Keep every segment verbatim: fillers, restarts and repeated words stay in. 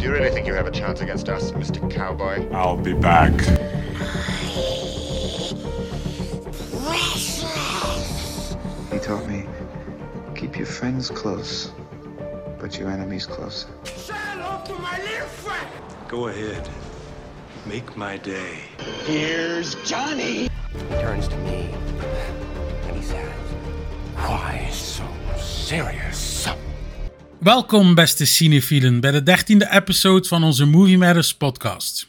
Do you really think you have a chance against us, Mister Cowboy? I'll be back. He taught me, keep your friends close, but your enemies closer. Say hello to my little friend. Go ahead. Make my day. Here's Johnny. He turns to me and he says, "Why so serious?" Welkom, beste cinefielen, bij de dertiende episode van onze Movie Matters podcast.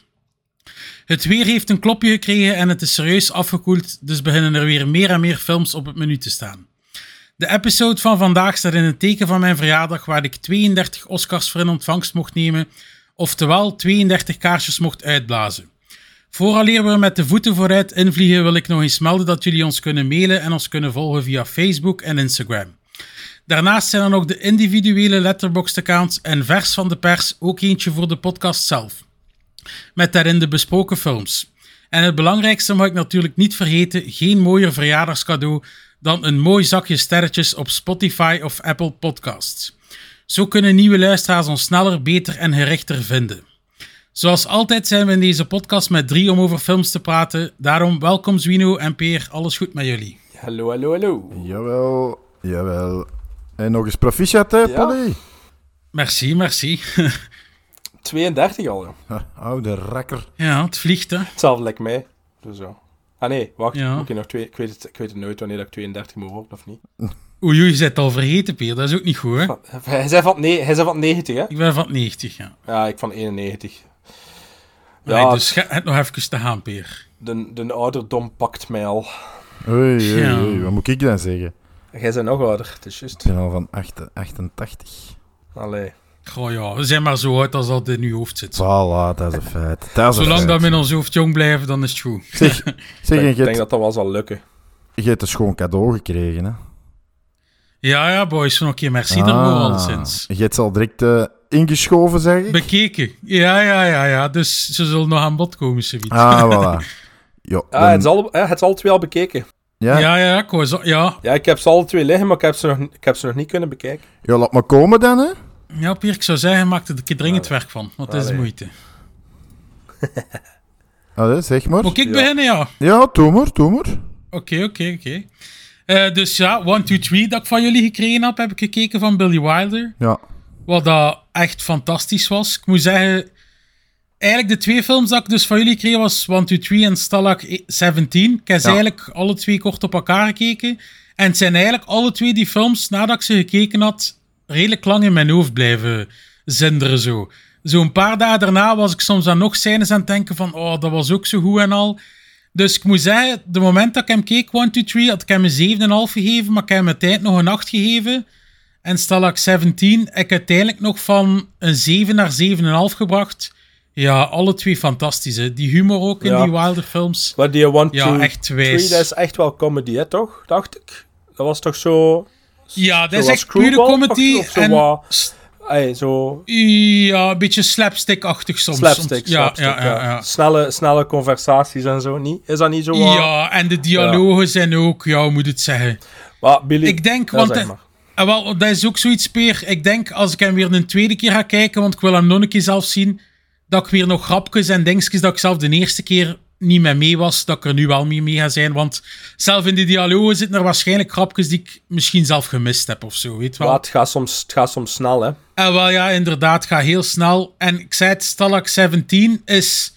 Het weer heeft een klopje gekregen en het is serieus afgekoeld, dus beginnen er weer meer en meer films op het menu te staan. De episode van vandaag staat in het teken van mijn verjaardag, waar ik tweeëndertig Oscars voor in ontvangst mocht nemen, oftewel tweeëndertig kaarsjes mocht uitblazen. Vooraleer we met de voeten vooruit invliegen, wil ik nog eens melden dat jullie ons kunnen mailen en ons kunnen volgen via Facebook en Instagram. Daarnaast zijn er nog de individuele Letterboxd-accounts en vers van de pers, ook eentje voor de podcast zelf. Met daarin de besproken films. En het belangrijkste mag ik natuurlijk niet vergeten, geen mooier verjaardagscadeau dan een mooi zakje sterretjes op Spotify of Apple Podcasts. Zo kunnen nieuwe luisteraars ons sneller, beter en gerichter vinden. Zoals altijd zijn we in deze podcast met drie om over films te praten. Daarom welkom Zwino en Peer, alles goed met jullie? Hallo, hallo, hallo. Jawel, jawel. En nog eens proficiat, hè, Ja. Polly? Merci, merci. tweeëndertig al, joh. Ha, oude rakker. Ja, het vliegt, hè. Hetzelfde lijkt mij. Dus zo. Ah nee, wacht. Ja. Moet ik, nog twee, ik, weet het, ik weet het nooit wanneer dat ik tweeëndertig moet worden of niet. Oei, oei, je bent het al vergeten, Peer. Dat is ook niet goed, hè. Hij zei van, nee, hij zei van negentig, hè? Ik ben van negentig, ja. Ja, ik van eenennegentig. Ja, Ja, dus ga het nog even te gaan, Peer. de, de ouderdom pakt mij al. Oei, oei, Ja. oei, wat moet ik dan zeggen? Jij bent nog ouder, het is juist. Ik ben al van acht- achtentachtig. Allee. Goh ja, we zijn maar zo oud als dat in uw hoofd zit. Voilà, dat is een feit. Dat is een Zolang feit. dat we in ons hoofd jong blijven, dan is het goed. Zeg, zeg Ik en denk, je denk hebt- dat dat wel zal lukken. je hebt een schoon cadeau gekregen, hè? Ja, ja, boys, nog een keer merci daarvoor alleszins. Je hebt ze al direct eh, ingeschoven, zeg ik? Bekeken. Ja, ja, ja, ja. Dus ze zullen nog aan bod komen, zoiets. Ah, voilà. Jo, Ah, dan- het is al, eh, het is alle twee al bekeken. ja? Ja, ja, ik wou zo- ja. Ja, ik heb ze alle twee liggen, maar ik heb ze nog, ik heb ze nog niet kunnen bekijken. Ja, laat maar komen dan, hè? Ja, Pier, ik zou zeggen, maak er een keer dringend werk van. Want het is de Allee. moeite. Allee, zeg maar. Moet ik Ja. beginnen, ja? Ja, doe maar, doe maar. Oké, oké, oké. Eh, Dus ja, one, two, three dat ik van jullie gekregen heb, heb ik gekeken van Billy Wilder. Ja. Wat dat echt fantastisch was. Ik moet zeggen, eigenlijk de twee films dat ik dus van jullie kreeg was one, two, three en Stalag zeventien. Ik heb ze Ja. eigenlijk alle twee kort op elkaar gekeken. En het zijn eigenlijk alle twee die films, nadat ik ze gekeken had, redelijk lang in mijn hoofd blijven zinderen zo. Zo'n paar dagen daarna was ik soms aan nog scènes aan het denken van, oh, dat was ook zo goed en al. Dus ik moet zeggen, de moment dat ik hem keek, one, two, three, had ik hem een zeven komma vijf gegeven, maar ik heb hem uiteindelijk nog een acht gegeven. En Stalag zeventien heb ik uiteindelijk nog van een zeven naar zeven komma vijf gebracht. Ja, alle twee fantastisch, hè. Die humor ook in Ja. die Wilder films. Maar die one, Ja, two, echt three, wijs. dat is echt wel comedy, hè, toch? Dacht ik. Dat was toch zo... Ja, dat is zoals echt pure Screwball, comedy. Of zo En wat... s- Ey, zo... ja, een beetje slapstick-achtig soms. Slapstick, ja, slapstick, ja, ja, ja. Snelle, snelle conversaties en zo, niet? Is dat niet zo wat... Ja, en de dialogen zijn ook, ja, hoe moet het zeggen? Maar Billy... Ik denk, Ja, want zeg hij- maar. En wel, dat is ook zoiets, Peer. Ik denk, als ik hem weer een tweede keer ga kijken, want ik wil hem nog een keer zelf zien, dat ik weer nog grapjes en dingetjes dat ik zelf de eerste keer niet mee mee was, dat ik er nu wel mee mee ga zijn. Want zelf in die dialogen zitten er waarschijnlijk grapjes die ik misschien zelf gemist heb of zo, weet je wel. Maar het gaat soms, het gaat soms snel, hè. En wel, ja, inderdaad, het gaat heel snel. En ik zei het, Stalag zeventien is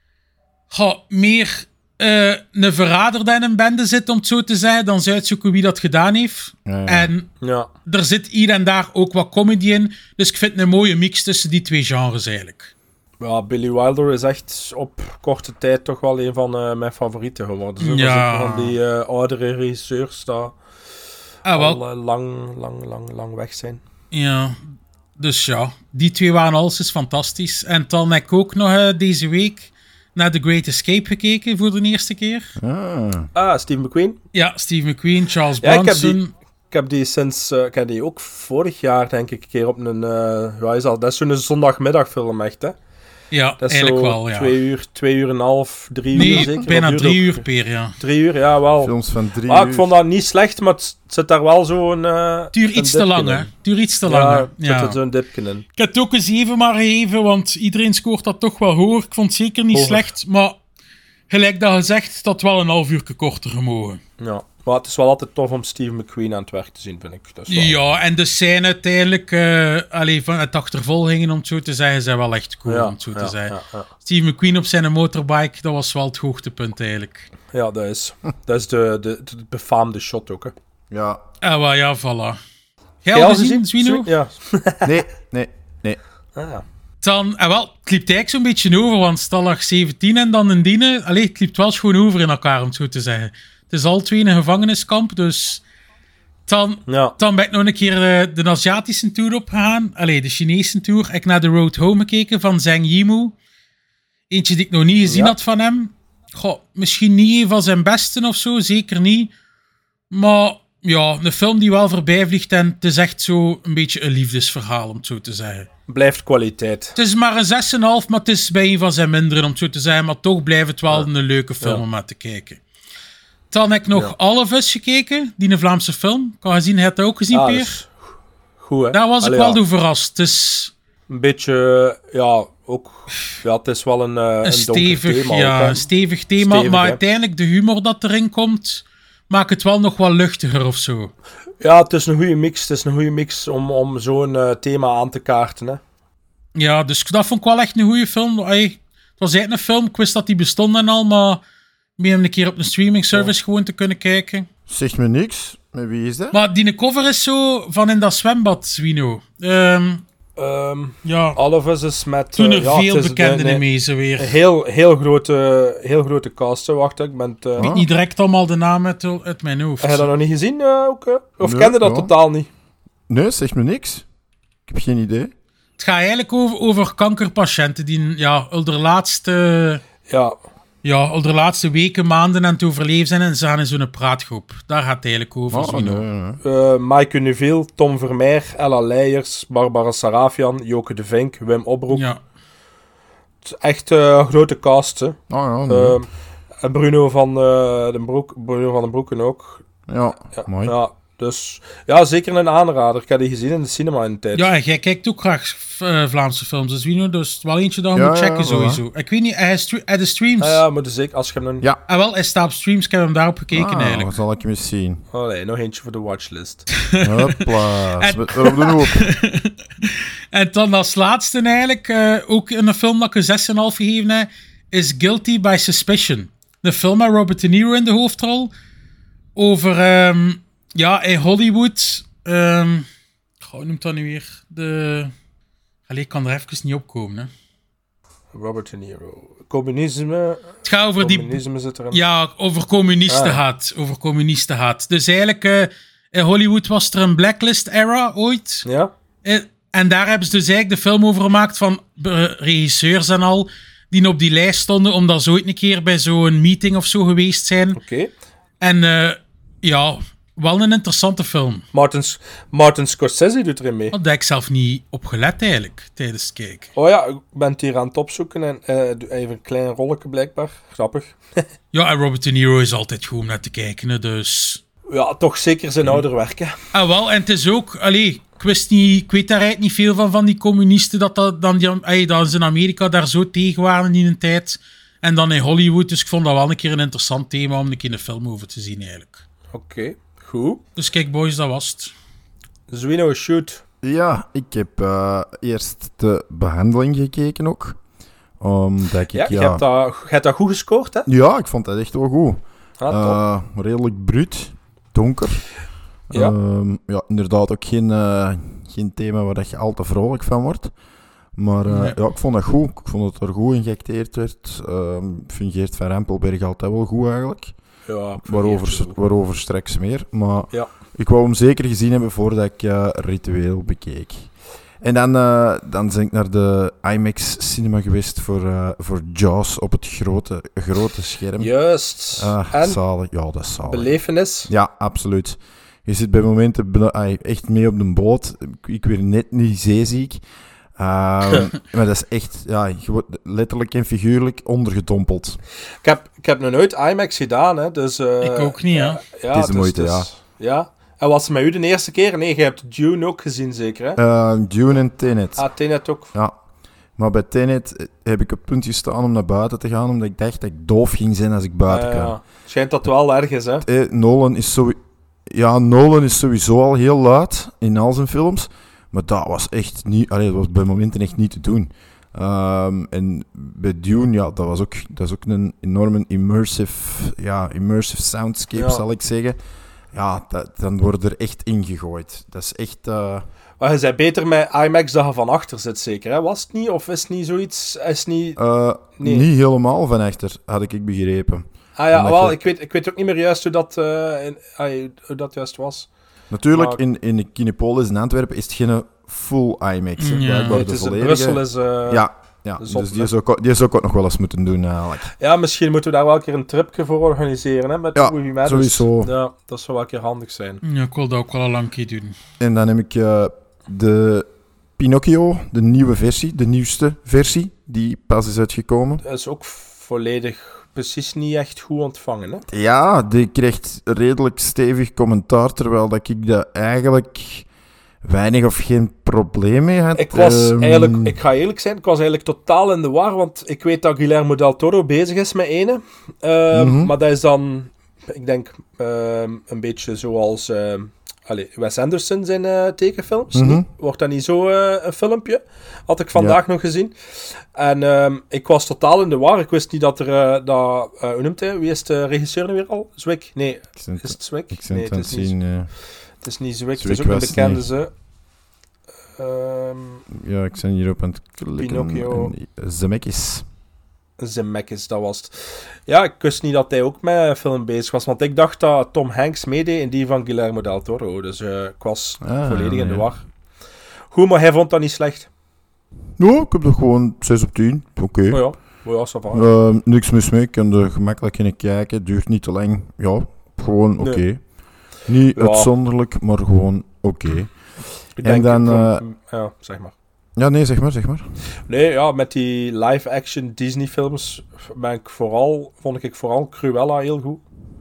goh, meer eh, een verrader dan een bende zit, om het zo te zeggen, dan zou je uitzoeken wie dat gedaan heeft. Ja, ja. En Ja. er zit hier en daar ook wat comedy in. Dus ik vind het een mooie mix tussen die twee genres eigenlijk. Ja, Billy Wilder is echt op korte tijd toch wel een van eh, mijn favorieten geworden. Zo. Ja. Dat is ook van die eh, oudere regisseurs die Ah, wel, al eh, lang, lang, lang, lang weg zijn. ja. Dus ja, die twee waren alles is fantastisch. En dan heb ik ook nog eh, deze week naar The Great Escape gekeken voor de eerste keer. Ah. Ah, Steve McQueen. Ja, Steve McQueen, Charles Ja, ik heb Bronson. die- Ik heb die sinds... eh, ik heb die ook vorig jaar, denk ik, een keer op een... eh ja, is al, dat is zo'n zondagmiddagfilm, echt, hè. Ja, Dat is eigenlijk zo wel, ja. twee uur, twee uur en een half, drie Nee, uur zeker. bijna Dat duurt drie ook- uur per, ja. Drie uur, ja, wel. Films van drie Ah, uur. ik vond dat niet slecht, maar het zit daar wel zo'n... Uh, Het duurt iets te lang, hè. Het duurt iets te lang, Ja, hè. er zit Ja. er zo'n dipje in. Ik heb het ook een zeven maar gegeven, want iedereen scoort dat toch wel hoog. Ik vond het zeker niet Hoger. slecht, maar gelijk dat gezegd, dat had wel een half uur korter gemogen. Ja, maar het is wel altijd tof om Steve McQueen aan het werk te zien, vind ik. Dat is wel- Ja, en de scène uiteindelijk, uh, allee, van het achtervolgingen, om het zo te zeggen, zijn wel echt cool, Ja, om het zo ja, te zeggen. ja, ja. Steve McQueen op zijn motorbike, dat was wel het hoogtepunt eigenlijk. Ja, dat is, dat is de, de, de befaamde shot ook, hè. Ja. Ah, wel, ja, voilà. Jij Jij al al gezien, Zwino? Ja. Nee, nee, nee. Ah, ja. Dan, en wel, het liep eigenlijk zo'n beetje over, want stel lag zeventien en dan een diene. Allee, het liep wel schoon over in elkaar, om het zo te zeggen. Het is al twee in een gevangeniskamp, dus... Dan, Ja. dan ben ik nog een keer de, de Aziatische tour opgegaan. Allee, de Chinese tour. Ik heb naar The Road Home gekeken van Zhang Yimou. Eentje die ik nog niet gezien Ja. had van hem. Goh, misschien niet een van zijn besten of zo, zeker niet. Maar ja, een film die wel voorbij vliegt en het is echt zo een beetje een liefdesverhaal, om het zo te zeggen. Blijft kwaliteit. Het is maar een zes komma vijf, maar het is bij een van zijn minderen, om het zo te zeggen. Maar toch blijft het wel een leuke film Ja. om naar te kijken. Dan heb ik nog Ja. Olivis gekeken, die een Vlaamse film. Ik had gezien, hij had dat ook gezien, Ah, Peer? dat is goed, hè. Daar was ik Allee, wel ja. door verrast. Het is Een beetje, ja, ook... Ja, het is wel een, uh, een, een stevig, donker thema. ja, ook, hè. een stevig thema, Stevig, maar hè. uiteindelijk de humor dat erin komt, maakt het wel nog wat luchtiger of zo. Ja, het is een goede mix. Het is een goede mix om, om zo'n uh, thema aan te kaarten, hè. Ja, dus dat vond ik wel echt een goede film. Ay, het was eigenlijk een film, ik wist dat die bestond en al, maar meer om een keer op een streaming service gewoon te kunnen kijken. Zegt me niks. Met wie is dat? Maar die cover is zo van in dat zwembad, Zwino. Ehm Um, ja, Olivis is met... toen er uh, ja, veel het is bekenden een- in mee zo weer. Een heel, heel, grote, heel grote cast, hè. Wacht, hè. Ik ben... het, Uh, Ik weet niet direct allemaal de naam uit, uit mijn hoofd. Heb je dat nog niet gezien? Uh, ook, uh? Of Nee, kende dat ja. totaal niet? Nee, zegt me niks. Ik heb geen idee. Het gaat eigenlijk over, over kankerpatiënten die ja, al de laatste, Ja, ja, al de laatste weken, maanden aan het overleven zijn en ze gaan in zo'n praatgroep. Daar gaat het eigenlijk over. Oh, Zwino. nee, nee. uh, Maaike Neuville, Tom Vermeer, Ella Leijers, Barbara Sarafian, Joke de Vink, Wim Opbroek. Ja. Het is echt een uh, grote cast, hè. Oh ja, nee. Uh, en Bruno van, uh, den Broek, Bruno van den Broeken ook. ja, Ja, mooi. ja, dus ja, zeker een aanrader. Ik heb die gezien in de cinema in de tijd. Ja, en jij kijkt ook graag uh, Vlaamse films, dus Zwino, dus het is wel eentje dat je Ja, moet checken ja, sowieso. Ik weet niet, hij, stre- hij de streams. Ja, ja, maar dus zeker als je hem een... Ja. Ah, wel, hij staat op streams, ik heb hem daarop gekeken Ah, eigenlijk. zal ik hem eens zien. Oh nee, nog eentje voor de watchlist. Hopla. En- Zet er op de hoop. En dan als laatste eigenlijk, uh, ook in een film dat ik een zes komma vijf gegeven heb, is Guilty by Suspicion. De film met Robert De Niro in de hoofdrol. Over, um, ja, in Hollywood... Um, hoe noemt dat nu weer? De... Allee, ik kan er even niet op komen, hè. Robert De Niro. Communisme. Het gaat over die... Communisme zit erin. Ja, over communisten Ah. haat. Over communisten haat. Dus eigenlijk, uh, in Hollywood was er een blacklist-era ooit. Ja? Eh, En daar hebben ze dus eigenlijk de film over gemaakt van uh, regisseurs en al, die op die lijst stonden, omdat ze ooit een keer bij zo'n meeting of zo geweest zijn. Oké. Okay. En uh, ja, wel een interessante film. Martin, Martin Scorsese doet erin mee. Daar heb ik zelf niet op gelet eigenlijk, tijdens het kijken. Oh ja, ik ben het hier aan het opzoeken en uh, even een klein rolletje blijkbaar. Grappig. Ja, en Robert De Niro is altijd goed om naar te kijken, hè, dus... Ja, toch zeker zijn ouder werk, hè. Ah, wel, en het is ook... Allee, ik wist niet... Ik weet daar eigenlijk niet veel van, van die communisten, dat, dat, dan die, allee, dat ze in Amerika daar zo tegen waren in een tijd. En dan in Hollywood, dus ik vond dat wel een keer een interessant thema om een keer een film over te zien, eigenlijk. Oké, okay, goed. Dus kijk, boys, dat was het. Zwino, shoot. Ja, ik heb uh, eerst de behandeling gekeken ook. Omdat ik, ja, ja... Je hebt dat, je hebt dat goed gescoord, hè? Ja, ik vond dat echt wel goed. Ah, uh, redelijk bruut, donker. Ja. Uh, ja, inderdaad ook geen, uh, geen thema waar dat je al te vrolijk van wordt. Maar uh, nee. ja, ik vond dat goed. Ik vond dat er goed in geacteerd werd. Uh, fungeert Van Rempelberg altijd wel goed eigenlijk. Ja, waarover, waarover straks meer. Maar ja. ik wou hem zeker gezien hebben voordat ik uh, Ritueel bekeek. En dan, uh, dan ben ik naar de IMAX cinema geweest voor, uh, voor Jaws op het grote, grote scherm. Juist. Ah, en? Zalig. Ja, dat is zalig. Belevenis? Ja, absoluut. Je zit bij momenten echt mee op de boot. Ik, ik werd net niet zeeziek. Uh, maar dat is echt, ja, je wordt letterlijk en figuurlijk ondergedompeld. Ik heb, ik heb nog nooit IMAX gedaan, hè, dus... Uh, ik ook niet, ja. ja het is de dus, moeite, dus, ja. ja. En was het met u de eerste keer? Nee, je hebt Dune ook gezien, zeker, hè? Uh, Dune en Tenet. Ah, Tenet ook. Ja. Maar bij Tenet heb ik op punt gestaan om naar buiten te gaan, omdat ik dacht dat ik doof ging zijn als ik buiten uh, kwam. Ja. Schijnt dat wel ergens, hè? Eh, Nolan is sowieso... Ja, Nolan is sowieso al heel luid in al zijn films. Maar dat was echt niet... Allee, dat was bij momenten echt niet te doen. Um, en bij Dune, ja, dat was ook, dat is ook een enorme immersive, ja, immersive soundscape, ja. zal ik zeggen. Ja, dat, dan wordt er echt ingegooid. Dat is echt... Uh... Maar je zei beter met IMAX dat je van achter zit, zeker, hè? Was het niet? Of is het niet zoiets... Is het niet... Uh, nee. Niet helemaal van achter, had ik begrepen. Ah ja, wel, je... ik, weet, ik weet ook niet meer juist hoe dat, uh, in, uh, hoe dat juist was. Natuurlijk, maar... in, in de Kinepolis in Antwerpen is het geen full IMAX. Ja. Ja, Nee, het is volledige... in Brussel is... Uh, ja, ja. zot, dus die zou, ik, die zou ik ook nog wel eens moeten doen eigenlijk. Ja, misschien moeten we daar wel een keer een tripje voor organiseren, hè, met ja, Movie Matters. Sowieso. Ja, dat zou wel een keer handig zijn. Ja, ik wil dat ook wel al lang keer doen. En dan heb ik uh, de Pinocchio, de nieuwe versie, de nieuwste versie, die pas is uitgekomen. Dat is ook volledig... precies niet echt goed ontvangen, hè? Ja, die krijgt redelijk stevig commentaar, terwijl dat ik dat eigenlijk weinig of geen probleem mee had. Ik was um... eigenlijk, ik ga eerlijk zijn, ik was eigenlijk totaal in de war, want ik weet dat Guillermo del Toro bezig is met ene, uh, mm-hmm. maar dat is dan, ik denk, uh, een beetje zoals uh, allez, Wes Anderson zijn uh, tekenfilms. Mm-hmm. Niet? Wordt dat niet zo uh, een filmpje? Had ik vandaag ja. nog gezien. En um, ik was totaal in de war. Ik wist niet dat er... Uh, dat, uh, hoe noemt hij? Wie is de regisseur nu weer al? Zwick? Nee. Zint, is het Zwick? Ik nee, het, het, is niet, uh, het is niet Zwick. Zwick. Het is ook een bekende ze. Um, ja, ik ben hierop aan het klikken. Pinocchio. Zemeckis. Zemeckis, dat was het. Ja, ik wist niet dat hij ook met een film bezig was. Want ik dacht dat Tom Hanks meedeed in die van Guillermo del Toro. Dus uh, ik was ah, volledig in de war. Goed, maar hij vond dat niet slecht. Ja, ik heb er gewoon zes op tien. Oké. Okay. Oh ja, oh ja, ça va. Uh, niks mis mee. Ik kan er gemakkelijk in kijken. Duurt niet te lang. Ja, gewoon oké. Okay. Nee. Niet ja. uitzonderlijk, maar gewoon oké. Okay. En dan... Uh, ja, zeg maar. Ja, nee, zeg maar, zeg maar. Nee, ja, met die live-action Disney-films ben ik vooral, vond ik vooral Cruella heel goed.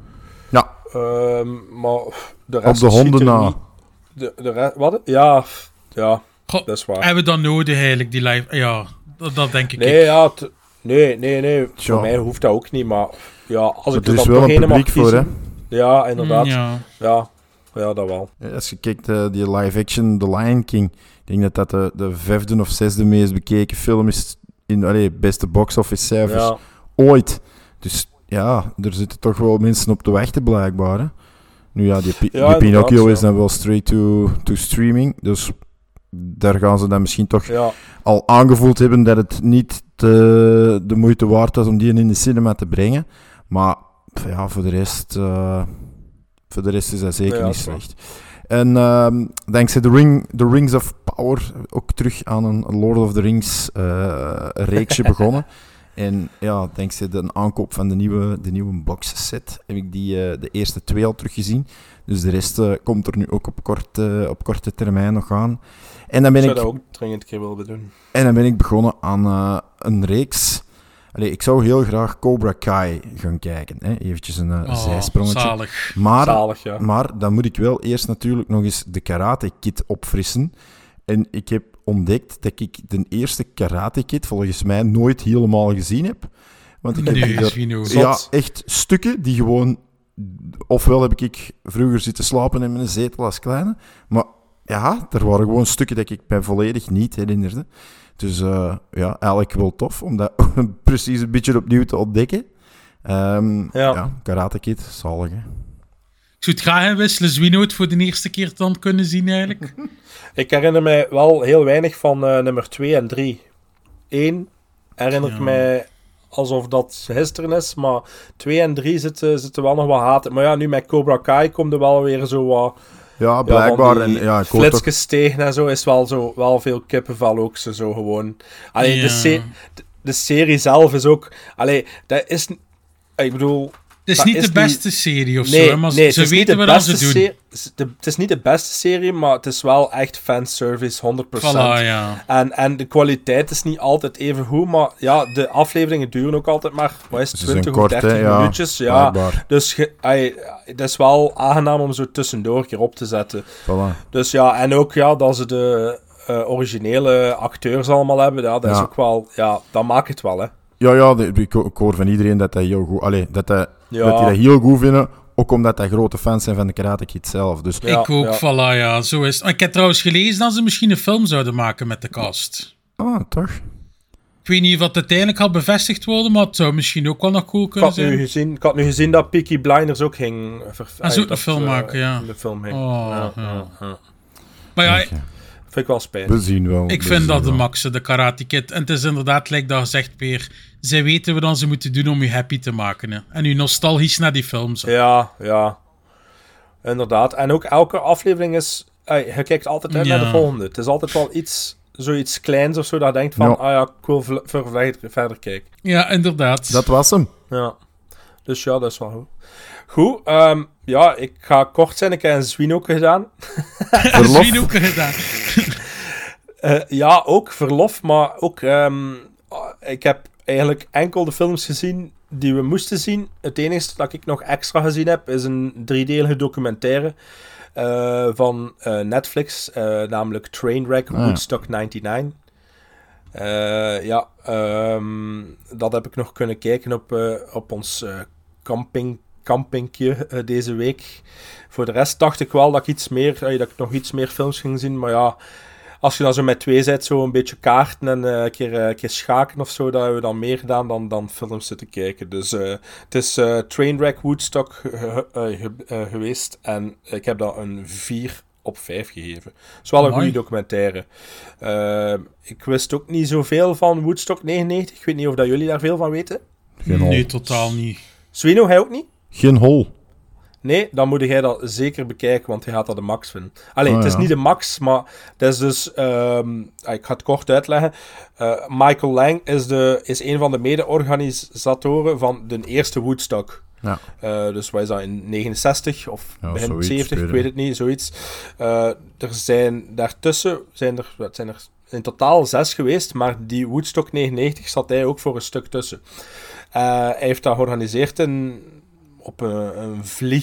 Ja. Um, maar de rest op de honden na. Niet, de, de rest, wat? Ja, ja, Goh, dat is waar. Hebben we dat nodig eigenlijk, die live... Ja, dat, dat denk ik. Nee, ik. ja, t- nee, nee, nee. Tja. Voor mij hoeft dat ook niet, maar ja, als ik er is wel een publiek voor, hè? Ja, inderdaad. Mm, ja. ja. Ja, dat wel. Als je kijkt, uh, die live-action The Lion King, ik denk dat dat de, de vijfde of zesde meest bekeken film is in allee, beste box-office cijfers ja. ooit. Dus ja, er zitten toch wel mensen op te wachten blijkbaar. Hè? Nu ja, die, ja, die Pinocchio ja. is dan wel straight to, to streaming, dus daar gaan ze dan misschien toch ja. al aangevoeld hebben dat het niet te, de moeite waard was om die in de cinema te brengen. Maar ja, voor de rest... Uh, Voor de rest is dat zeker ja, niet slecht. En uh, dankzij The, Ring, The Rings of Power ook terug aan een Lord of the Rings uh, reeksje begonnen. En ja, dankzij de aankoop van de nieuwe, de nieuwe boxset heb ik die, uh, de eerste twee al teruggezien. Dus de rest uh, komt er nu ook op, kort, uh, op korte termijn nog aan. En dan ben ik zou ik, dat ook dringend een keer willen doen. En dan ben ik begonnen aan uh, een reeks... Allee, ik zou heel graag Cobra Kai gaan kijken. Hè? Eventjes een uh, oh, zijsprongetje. Zalig. Maar, zalig, ja. maar dan moet ik wel eerst natuurlijk nog eens de Karate Kid opfrissen. En ik heb ontdekt dat ik de eerste Karate Kid volgens mij nooit helemaal gezien heb. Want ik heb nee, er, ja, echt stukken die gewoon... Ofwel heb ik vroeger zitten slapen in mijn zetel als kleine. Maar ja, er waren gewoon stukken dat ik mij volledig niet herinnerde. Dus uh, ja, eigenlijk wel tof om dat precies een beetje opnieuw te ontdekken. Um, ja. ja, Karate Kid, zalig hè. Ik zou het graag hebben wisselen, Zwino het voor de eerste keer dan kunnen zien eigenlijk. Ik herinner mij wel heel weinig van uh, nummer twee en drie. Eén herinner ik ja. mij alsof dat gisteren is, maar twee en drie zitten, zitten wel nog wat haten. Maar ja, nu met Cobra Kai komt er wel weer zo wat... Ja, blijkbaar. Ja, en, ja, flitsjes toch... tegen en zo is wel, zo, wel veel kippenvel ook zo, zo gewoon. Allee, ja. de, se- de, de serie zelf is ook... Allee, dat is... Ik bedoel, Het is dat niet is de beste niet... serie of nee, zo, hè, maar nee, ze het is niet weten de wat ze beste doen. serie- de- Het is niet de beste serie, maar het is wel echt fanservice, honderd procent. Voilà, ja. En, en de kwaliteit is niet altijd even goed, maar ja, de afleveringen duren ook altijd maar, wat is het, Ze zijn twintig kort, of hè, dertig ja, minuutjes. Ja, blijkbaar. dus ge, ay, het is wel aangenaam om zo tussendoor een keer op te zetten. Voilà. Dus ja, en ook ja, dat ze de uh, originele acteurs allemaal hebben, ja, dat is Ja. ook wel, ja, dat maakt het wel, hè. Ja, ja, de- ik, ik hoor van iedereen dat hij heel goed... Allee, dat, hij, Ja. dat die dat heel goed vinden, ook omdat hij grote fans zijn van de Karate Kid zelf. Dus Ja, ik ook, ja. voilà, ja, zo is het. Ik heb trouwens gelezen dat ze misschien een film zouden maken met de cast. ah, toch? Ik weet niet of dat uiteindelijk al bevestigd worden, maar het zou misschien ook wel nog cool Ik kunnen had, nu zijn. gezien, ik had nu gezien dat Peaky Blinders ook ging... Ver, Ah, ze ook een film uh, maken, ja. De film ging. Oh, ja, ja. ja, ja. Maar ja, Oké. Vind ik wel spijtig. We zien wel. ik we vind zien dat de wel. max, de Karate Kid. En het is inderdaad, lijkt dat gezegd, Peer. Zij weten wat dan ze moeten doen om je happy te maken. Hè. En u nostalgisch naar die films. Hè. Ja, ja. Inderdaad. En ook elke aflevering is... Ey, je kijkt altijd uit Ja. naar de volgende. Het is altijd wel iets... Zoiets kleins of zo, dat je denkt van... Ja. Ah ja, ik wil ver, ver- verder, verder kijken. Ja, inderdaad. Dat was hem. Ja. Dus ja, dat is wel goed. Goed, ehm, ja, ik ga kort zijn. Ik heb een Zwinoke gedaan. Verlof. Zwien ook gedaan. Uh, ja, ook verlof, maar ook... ehm, ik heb eigenlijk enkel de films gezien die we moesten zien. Het enige dat ik nog extra gezien heb, is een driedelige documentaire uh, van uh, Netflix, uh, namelijk Trainwreck Ah, ja. Woodstock negenennegentig. Uh, ja, um, dat heb ik nog kunnen kijken op, uh, op ons uh, camping, campingje uh, deze week. Voor de rest dacht ik wel dat ik iets meer, uh, dat ik nog iets meer films ging zien, maar ja, als je dan zo met twee zit, zo een beetje kaarten en uh, een, keer, uh, een keer schaken of zo, dat hebben we dan meer gedaan dan, dan films zitten kijken. Dus uh, het is uh, Trainwreck Woodstock uh, uh, ge- uh, geweest en ik heb dat een vier op vijf gegeven. Het is wel een Amai. goede documentaire. Uh, ik wist ook niet zoveel van Woodstock negenennegentig. Ik weet niet of dat jullie daar veel van weten. Geen hol. Nee, totaal niet. Swino, hij ook niet? Geen hol. Nee, dan moet jij dat zeker bekijken, want je gaat dat de max vinden. Allee, Oh, het is ja. niet de max, maar het is dus... Um, ik ga het kort uitleggen. Uh, Michael Lang is, de, is een van de mede-organisatoren van de eerste Woodstock. Ja. Uh, dus wat is dat, in negenenzestig of Ja, begin zoiets, zeventig, ik weet weet ik. het niet, zoiets. Uh, er zijn daartussen, zijn er, wat zijn er in totaal zes geweest, maar die Woodstock negenennegentig zat hij ook voor een stuk tussen. Uh, hij heeft dat georganiseerd in, op een, een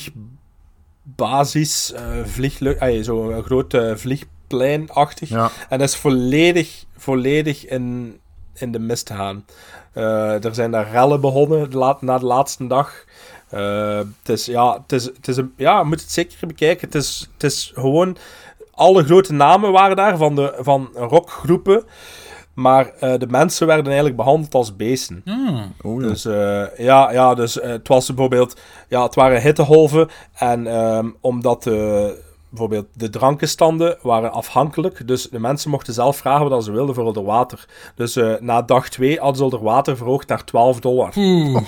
vliegbasis, uh, vlieglu- ay, zo een groot uh, vliegpleinachtig. Ja. En dat is volledig, volledig in, in de mist gegaan. Uh, er zijn daar rellen begonnen de la- na de laatste dag. Uh, het is, ja, het is, het is een, ja, je moet het zeker bekijken. Het is, het is gewoon... Alle grote namen waren daar van, de, van rockgroepen. Maar uh, de mensen werden eigenlijk behandeld als beesten. Ah. Oh, ja. Dus uh, ja, ja, dus uh, het was bijvoorbeeld... Ja, het waren hittegolven. En um, omdat de... Bijvoorbeeld de drankenstanden waren afhankelijk, dus de mensen mochten zelf vragen wat ze wilden voor onder water. Dus uh, na dag twee hadden ze onder water verhoogd naar twaalf dollar. Oeh.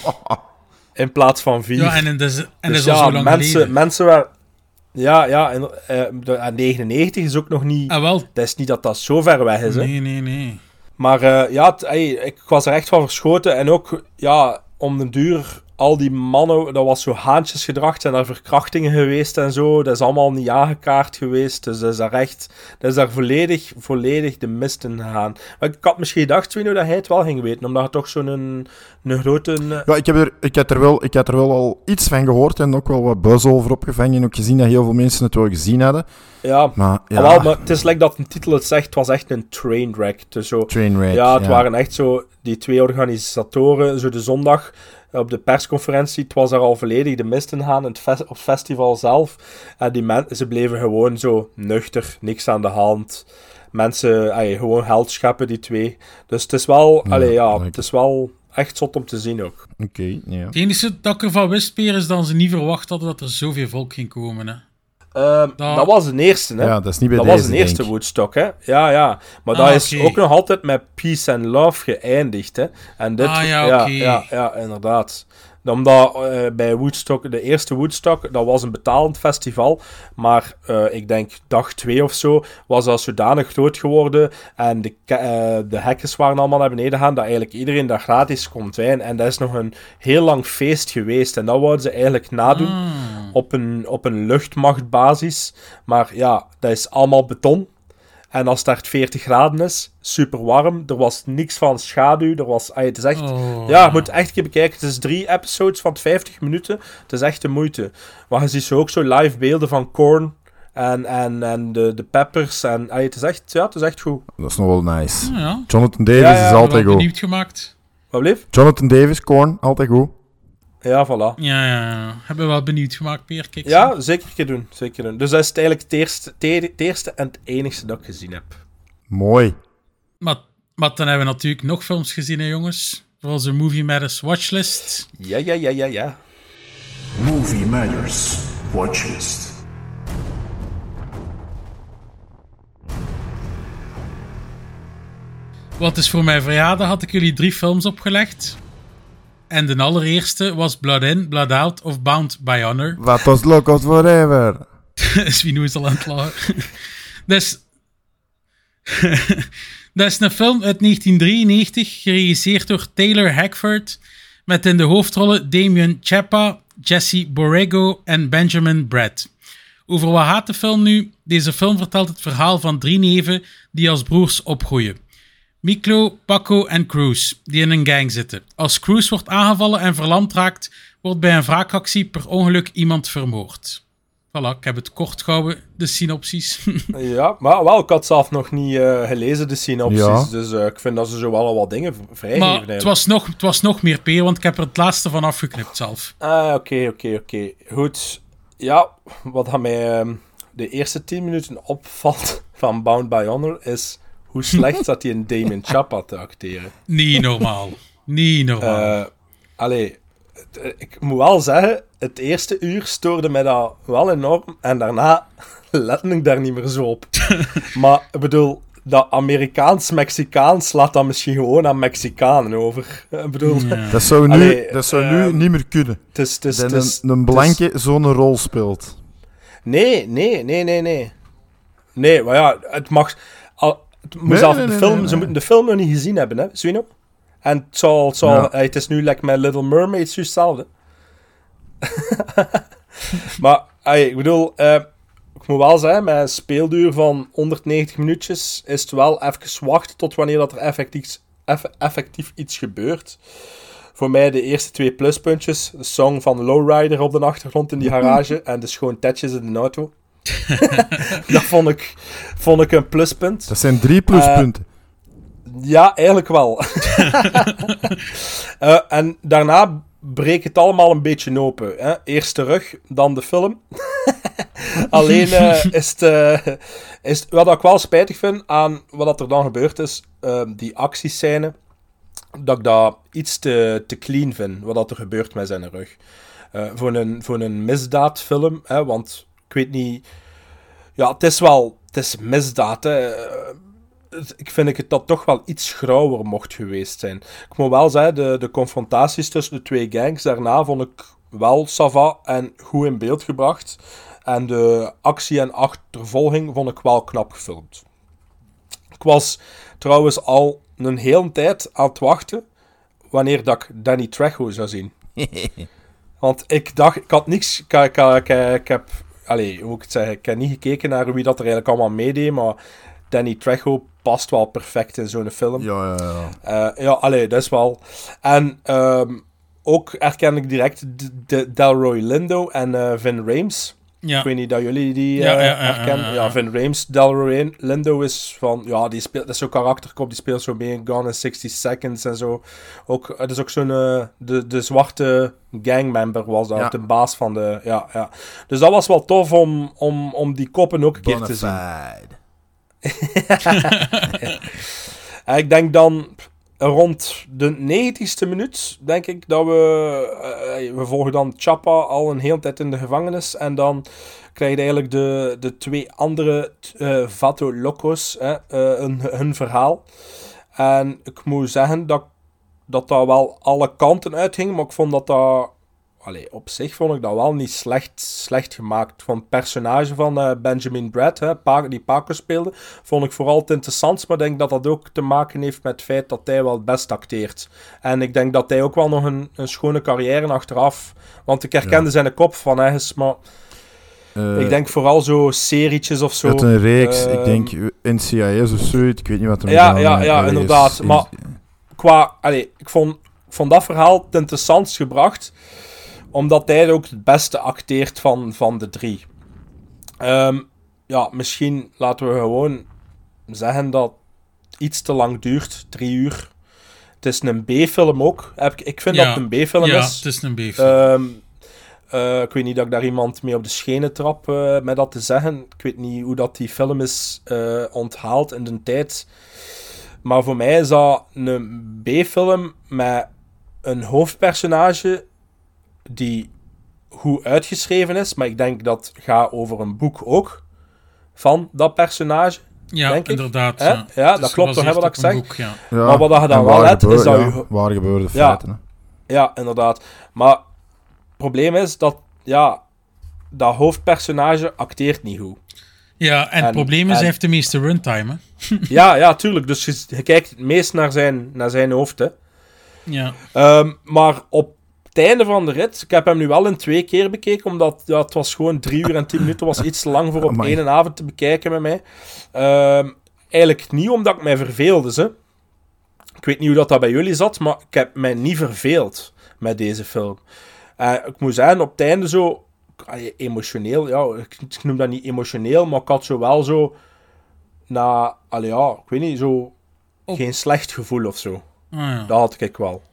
In plaats van vier. Ja, en dat is, en dat dus is al ja, zo lang mensen, geleden. mensen waren... Ja, ja, en, uh, de, uh, negenennegentig is ook nog niet... Ah, wel. Dat is niet dat dat zo ver weg is, hè. Nee, nee, nee. Maar uh, ja, t, hey, ik was er echt van verschoten. En ook, ja, om den duur... Al die mannen, dat was zo haantjesgedrag, zijn daar verkrachtingen geweest en zo. Dat is allemaal niet aangekaart geweest. Dus dat is daar echt, dat is daar volledig, volledig de mist in gegaan. Maar ik had misschien gedacht, Swino, dat hij het wel ging weten, omdat het toch zo'n een, een grote... Uh... Ja, ik heb, er, ik, heb er wel, ik heb er wel al iets van gehoord en ook wel wat buzz over opgevangen. En ook gezien dat heel veel mensen het wel gezien hadden. Ja, Maar, ja. ah, wel, maar het is like dat een titel het zegt, het was echt een trainwreck. Dus zo, Trainwreck, ja, het ja. waren echt zo die twee organisatoren, zo de zondag... Op de persconferentie, het was er al volledig de mist in gaan, het fe- op het festival zelf. En die mensen, ze bleven gewoon zo nuchter, niks aan de hand. Mensen, ay, gewoon geld scheppen, die twee. Dus het is wel, Ja, allee, ja, lekker. het is wel echt zot om te zien ook. Oké, okay, ja. Het enige dat ik ervan wist, Peer, is dat ze niet verwacht hadden dat er zoveel volk ging komen. Hè. Uh, Dat- dat was de eerste, hè? Ja, dat is niet bij dat deze, was de eerste denk ik. Woodstock, hè? Ja, ja. Maar Ah, dat is oké. ook nog altijd met peace and love geëindigd, hè? En dit, Ah, ja, ja, oké. ja, ja, inderdaad. Omdat uh, bij Woodstock, de eerste Woodstock, dat was een betalend festival. Maar uh, ik denk dag twee of zo was dat zodanig groot geworden. En de, uh, de hekkens waren allemaal naar beneden gaan. Dat eigenlijk iedereen daar gratis kon zijn. En dat is nog een heel lang feest geweest. En dat wouden ze eigenlijk nadoen. Mm. Op een, op een luchtmachtbasis. Maar ja, dat is allemaal beton. En als het daar veertig graden is, super warm. Er was niks van schaduw. Er was, ah, het is echt... Oh. Ja, je moet echt een keer bekijken. Het is drie episodes van vijftig minuten. Het is echt de moeite. Maar je ziet zo ook zo live beelden van Korn en, en, en de, de Peppers. En ah, het is echt, ja, het is echt goed. Dat is nog wel nice. Ja, ja. Jonathan Davis ja, ja, is altijd goed. Benieuwd gemaakt. Wat bleef? Jonathan Davis, Korn, altijd goed. Ja, voilà. Ja, ja, ja. Hebben we wel benieuwd gemaakt, Peer. Kijk, ja, zeker keer doen. Zeker doen. Dus dat is het eigenlijk het eerste, het eerste en het enigste dat ik gezien heb. Mooi. Maar, maar dan hebben we natuurlijk nog films gezien, hè, jongens. Voor onze Movie Matters watchlist. Ja, ja, ja, ja, ja. Movie Matters watchlist. Wat is voor mijn verjaardag had ik jullie drie films opgelegd. En de allereerste was Blood In, Blood Out of Bound by Honor. Wat was Locos Forever? Svino is al aan het lachen. Dus... dat is een film uit negentien drieënnegentig, geregisseerd door Taylor Hackford, met in de hoofdrollen Damien Chapa, Jesse Borrego en Benjamin Bratt. Over wat gaat de film nu? Deze film vertelt het verhaal van drie neven die als broers opgroeien. Miklo, Paco en Cruz, die in een gang zitten. Als Cruz wordt aangevallen en verlamd raakt, wordt bij een wraakactie per ongeluk iemand vermoord. Voilà, ik heb het kort gehouden, de synopsis. Ja, maar wel, ik had zelf nog niet uh, gelezen, de synopsis. Ja. Dus uh, ik vind dat ze zo wel al wat dingen vrijgeven. Maar het was, nog, het was nog meer Peer, want ik heb er het laatste van afgeknipt zelf. Ah, oké, okay, oké, okay, oké. Okay. Goed. Ja, wat aan mij uh, de eerste tien minuten opvalt van Bound by Honor is hoe slecht zat hij in Damien Chapa te acteren. Niet normaal. Niet normaal. Uh, allee, het, ik moet wel zeggen, het eerste uur stoorde mij dat wel enorm. En daarna lette ik daar niet meer zo op. Maar ik bedoel, dat Amerikaans-Mexicaans laat dat misschien gewoon aan Mexicanen over. Ik bedoel... Ja. Dat zou nu, allee, dat zou uh, nu niet meer kunnen. Tis, tis, dat tis, een, een blanke tis, zo'n rol speelt. Nee, nee, nee, nee, nee. Nee, maar ja, het mag... Al, het moet nee, zelf nee, de film, nee, nee, ze nee. moeten de film nog niet gezien hebben, hè, Zwino? En het, zal, het, zal, ja. uh, het is nu like met Little Mermaid zo hetzelfde. Maar, ay, ik bedoel, uh, ik moet wel zeggen, met een speelduur van honderdnegentig minuutjes is het wel even wachten tot wanneer dat er effectief, eff, effectief iets gebeurt. Voor mij de eerste twee pluspuntjes. De song van Lowrider op de achtergrond in die garage en de schoon tetjes in de auto. Dat vond ik, vond ik een pluspunt. Dat zijn drie pluspunten. Uh, ja, eigenlijk wel. uh, en daarna breekt het allemaal een beetje open. Hè? Eerst de rug, dan de film. Alleen uh, is, het, uh, is het... Wat ik wel spijtig vind aan wat er dan gebeurd is, uh, die actiescène, dat ik dat iets te, te clean vind, wat er gebeurt met zijn rug. Uh, voor, een, voor een misdaadfilm, hè, want ik weet niet... Ja, het is wel... Het is misdaad, hè. Ik vind ik het dat toch wel iets grauwer mocht geweest zijn. Ik moet wel zeggen, de, de confrontaties tussen de twee gangs daarna vond ik wel ça va en goed in beeld gebracht. En de actie en achtervolging vond ik wel knap gefilmd. Ik was trouwens al een hele tijd aan het wachten wanneer dat ik Danny Trejo zou zien. Want ik dacht, ik had niks... Ik, ik, ik, ik heb... Allee, hoe moet ik het zeggen? Ik heb niet gekeken naar wie dat er eigenlijk allemaal meedeed, maar Danny Trejo past wel perfect in zo'n film. Ja, ja, ja. Uh, ja, allee, dat is wel... En um, ook herken ik direct de, de Delroy Lindo en uh, Vin Rames. Ja. Ik weet niet dat jullie die uh, ja, ja, ja, herkennen. Ja, ja, ja. ja, Vin Rames, Delroy Lindo is van... Ja, die speelt... Dat is zo'n karakterkop, die speelt zo mee in Gone in sixty seconds en zo. Ook, het is ook zo'n... Uh, de, de zwarte gangmember was dat, ja. De baas van de... Ja, ja. Dus dat was wel tof om, om, om die koppen ook een keer te zien. Ja. Ik denk dan rond de negentigste minuut, denk ik, dat we... Uh, we volgen dan Chapa al een hele tijd in de gevangenis. En dan krijg je eigenlijk de, de twee andere uh, Vato Locos, hè, uh, hun, hun verhaal. En ik moet zeggen dat dat dat wel alle kanten uitging, maar ik vond dat dat allee, op zich vond ik dat wel niet slecht, slecht gemaakt. Van het personage van uh, Benjamin Bratt, hè, pa- die Paco speelde, vond ik vooral het interessantst. Maar ik denk dat dat ook te maken heeft met het feit dat hij wel het best acteert. En ik denk dat hij ook wel nog een, een schone carrière achteraf... Want ik herkende ja. zijn kop van ergens, maar... Uh, ik denk vooral zo serietjes of zo. Uit een reeks, uh, ik denk N C I S of zoiets, ik weet niet wat er Ja, ja, ja, inderdaad. Is, maar qua... Allee, ik vond, ik vond dat verhaal het interessantst gebracht, omdat hij ook het beste acteert van, van de drie. Um, ja, misschien laten we gewoon zeggen dat het iets te lang duurt, drie uur. Het is een B-film ook. Ik vind ja, dat het een B-film ja, is. Ja, het is een B-film. Um, Uh, ik weet niet dat ik daar iemand mee op de schenen trap uh, met dat te zeggen. Ik weet niet hoe dat die film is uh, onthaald in de tijd. Maar voor mij is dat een B-film met een hoofdpersonage die goed uitgeschreven is. Maar ik denk dat het gaat over een boek ook van dat personage. Ja, denk inderdaad. ik. Ja, ja dat klopt toch, hebben wat ik zeg. Boek, ja. Ja, maar wat je dan wel hebt, is dat... Ja, je... waar gebeurde ja, feiten. Hè? Ja, inderdaad. Maar... Het probleem is dat, ja, dat hoofdpersonage acteert niet goed. Ja, en, en het probleem is, en, hij heeft de meeste runtime, hè? ja, ja, tuurlijk. Dus je, je kijkt het meest naar zijn, naar zijn hoofd, hè. Ja. Um, maar op het einde van de rit, ik heb hem nu wel in twee keer bekeken, omdat ja, het was gewoon drie uur en tien minuten, was iets te lang voor op Amai. één avond te bekijken met mij. Um, eigenlijk niet omdat ik mij verveelde, ze. Ik weet niet hoe dat, dat bij jullie zat, maar ik heb mij niet verveeld met deze film. Uh, ik moet zeggen, op het einde zo... Emotioneel, ja, ik noem dat niet emotioneel, maar ik had zo wel zo... Na, allee, ja, ik weet niet, zo... Oh. Geen slecht gevoel of zo. Oh, ja. Dat had ik wel.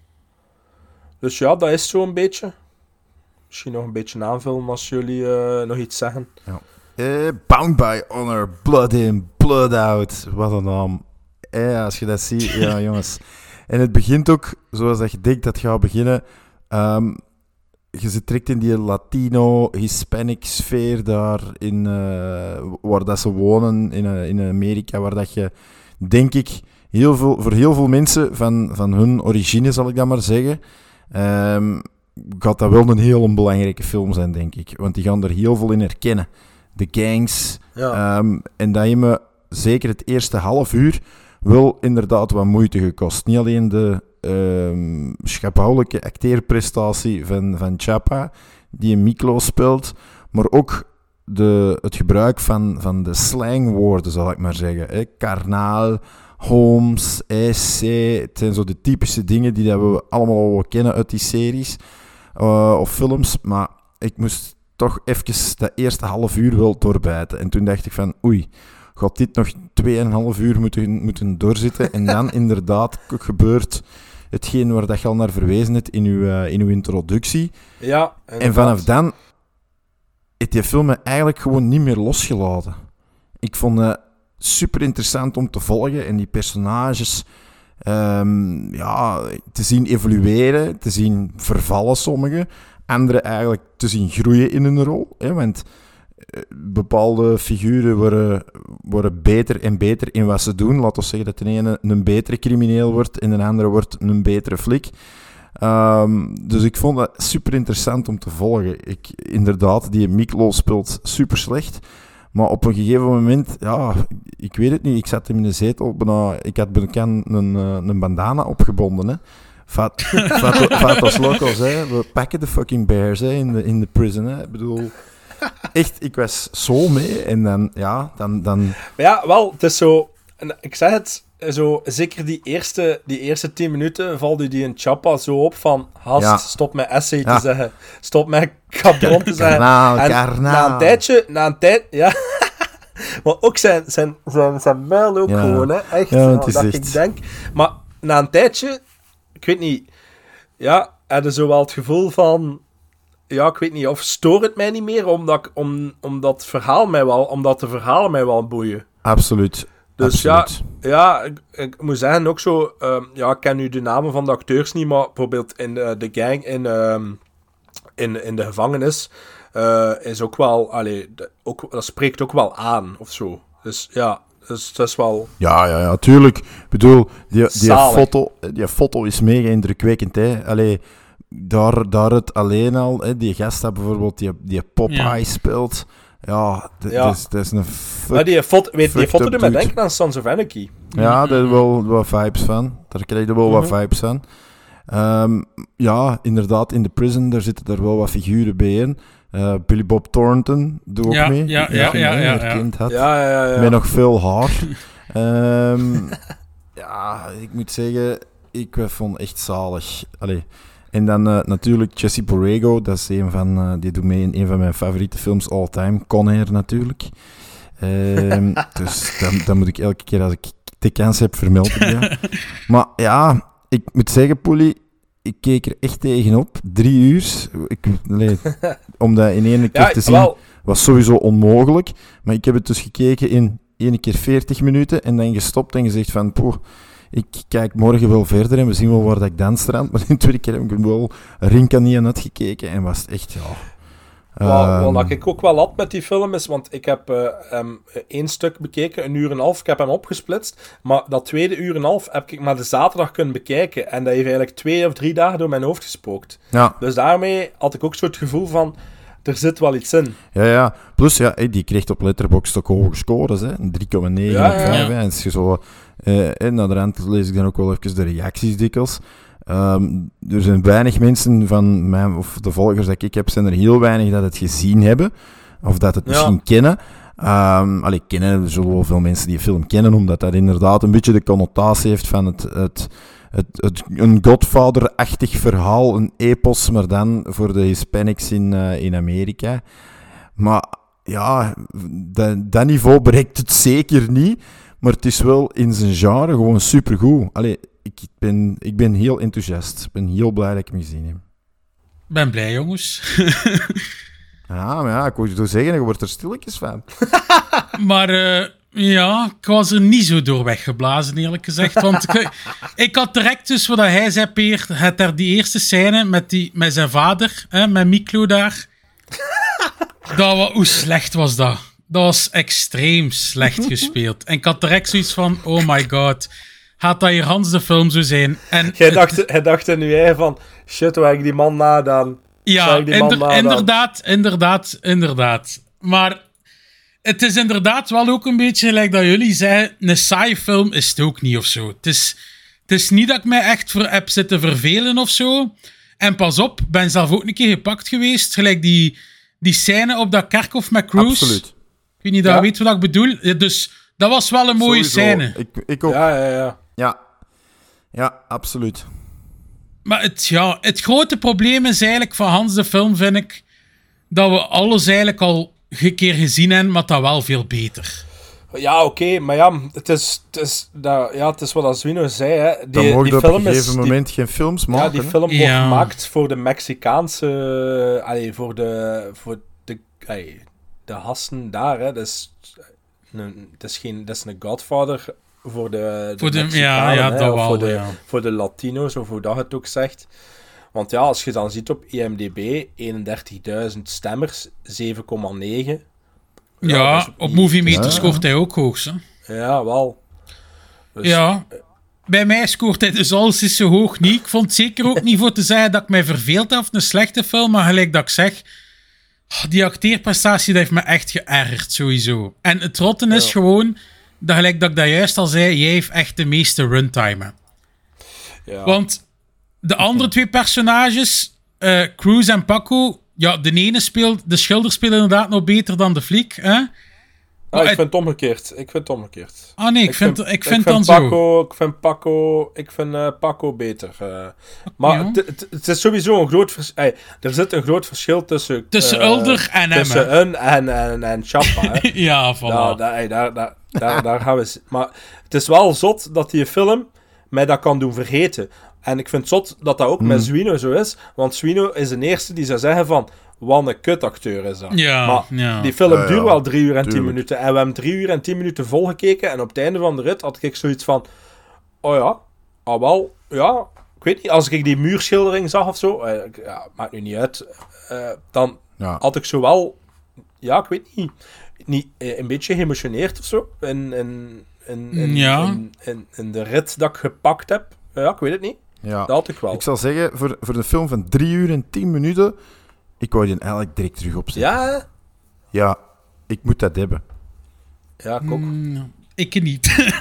Dus ja, dat is zo een beetje. Misschien nog een beetje aanvullen als jullie uh, nog iets zeggen. Ja. Uh, Bound by Honor, Blood In, Blood Out. Wat een naam. Eh, als je dat ziet, ja jongens. En het begint ook zoals dat je denkt dat het gaat beginnen... Um, je zit direct in die Latino-Hispanic sfeer daar in, uh, waar dat ze wonen in, uh, in Amerika, waar dat je, denk ik, heel veel, voor heel veel mensen van, van hun origine, zal ik dat maar zeggen, um, gaat dat wel een heel belangrijke film zijn, denk ik. Want die gaan er heel veel in herkennen. De gangs. Ja. Um, en dat heeft me zeker het eerste half uur wel inderdaad wat moeite gekost. Niet alleen de Um, schabouwelijke acteerprestatie van, van Chapa, die een Miklo speelt, maar ook de, het gebruik van, van de slangwoorden, zal ik maar zeggen. Hè. Karnaal, Holmes, I C, het zijn zo de typische dingen die dat we allemaal al kennen uit die series uh, of films, maar ik moest toch even dat eerste half uur wel doorbijten. En toen dacht ik van, oei, gaat dit nog tweeënhalf uur moeten, moeten doorzitten? En dan inderdaad gebeurt hetgeen waar dat je al naar verwezen hebt in uw, uh, in uw introductie. Ja, en vanaf dan heeft die film me eigenlijk gewoon niet meer losgelaten. Ik vond het super interessant om te volgen en die personages um, ja, te zien evolueren, te zien vervallen sommigen, anderen eigenlijk te zien groeien in hun rol. Hè, want bepaalde figuren worden, worden beter en beter in wat ze doen. Laten we zeggen dat de ene een betere crimineel wordt en de andere wordt een betere flik. Um, dus ik vond dat super interessant om te volgen. Ik, inderdaad, die Miklo speelt super slecht. Maar op een gegeven moment, ja, ik weet het niet. Ik zat in de zetel, bijna, ik had bekend een, een bandana opgebonden. Hè. Fat, fat, fatos locos, hè. We pakken de fucking bears hè, in de in de prison. Hè. Ik bedoel... Echt, ik was zo mee en dan, ja, dan... dan... Maar ja, wel, het is zo... Ik zeg het, zo, zeker die eerste, die eerste tien minuten valt u die in Chapa zo op van... Hast, ja. Stop met essay ja. te zeggen. Stop met cabron te zeggen. Karnaal, en karnaal. Na een tijdje, na een tijd... Ja... maar ook zijn, zijn, zijn, zijn muil ook ja. gewoon, hè. Echt, ja, het is dat echt... ik denk. Maar na een tijdje, ik weet niet... Ja, had je zo wel het gevoel van... Ja, ik weet niet, of stoort het mij niet meer, omdat, ik, om, omdat het verhaal mij wel, omdat de verhalen mij wel boeien. Absoluut. Dus Absoluut. ja, ja ik, ik moet zeggen ook zo, um, ja, ik ken nu de namen van de acteurs niet, maar bijvoorbeeld in uh, de gang in, um, in, in de gevangenis uh, is ook wel, allee, de, ook, dat spreekt ook wel aan, of zo. Dus ja, dus dat is wel... Ja, ja, ja, tuurlijk. Ik bedoel, die, die, foto, die foto is mega indrukwekkend, hè. Allee... daar, daar het alleen al, hè, die gast dat bijvoorbeeld die, die Popeye Ja. speelt. Ja, d- Ja. Dat, is, dat is een fuck, Maar die foto, weet, die fucked foto up doet me dude. denken aan Sons of Anarchy. Ja, daar wel wat vibes van. Daar krijg je wel wat Mhm. vibes van. Ehm, ja, inderdaad, in de prison, daar zitten er wel wat figuren bij in. Eh, Billy Bob Thornton doet ook Ja, mee. ja, die ja, je ja, niet ja, herkend had. Ja, ja, ja. ja. Met nog veel haar. Ehm, ja, ik moet zeggen, ik vond echt zalig. Allee. En dan eh, natuurlijk Jesse Borrego, dat is een van, eh, die doet mee in een van mijn favoriete films all time. Con Air natuurlijk. Ehm, dus dan, dan moet ik elke keer als ik de kans heb vermeld. Ja. Maar ja, ik moet zeggen, Poelie, ik keek er echt tegenop. Drie uur. Ik, nee, om dat in één keer Ja, te zien wel, was sowieso onmogelijk. Maar ik heb het dus gekeken in één keer veertig minuten en dan gestopt en gezegd van, poeh, ik kijk morgen wel verder en we zien wel waar dat ik dan strand. Maar in de tweede keer heb ik hem wel rink aan niet aan uitgekeken en was het echt, ja... Wat, Ehm, wat ik ook wel had met die film is, want ik heb eh, hem één stuk bekeken, een uur en een half, ik heb hem opgesplitst, maar dat tweede uur en een half heb ik maar de zaterdag kunnen bekijken en dat heeft eigenlijk twee of drie dagen door mijn hoofd gespookt. ja, Dus daarmee had ik ook zo het gevoel van, er zit wel iets in. ja, ja. Plus, ja, hey, die kreeg op Letterboxd ook hoge scores, hè. Een drie komma negen Ja, op ja, vijf. ja. En als je zo... eh, en naar de rand lees ik dan ook wel even de reacties dikwijls. Ehm, er zijn weinig mensen van mijn, of de volgers dat ik heb, zijn er heel weinig dat het gezien hebben. Of dat het Ja. misschien kennen. Um, allee, kennen, er zullen wel veel mensen die de film kennen, omdat dat inderdaad een beetje de connotatie heeft van het, het, het, het een Godfather-achtig verhaal, een epos, maar dan voor de Hispanics in, uh, in Amerika. Maar ja, dat, dat niveau bereikt het zeker niet, maar het is wel in zijn genre gewoon supergoed. Allee, ik ben, ik ben heel enthousiast. Ik ben heel blij dat ik hem gezien heb. Ik ben blij, jongens. Ja, maar ja, ik wou je zeggen, je wordt er stilletjes van. Maar uh, ja, ik was er niet zo door weggeblazen, eerlijk gezegd. Want ik, ik had direct dus, wat hij zei, Peer, het daar die eerste scène met, die, met zijn vader, hè, met Miklo daar. Dat was, hoe slecht was dat? Dat was extreem slecht gespeeld. En ik had direct zoiets van, oh my god, gaat dat hier Hans de film zo zijn? En Jij dacht, jij dacht in je eigen van, shit, hoe heb ik die man nadaan? ja, Zou ik die man inder- nadaan? inderdaad, inderdaad, inderdaad. Maar het is inderdaad wel ook een beetje, gelijk dat jullie zeiden, een saaie film is het ook niet of zo. Het is, het is niet dat ik mij echt voor heb zitten vervelen of zo. En pas op, ik ben zelf ook een keer gepakt geweest, gelijk die, die scène op dat kerkhof met Cruise. Absoluut. Ik weet niet dat Ja. je weet wat ik bedoel. Ja, dus dat was wel een mooie Sowieso. scène. Ik, ik ook. Ja, ja, ja. Ja, ja, absoluut. Maar het, ja, het grote probleem is eigenlijk van Hans de film, vind ik, dat we alles eigenlijk al een keer gezien hebben, maar dat wel veel beter. Ja, oké, maar ja, het is, het, is, dat, ja, het is wat Zwino zei, hè. Die, Dan mogen die op film een gegeven is, die- moment geen films maken. ja, die hè. film wordt Ja. gemaakt voor de Mexicaanse... Allee, voor de... Voor de, allee, de hassen daar, hè. Dat is, een, dat is, geen, dat is een Godfather voor de, de Voor de- ja, Mexicanen, ja, hè, dat of wel, voor de, ja. voor de Latino's, of hoe dat het ook zegt. Want ja, als je dan ziet op I M D B, eenendertigduizend stemmers, zeven komma negen. Ja, dat is ook op niet- Movie Meter Ja. scoort hij ook hoog, hè. Ja, wel. Dus, Ja. Bij mij scoort hij dus alles is zo hoog niet. Ik vond het zeker ook niet voor te zeggen dat ik mij verveeld heb of een slechte film, maar gelijk dat ik zeg, die acteerprestatie dat heeft me echt geërgerd, sowieso. En het rotten is Ja. gewoon, dat gelijk dat ik dat juist al zei, jij heeft echt de meeste runtime. hè. Ja. Want de andere twee personages, eh Cruz en Paco, ja, de ene speelt, de schilder speelt inderdaad nog beter dan de fliek, hè? Ah, ik het- vind het omgekeerd. Ik vind het omgekeerd. Ah nee, ik, vind, ik vind dan zo. Paco, ik vind Paco, ik vind eh, Paco beter. eh. maar Ja. het, het, het is sowieso een groot verschil. Er zit een groot verschil tussen. Tussen eh, Ulder en hem, Tussen hè. hun en, en, en Chappa. Hè. Ja, voilà. daar, daar, hey, daar, daar, daar, daar gaan we. z- Maar het is wel zot dat die film mij dat kan doen vergeten. En ik vind het zot dat dat ook met Zwino zo is. Want Zwino is de eerste die zou zeggen van... Wat een kutacteur is dat. Ja, maar ja. die film Ja, ja, duurt wel drie uur en tien tuurlijk. minuten. En we hebben drie uur en tien minuten volgekeken. En op het einde van de rit had ik zoiets van... Oh ja, ah wel, ja... Ik weet niet, als ik die muurschildering zag of zo... eh, ik- ja, maakt nu niet uit. eh, dan Ja. had ik zo wel... Ja, ik weet niet... niet eh, een beetje geëmotioneerd of zo. In, in, in, in, Ja. in, in, in de rit dat ik gepakt heb. Ja, ik weet het niet. Ja. Dat had ik wel. Ik zal zeggen, voor, voor een film van drie uur en tien minuten, ik wou die eigenlijk direct terug opzetten. Ja, hè? Ja, ik moet dat hebben. Ja, ik ook. Mm, ik niet.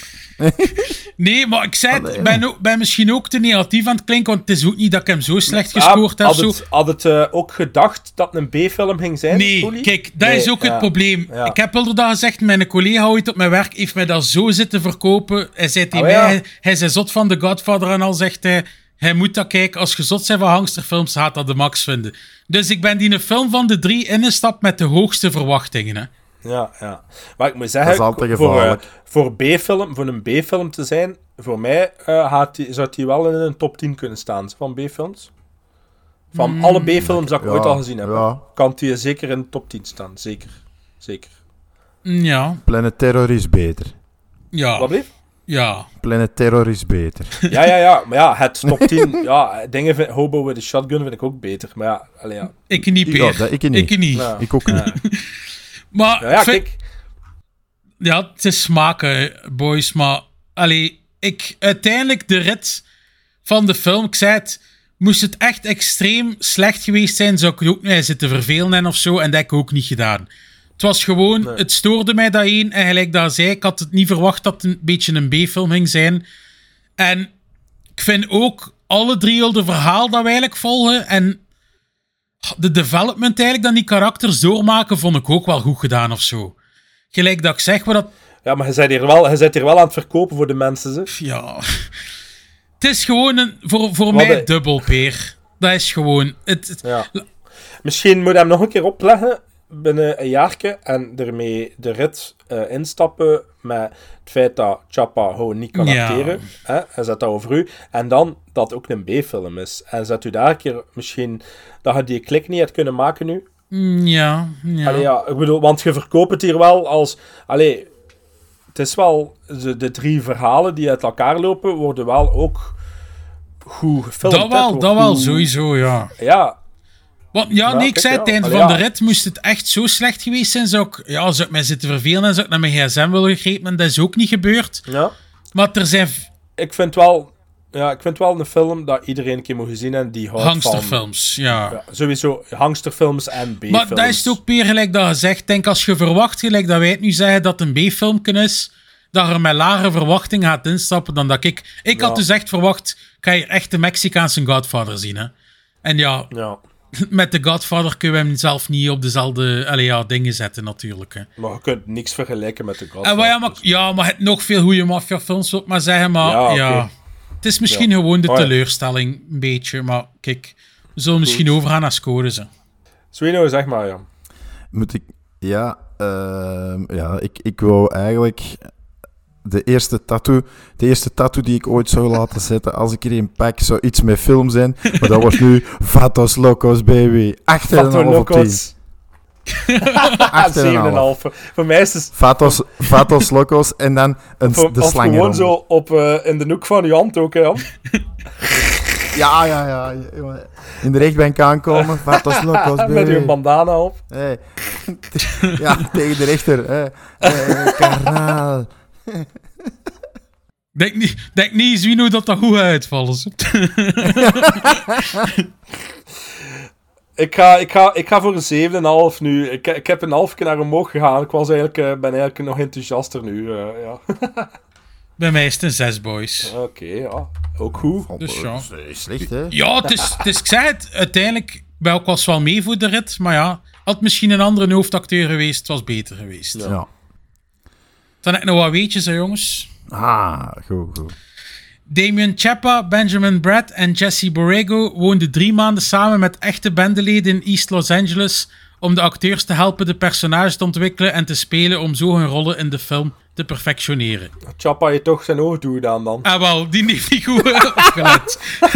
Nee, maar ik zei het, Allee. ik ben, ook- ben misschien ook te negatief aan het klinken, want het is ook niet dat ik hem zo slecht gescoord heb. had Zo. het, had het uh, ook gedacht dat het een B-film ging zijn? Nee, Olie? kijk, dat Nee, is ook ja. het probleem. Ja. Ik heb wel dat gezegd, mijn collega ooit op mijn werk heeft mij dat zo zitten verkopen. Hij zei tegen Oh, ja. mij, hij, hij is zot van The Godfather en al zegt hij, hij moet dat kijken. Als je zot bent van gangsterfilms, gaat dat de max vinden. Dus ik ben die een film van de drie ingestapt met de hoogste verwachtingen. Hè. Ja, ja. Maar ik moet Dat zeggen, is altijd voor, uh, gevaarlijk. voor, B-film, voor een B-film te zijn, voor mij uh, gaat die, zou die wel in een top tien kunnen staan van B-films. Van Mm. alle B-films dat ik Ja, ooit al gezien heb, ja. kan die zeker in de top tien staan. Zeker. Zeker. Ja, Planet Terror is beter. ja, Wat blieft? ja. Planet Terror is beter. Ja, ja, ja. Maar ja, het top tien. Ja, dingen vind, Hobo with a Shotgun vind ik ook beter. Maar ja, allee, ja. Ik niet, Ja, Peer. dat ik niet. Ik niet. Ja. Ik ook niet. Ja. Maar, Ja, ja, vind- kijk. ja, het is smaken, boys. Maar, allee, ik, uiteindelijk de rit van de film, ik zei het, moest het echt extreem slecht geweest zijn, zou ik er ook niet zitten vervelen en of zo, en dat heb ik ook niet gedaan. Het was gewoon, Nee. het stoorde mij dat één, en gelijk dat zei, ik had het niet verwacht dat het een beetje een B-film ging zijn. En ik vind ook alle drie al de verhaal dat we eigenlijk volgen, en de development eigenlijk dat die karakters doormaken, vond ik ook wel goed gedaan of zo. Gelijk dat ik zeg, wat dat Ja, maar je bent hier wel, je bent hier wel aan het verkopen voor de mensen, zeg. ja. Het is gewoon een, voor, voor Wat mij een- dubbel, Peer. Dat is gewoon... Het, het- Ja. Misschien moet je hem nog een keer opleggen binnen een jaartje en ermee de rit uh, instappen met het feit dat Chappa gewoon niet kan Ja. acteren. Hè? En zet dat over u. En dan dat het ook een B-film is. En zet u daar een keer misschien dat je die klik niet had kunnen maken nu. Mm, ja, ja. Allee, ja, ik bedoel, want je verkoopt het hier wel als... Allee, het is wel... De, de drie verhalen die uit elkaar lopen, worden wel ook goed gefilmd. dat hè. wel, Het wordt dat wel, goed- sowieso, ja. Ja, Want, ja, Ja, nee, ik kijk, zei ja. het einde Allee, van ja. de rit, moest het echt zo slecht geweest zijn, zou ik, ja, zou ik mij zitten vervelen en zou ik naar mijn gsm willen gegrepen, en dat is ook niet gebeurd. ja. Maar er zijn v- Ik vind wel... Ja, ik vind wel een film dat iedereen een keer moet gezien en die houdt van... gangsterfilms, ja. Ja, sowieso hangsterfilms en B-films. Maar dat is het ook, Peer, gelijk dat je zegt. Denk, als je verwacht, gelijk dat wij het nu zeggen, dat het een B-filmpje is, dat je er met lagere verwachting gaat instappen dan dat ik... Ik had Ja. dus echt verwacht, ga je echt de Mexicaanse Godfather zien, hè. En ja, Ja, met de Godfather kun je hem zelf niet op dezelfde allee, ja, dingen zetten, natuurlijk. Hè. maar je kunt niks vergelijken met de En, Godfather. maar ja, maar, ja, maar het nog veel goede maffiafilms, wil ik maar zeggen. Maar Ja, ja, oké. het is misschien Ja. gewoon de Oh, ja. teleurstelling, een beetje. Maar kijk, we zullen misschien overgaan naar scoren. Ze. Zwino, zeg maar, ja. Moet ik... Ja, ehm, ja ik, ik wou eigenlijk... De eerste tattoo, de eerste tattoo die ik ooit zou laten zetten als ik er een pak, zou iets met film zijn. Maar dat was nu Vatos Locos, baby. acht komma vijf op tien. acht komma zeven komma vijf. vijf. Voor mij is het... Vatos, Vatos Locos en dan een, Voor, de of slang gewoon eronder. zo op, uh, in de hoek van je hand ook, hè, Jan. Ja, ja, ja. jongen. In de rechtbank aankomen, Vatos Locos, baby. Met je bandana op. Hey. Ja, tegen de rechter. Hey. Hey, karnaal. Denk niet, denk niet, Zwino, dat dat goed gaat uitvallen. Ze. Ik ga, ik, ga, ik ga voor een zeven komma vijf nu. Ik, ik heb een half keer naar omhoog gegaan. Ik was eigenlijk, uh, ben eigenlijk nog enthousiaster nu. Uh, ja. Bij mij is het een zes, boys. Oké, okay, ja. Ook goed. Dus ja. Dat is slecht, hè? Ja, het is, het is, ik zei het, uiteindelijk, ik was wel mee voor de rit, maar ja, had misschien een andere hoofdacteur geweest, het was beter geweest. Ja. ja. Dan heb ik nog wat weetjes, hè, jongens. Ah, goed, goed. Damien Chapa, Benjamin Bratt en Jesse Borrego woonden drie maanden samen met echte bendeleden in East Los Angeles om de acteurs te helpen de personages te ontwikkelen en te spelen om zo hun rollen in de film te perfectioneren. Chappa heeft toch zijn oogdoe gedaan dan. Ah, wel, die heeft niet goed opgelet.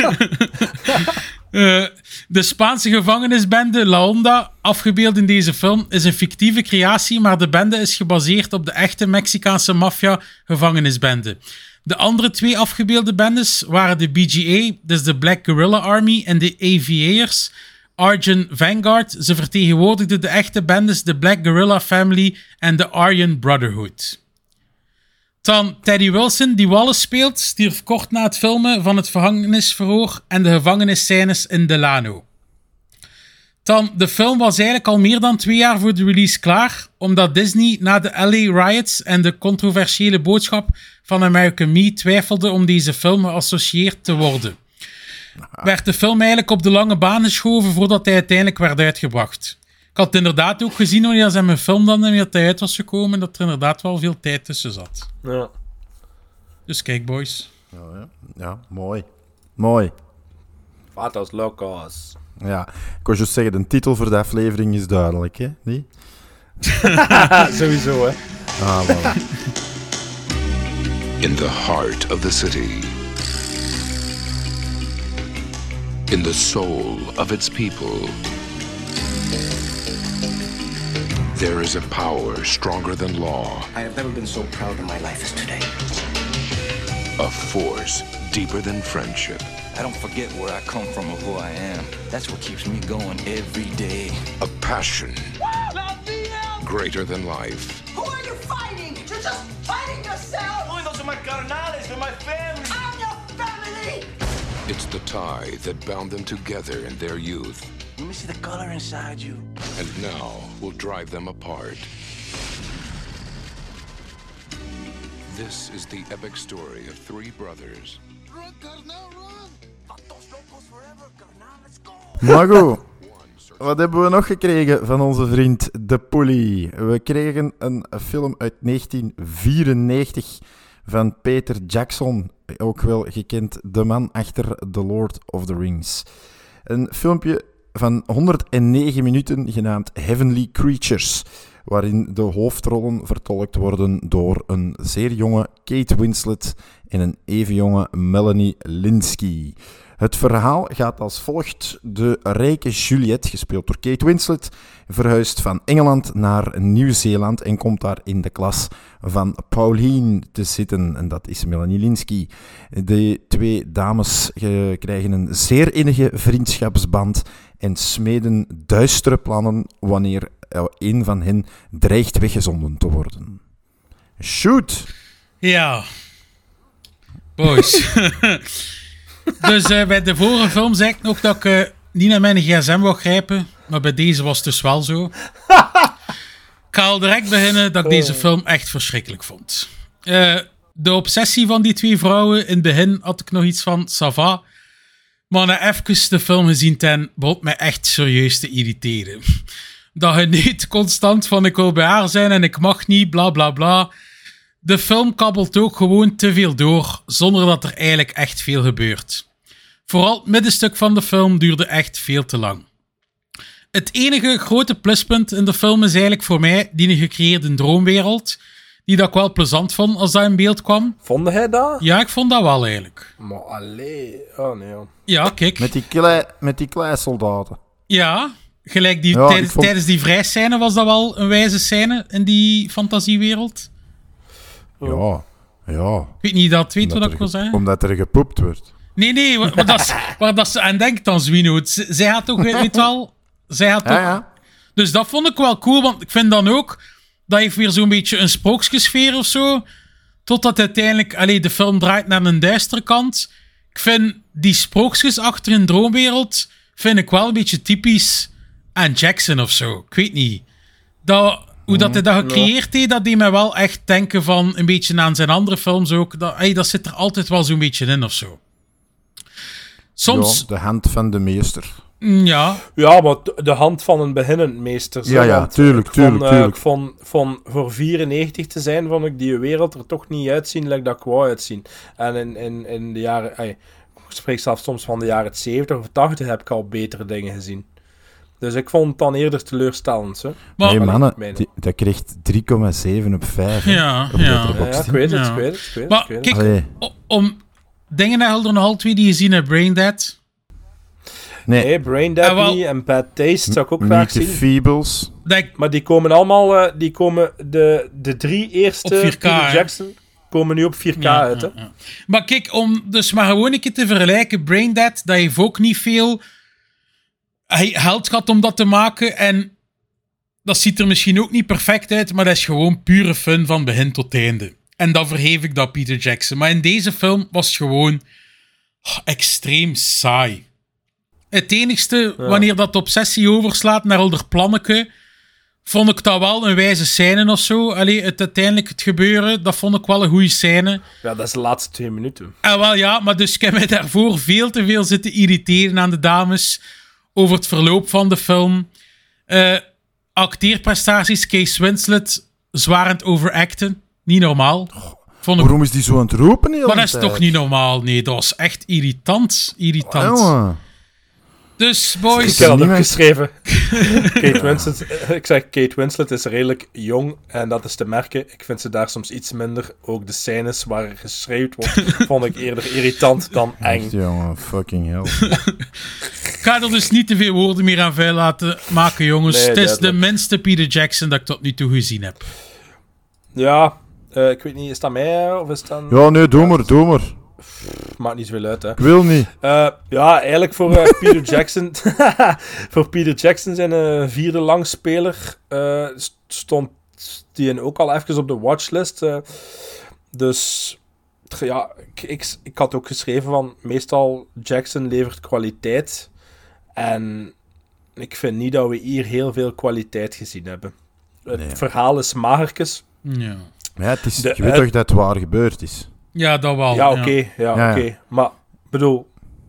uh, de Spaanse gevangenisbende La Honda, afgebeeld in deze film, is een fictieve creatie, maar de bende is gebaseerd op de echte Mexicaanse maffia-gevangenisbende. De andere twee afgebeelde bendes waren de B G A, dus de Black Guerrilla Army, en de A V A'ers, Aryan Vanguard. Ze vertegenwoordigden de echte bendes, de Black Guerrilla Family en de Aryan Brotherhood. Dan Teddy Wilson, die Wallace speelt, stierf kort na het filmen van het gevangenisverhoor en de gevangennisscènes in Delano. Dan, de film was eigenlijk al meer dan twee jaar voor de release klaar, omdat Disney na de L A riots en de controversiële boodschap van American Me twijfelde om deze film geassocieerd te worden. Werd de film eigenlijk op de lange baan geschoven voordat hij uiteindelijk werd uitgebracht. Ik had inderdaad ook gezien wanneer ze mijn film dan weer hij uit was gekomen, dat er inderdaad wel veel tijd tussen zat. Ja. Dus kijk, boys. Ja, ja. ja mooi. Mooi. Vatos locos. Ja, ik wou juist zeggen, de titel voor de aflevering is duidelijk, hè? Nee? Sowieso, hè. Ah, voilà. In the heart of the city. In the soul of its people. There is a power stronger than law. I have never been so proud in my life as today. A force deeper than friendship. I don't forget where I come from or who I am. That's what keeps me going every day. A passion greater than life. Who are you fighting? You're just fighting yourself! Boy, those are my carnales, they're my family. I'm your family! It's the tie that bound them together in their youth. Let me see the color inside you. And now will drive them apart. This is the epic story of three brothers. Run, Carnal, run! Vatos locos forever, Carnal, let's go! Maar goed, wat hebben we nog gekregen van onze vriend De Poelie? We kregen een film uit negentien vierennegentig van Peter Jackson, ook wel gekend de man achter The Lord of the Rings. Een filmpje van honderdnegen minuten genaamd Heavenly Creatures, waarin de hoofdrollen vertolkt worden door een zeer jonge Kate Winslet en een even jonge Melanie Lynskey. Het verhaal gaat als volgt. De rijke Juliette, gespeeld door Kate Winslet, verhuist van Engeland naar Nieuw-Zeeland en komt daar in de klas van Pauline te zitten. En dat is Melanie Lynskey. De twee dames uh, krijgen een zeer innige vriendschapsband en smeden duistere plannen wanneer uh, een van hen dreigt weggezonden te worden. Shoot! Ja. Boys. Dus uh, bij de vorige film zei ik nog dat ik uh, niet naar mijn gsm wou grijpen, maar bij deze was het dus wel zo. Ik ga al direct beginnen dat ik deze film echt verschrikkelijk vond. Uh, de obsessie van die twee vrouwen, in het begin had ik nog iets van ça va, maar na even de film gezien ten, begon mij echt serieus te irriteren. Dat je niet constant van ik wil bij haar zijn en ik mag niet, bla bla bla. De film kabbelt ook gewoon te veel door, zonder dat er eigenlijk echt veel gebeurt. Vooral het middenstuk van de film duurde echt veel te lang. Het enige grote pluspunt in de film is eigenlijk voor mij die gecreëerde droomwereld, die dat ik wel plezant vond als dat in beeld kwam. Vond hij dat? Ja, ik vond dat wel eigenlijk. Maar allee, oh nee. Joh. Ja, kijk. Met die, klei, met die kleisoldaten. Ja, gelijk die, ja, tijdens, vond... tijdens die vrijscène was dat wel een wijze scène in die fantasiewereld. Ja, ja. Ik weet niet dat, weet wat ik wil zeggen? Omdat er gepoept wordt. Nee, nee, waar, dat, is, waar dat ze aan denkt dan Zwino. Z- zij had toch, weet wel... Zij had toch... Ja, ja. Dus dat vond ik wel cool, want ik vind dan ook... Dat heeft weer zo'n beetje een sprookjesfeer of zo. Totdat uiteindelijk... Allee, de film draait naar een duistere kant. Ik vind die sprookjes achter in Droomwereld... Vind ik wel een beetje typisch aan Jackson of zo. Ik weet niet. Dat... Hoe dat hij dat gecreëerd heeft, dat deed mij wel echt denken van een beetje aan zijn andere films ook. Dat, hey, dat zit er altijd wel zo'n beetje in of zo. Soms... Ja, de hand van de meester. Ja. Ja, maar de hand van een beginnend meester. Ja, ja, tuurlijk, tuurlijk, vond, tuurlijk. Uh, van, van voor vierennegentig te zijn, vond ik die wereld er toch niet uitzien, like dat ik wou uitzien. En in, in, in de jaren... Ay, ik spreek zelfs soms van de jaren zeventig of tachtig heb ik al betere dingen gezien. Dus ik vond het dan eerder teleurstellend. Hè. Maar hey, mannen, die, dat kreeg drie komma zeven op vijf. Ja, op ja. ja, ja, ik weet het, ik weet het. Ik weet maar het, ik weet kijk, Allee. om dingen naar helder nog al twee die je zien hebt, Braindead. Nee, nee Braindead ah, wel, niet en Bad Taste zou ik ook M- graag zien. Feebles. Dat, maar die komen allemaal, uh, die komen de, de drie eerste vier K, Peter Jackson komen nu op vier K ja, uit. Hè. Ja, ja. Maar kijk, om dus maar gewoon een keer te vergelijken, Braindead, dat heeft ook niet veel geld gehad om dat te maken en dat ziet er misschien ook niet perfect uit, maar dat is gewoon pure fun van begin tot einde. En dan verheef ik dat Peter Jackson. Maar in deze film was het gewoon oh, extreem saai. Het enigste, ja. wanneer dat obsessie overslaat naar Older Planneke, vond ik dat wel een wijze scène of zo. Allee, het uiteindelijk het gebeuren, dat vond ik wel een goede scène. Ja, dat is de laatste twee minuten. En wel ja, maar dus ik heb mij daarvoor veel te veel zitten irriteren aan de dames over het verloop van de film. Uh, acteerprestaties, Kate Winslet, zwarend overacten. Niet normaal. Vond ik... Waarom is die zo aan het roepen? Heel maar dat is tijd? Toch niet normaal? Nee, dat was echt irritant. Irritant. Oh, dus, boys... Ik heb dat ook geschreven. Kate Winslet, ik zeg, Kate Winslet is redelijk jong en dat is te merken. Ik vind ze daar soms iets minder. Ook de scènes waar er geschreeuwd wordt, vond ik eerder irritant dan eng. Echt, jongen, fucking hell. Ik ga er dus niet te veel woorden meer aan vuil laten maken, jongens. Nee, het is duidelijk. De minste Peter Jackson dat ik tot nu toe gezien heb. Ja, uh, ik weet niet, is dat mij of is dat... Ja, nee, doe maar, doe maar. Maakt niet zoveel uit, hè. Ik wil niet. Uh, ja, eigenlijk voor uh, Peter Jackson... voor Peter Jackson zijn uh, vierde langspeler uh, stond die ook al even op de watchlist. Uh, dus... Ja, ik, ik, ik had ook geschreven van... Meestal, Jackson levert kwaliteit. En ik vind niet dat we hier heel veel kwaliteit gezien hebben. Het nee. verhaal is magertjes. Ja. Ja, het is, de, je weet toch dat het waar gebeurd is? Ja, dat wel. Ja, oké. Okay, ja, ja, ja, oké. Okay. Maar, bedoel...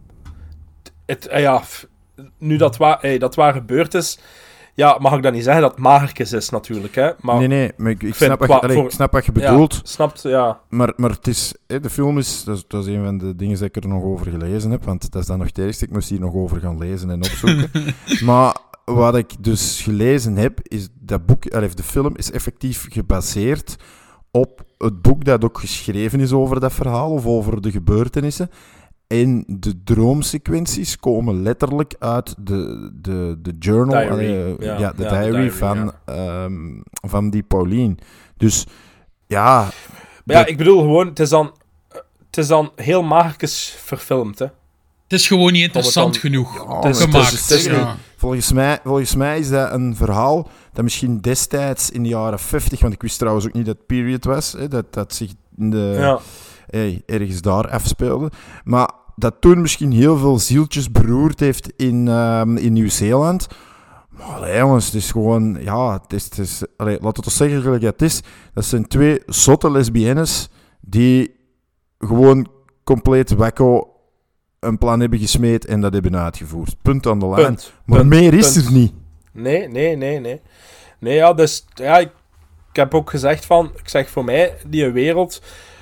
Het, ja, nu dat waar, hey, dat waar gebeurd is... Ja, mag ik dan niet zeggen dat het magertjes is, natuurlijk, hè. Maar nee, nee, maar ik, ik, snap, wat je, allee, voor, ik snap wat je bedoelt. Ja, snapt, ja. Maar, maar het is... Hè, de film is... Dat, is... dat is een van de dingen dat ik er nog over gelezen heb, want dat is dan nog het eerste. Ik moest hier nog over gaan lezen en opzoeken. Maar wat ik dus gelezen heb, is dat boek... Allee, de film is effectief gebaseerd op het boek dat ook geschreven is over dat verhaal, of over de gebeurtenissen. En de droomsequenties komen letterlijk uit de, de, de journal, diary. Uh, ja, ja, de ja, diary, diary van, ja. um, van die Pauline. Dus ja... Maar ja, dat... ik bedoel gewoon, het is dan, het is dan heel magertjes verfilmd, hè. Het is gewoon niet interessant dan, genoeg ja, het is, gemaakt. Het is, het is, ja. volgens, mij, volgens mij is dat een verhaal dat misschien destijds in de jaren vijftig, want ik wist trouwens ook niet dat het period was, hè, dat, dat zich in de... Ja. Hey, ergens daar afspeelde. Maar dat toen misschien heel veel zieltjes beroerd heeft in, um, in Nieuw-Zeeland. Maar allee, jongens, het is gewoon... Ja, het is... Het is allee, laat het ons zeggen gelijk het is. Dat zijn twee zotte lesbiennes die gewoon compleet wekko een plan hebben gesmeed en dat hebben uitgevoerd. Punt aan de lijn. Punt. Maar Punt. meer is Punt. er niet. Nee, nee, nee, nee. Nee, ja, dus... Ja, ik, ik heb ook gezegd van... Ik zeg, voor mij, die wereld...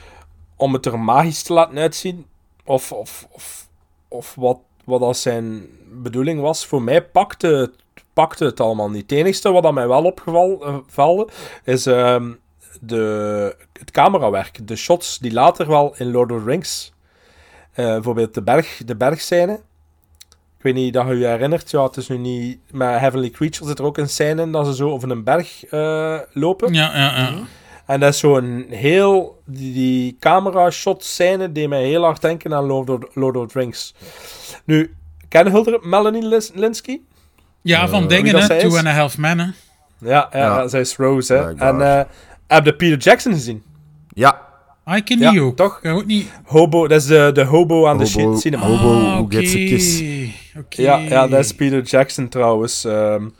Om het er magisch te laten uitzien, of, of, of, of wat, wat als zijn bedoeling was, voor mij pakte het, pakte het allemaal niet. Het enigste wat aan mij wel opgevallen is um, de, het camerawerk, de shots die later wel in Lord of the Rings, uh, bijvoorbeeld de, berg, de bergscène. Ik weet niet dat je je herinnert, ja, het is nu niet... Met Heavenly Creature zit er ook een scène in dat ze zo over een berg uh, lopen. Ja, ja, ja. En dat is zo'n heel... Die, die camera-shot-scène deed mij heel hard denken aan Lord of, Lord of the Rings. Nu, ken je Melanie Lins- Linsky? Ja, van uh, dingen, hè? Two and a Half Men, hè? Ja, ja, ja. zij is Rose, hè. Blijkbaar. En uh, heb je Peter Jackson gezien? Ja. Ah, ik ken ja, die ook. Toch? Ja, ook niet... Hobo, dat is de, de hobo aan hobo, de cinema. Hobo, ah, who okay. gets a kiss. Okay. Ja, ja, dat is Peter Jackson trouwens. Um, um,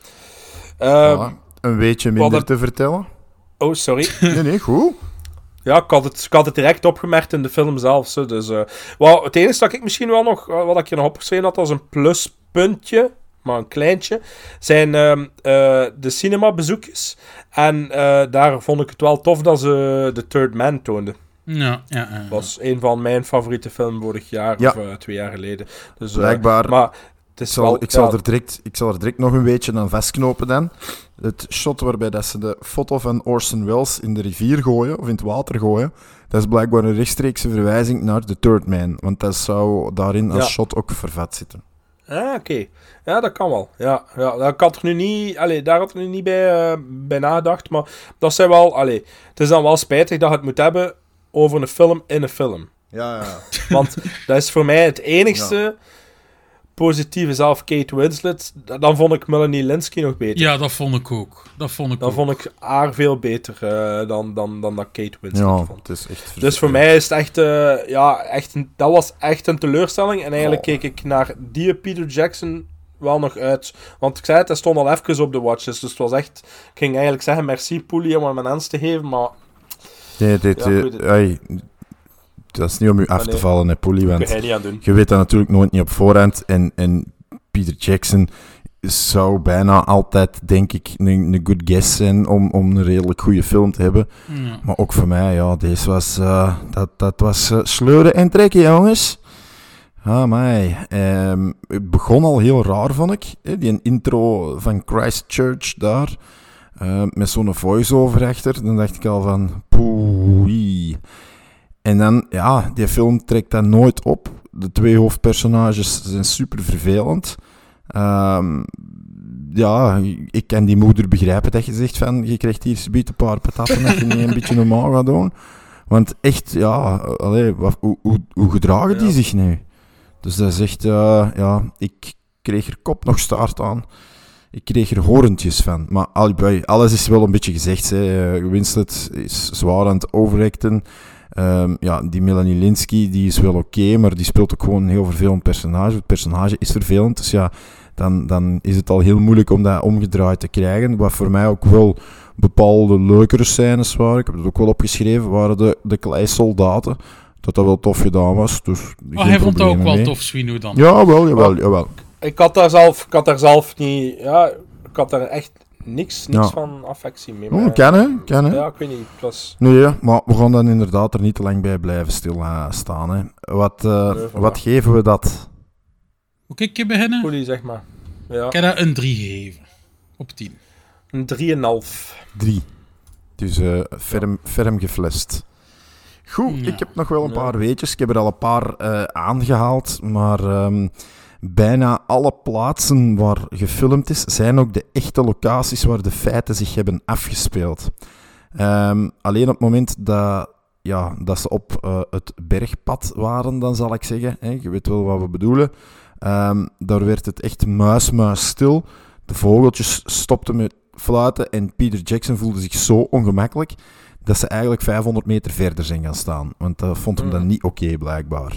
ja, een weetje minder dat... te vertellen. Oh, sorry. Nee, nee, goed. Ja, ik had, het, ik had het direct opgemerkt in de film zelf. Zo. Dus, uh, well, het enige dat ik misschien wel nog, wat ik hier nog opgeschreven had als een pluspuntje, maar een kleintje, zijn uh, uh, de cinemabezoekjes. En uh, daar vond ik het wel tof dat ze The Third Man toonden. Ja, ja, ja. Dat was een van mijn favoriete films vorig jaar, ja. of uh, twee jaar geleden. Dus, uh, Blijkbaar. Maar het is ik, zal, wel, ik, zal ja, er direct, ik zal er direct nog een beetje aan vastknopen dan. Het shot waarbij dat ze de foto van Orson Welles in de rivier gooien, of in het water gooien, dat is blijkbaar een rechtstreekse verwijzing naar The Third Man. Want dat zou daarin als ja. shot ook vervat zitten. Ah, oké. Okay. Ja, dat kan wel. Ja, ja, ik had er nu niet, allee, daar had ik nu niet bij, uh, bij nagedacht. Maar dat zijn wel... Allee, het is dan wel spijtig dat je het moet hebben over een film in een film. Ja, ja. Want dat is voor mij het enigste... Ja. positieve zelf Kate Winslet, dan vond ik Melanie Linsky nog beter. Ja, dat vond ik ook. Dat vond ik dan ook. vond ik haar veel beter uh, dan, dan, dan dat Kate Winslet ja, vond. Het is echt dus voor mij is het echt, uh, ja, echt een, dat was echt een teleurstelling. En eigenlijk oh. keek ik naar die Peter Jackson wel nog uit. Want ik zei het, hij stond al even op de watches. Dus het was echt, ik ging eigenlijk zeggen merci Poelie om hem een ans te geven, maar... Nee, dit, ja, dit, hey, dat is niet om u af nee, te vallen, hè, Poelie, want niet aan doen. je weet dat natuurlijk nooit niet op voorhand. En, en Peter Jackson zou bijna altijd, denk ik, een, een good guess zijn om, om een redelijk goede film te hebben. Ja. Maar ook voor mij, ja, deze was, uh, dat, dat was uh, sleuren en trekken, jongens. Ah, mij. Um, het begon al heel raar, vond ik. Hè, die intro van Christchurch daar. Uh, met zo'n voice-over achter. Dan dacht ik al van... Poei. En dan, ja, die film trekt dat nooit op. De twee hoofdpersonages zijn super vervelend. Um, ja, ik kan die moeder begrijpen dat je zegt van... Je krijgt hier zoiets een paar patatten dat je niet een beetje normaal gaat doen. Want echt, ja... Allee, wat, hoe, hoe, hoe gedragen die ja. zich nu? Dus dat is echt... Uh, ja, ik kreeg er kop nog staart aan. Ik kreeg er horentjes van. Maar alles is wel een beetje gezegd. Hè. Winslet is zwaar aan het overacten. Um, ja, die Melanie Linsky die is wel oké, okay, maar die speelt ook gewoon een heel vervelend personage. Het personage is vervelend, dus ja, dan, dan is het al heel moeilijk om dat omgedraaid te krijgen. Wat voor mij ook wel bepaalde leukere scènes waren, ik heb het ook wel opgeschreven, waren de, de kleisoldaten. Dat dat wel tof gedaan was. Dus oh, hij vond dat ook wel mee. Tof, Swino, dan? Ja, wel, jawel, jawel. Ik had daar zelf, ik had daar zelf niet... Ja, ik had daar echt niks, niks ja. van affectie mee. Oh, kan hè, kan hè. Ja, ik weet niet. Het was... Nee, maar we gaan dan inderdaad er niet te lang bij blijven stilstaan. Hè. Wat, uh, nee, wat geven we dat? Moet ik beginnen? Poelie, zeg maar. Ja. Ik heb dat een drie gegeven. Op tien. Een drie komma vijf. drie. Dus uh, ferm, ferm geflest. Goed, ja. Ik heb nog wel een paar ja. weetjes. Ik heb er al een paar uh, aangehaald, maar um, bijna alle plaatsen waar gefilmd is, zijn ook de echte locaties waar de feiten zich hebben afgespeeld. Um, alleen op het moment dat, ja, dat ze op uh, het bergpad waren, dan zal ik zeggen, hè, je weet wel wat we bedoelen, um, daar werd het echt muismuis stil. De vogeltjes stopten met fluiten en Peter Jackson voelde zich zo ongemakkelijk dat ze eigenlijk vijfhonderd meter verder zijn gaan staan. Want dat vond hem dan niet oké, okay, blijkbaar.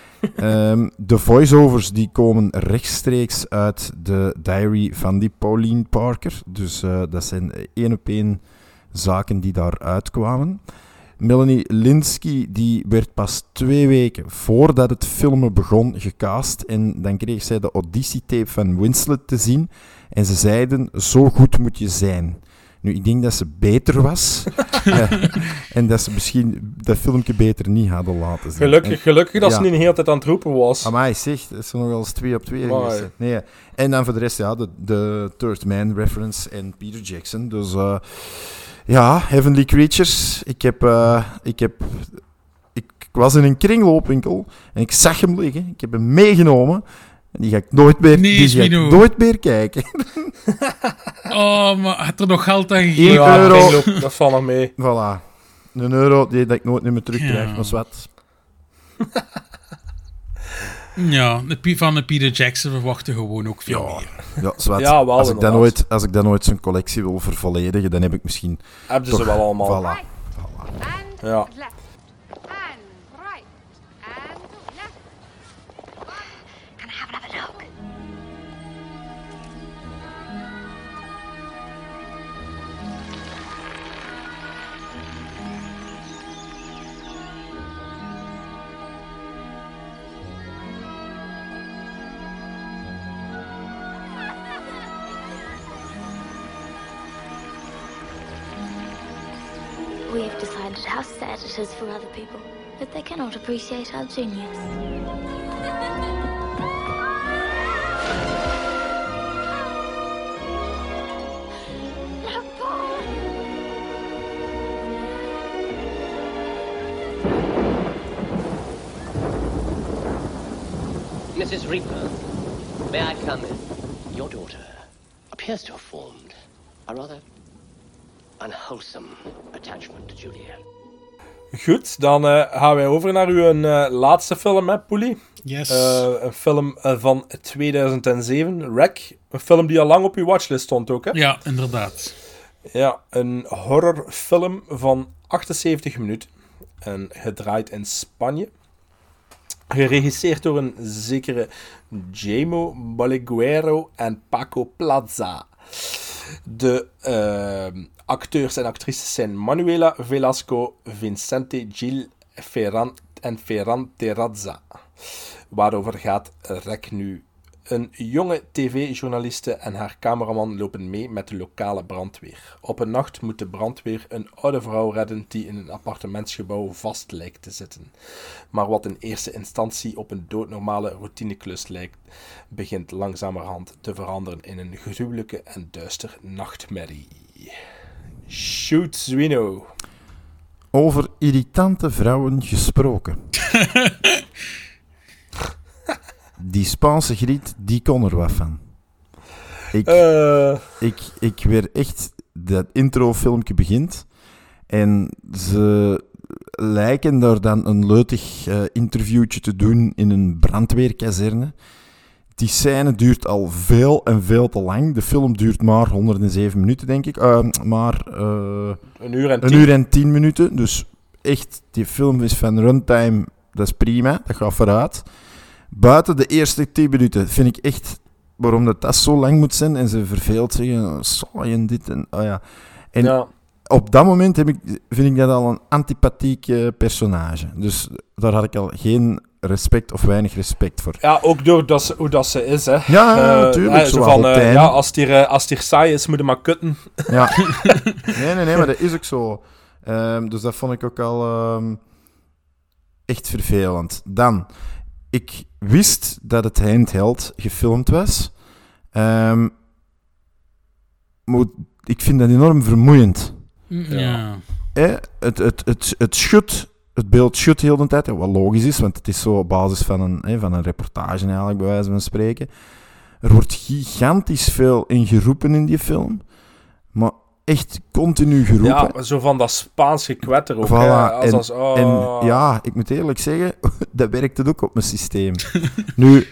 um, de voice-overs die komen rechtstreeks uit de diary van die Pauline Parker. Dus uh, dat zijn één op één zaken die daar uitkwamen. Melanie Linsky die werd pas twee weken voordat het filmen begon gecast. En dan kreeg zij de auditietape van Winslet te zien. En ze zeiden, zo goed moet je zijn. Nu, ik denk dat ze beter was. ja, en dat ze misschien dat filmpje beter niet hadden laten zien. Gelukkig, en, gelukkig dat ja. ze niet de hele tijd aan het roepen was. Amai, zeg, dat is nog wel eens twee op twee geweest. Nee, en dan voor de rest, ja, de, de Third Man reference en Peter Jackson. Dus uh, ja, Heavenly Creatures. Ik heb... Uh, ik heb ik, ik was in een kringloopwinkel en ik zag hem liggen. Ik heb hem meegenomen. En die ga ik nooit meer, nee, die ga ik nooit meer kijken. Oh, maar had er nog geld aan gegeven? Ja, euro. Loop, dat valt nog mee. Voilà. Een euro die dat ik nooit meer terugkrijg. Ja. Maar wat? Ja, de, van de Peter Jackson verwachten gewoon ook veel ja. meer. Ja, zwart. Ja, wel, als, ik dan ooit, als ik dan ooit zijn collectie wil vervolledigen, dan heb ik misschien... Hebben ze toch, wel allemaal. Voilà. Voilà. Ja. We've decided how sad it is for other people that they cannot appreciate our genius. No, Paul! Missus Reaper, may I come in? Your daughter appears to have formed a rather unwholesome attachment to Juliet. Goed, dan uh, gaan wij over naar uw uh, laatste film, hè, Poelie? Yes. Uh, een film uh, van tweeduizend zeven, Wreck. Een film die al lang op uw watchlist stond ook, hè? Ja, inderdaad. Ja, een horrorfilm van achtenzeventig minuten. En gedraaid in Spanje. Geregisseerd door een zekere Jaime Balaguero en Paco Plaza. De uh, acteurs en actrices zijn Manuela Velasco, Vicente Gil Ferran en Ferran Terrazza. Waarover gaat Wreck nu? Een jonge tv-journaliste en haar cameraman lopen mee met de lokale brandweer. Op een nacht moet de brandweer een oude vrouw redden die in een appartementsgebouw vast lijkt te zitten. Maar wat in eerste instantie op een doodnormale routineklus lijkt, begint langzamerhand te veranderen in een gruwelijke en duister nachtmerrie. Shoot, Zwino. Over irritante vrouwen gesproken. Die Spaanse griet, die kon er wat van. Ik, uh. ik, ik weer echt... Dat introfilmpje begint. En ze lijken daar dan een leutig uh, interviewtje te doen in een brandweerkazerne. Die scène duurt al veel en veel te lang. De film duurt maar honderdzeven minuten, denk ik. Uh, maar... Uh, een uur en tien. Een uur en tien minuten. Dus echt, die film is van runtime... Dat is prima, dat gaat vooruit. Buiten de eerste tien minuten vind ik echt waarom dat, dat zo lang moet zijn en ze verveelt zeggen, saai en dit en oh ja. En ja. Op dat moment heb ik, vind ik dat al een antipathiek uh, personage. Dus daar had ik al geen respect of weinig respect voor. Ja, ook door dat ze, hoe dat ze is, hè. Ja, natuurlijk. Uh, zo van, uh, ja, als die, uh, als die saai is, moet je maar kutten. Ja. nee, nee, nee, maar dat is ook zo. Um, dus dat vond ik ook al um, echt vervelend. Dan... Ik wist dat het handheld gefilmd was. Um, maar ik vind dat enorm vermoeiend. Ja. Eh, het, het, het, het schudt, het beeld schudt heel de tijd, wat logisch is, want het is zo op basis van een, eh, van een reportage eigenlijk, bij wijze van spreken. Er wordt gigantisch veel in geroepen in die film, maar echt continu geroepen. Ja, zo van dat Spaans gekwetter ook. Voilà. Als, en, als, oh. en ja, ik moet eerlijk zeggen, dat werkt het ook op mijn systeem. Nu,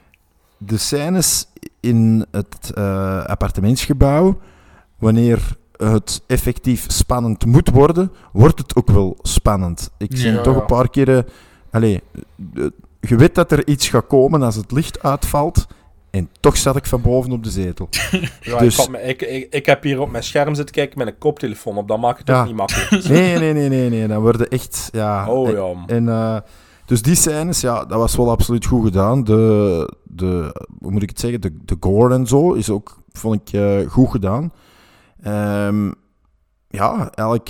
de scènes in het uh, appartementsgebouw, wanneer het effectief spannend moet worden, wordt het ook wel spannend. Ik zie ja, toch ja. een paar keren... Allez, je weet dat er iets gaat komen als het licht uitvalt... En toch zat ik van boven op de zetel. Ja, dus... ik, me, ik, ik, ik heb hier op mijn scherm zitten kijken met een koptelefoon op. Dat maakt het ja. ook niet makkelijk. Nee, nee, nee, nee, nee. Dan worden echt... Ja, oh en, ja. En, uh, dus die scènes, ja, dat was wel absoluut goed gedaan. De, de, hoe moet ik het zeggen? De, de gore en zo is ook, vond ik, uh, goed gedaan. Um, ja, eigenlijk...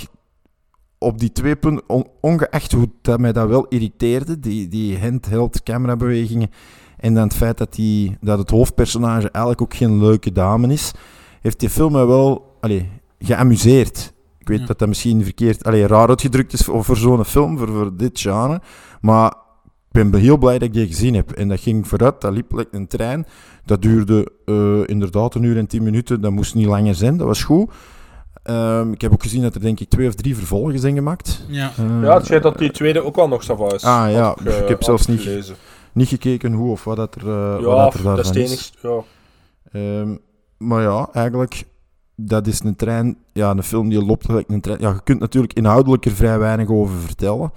Op die twee punten, on, ongeacht hoe dat mij dat wel irriteerde, die, die handheld camerabewegingen, en dan het feit dat, die, dat het hoofdpersonage eigenlijk ook geen leuke dame is, heeft die film mij wel allee, geamuseerd. Ik weet ja. dat dat misschien verkeerd, allee, raar uitgedrukt is voor, voor zo'n film, voor, voor dit genre, maar ik ben heel blij dat ik die gezien heb. En dat ging vooruit, dat liep like een trein. Dat duurde uh, inderdaad een uur en tien minuten, dat moest niet langer zijn, dat was goed. Um, ik heb ook gezien dat er denk ik twee of drie vervolgen zijn gemaakt. Ja, uh, ja het schijnt dat die tweede ook wel nog zo is. Ah ja, Ook, uh, ik heb zelfs niet, gelezen. niet gekeken hoe of wat dat er, uh, ja, wat dat er daarvan dat is. is. Ja. Um, maar ja, eigenlijk, dat is een trein, ja, een film die loopt gelijk een trein. Ja, je kunt natuurlijk inhoudelijk er vrij weinig over vertellen.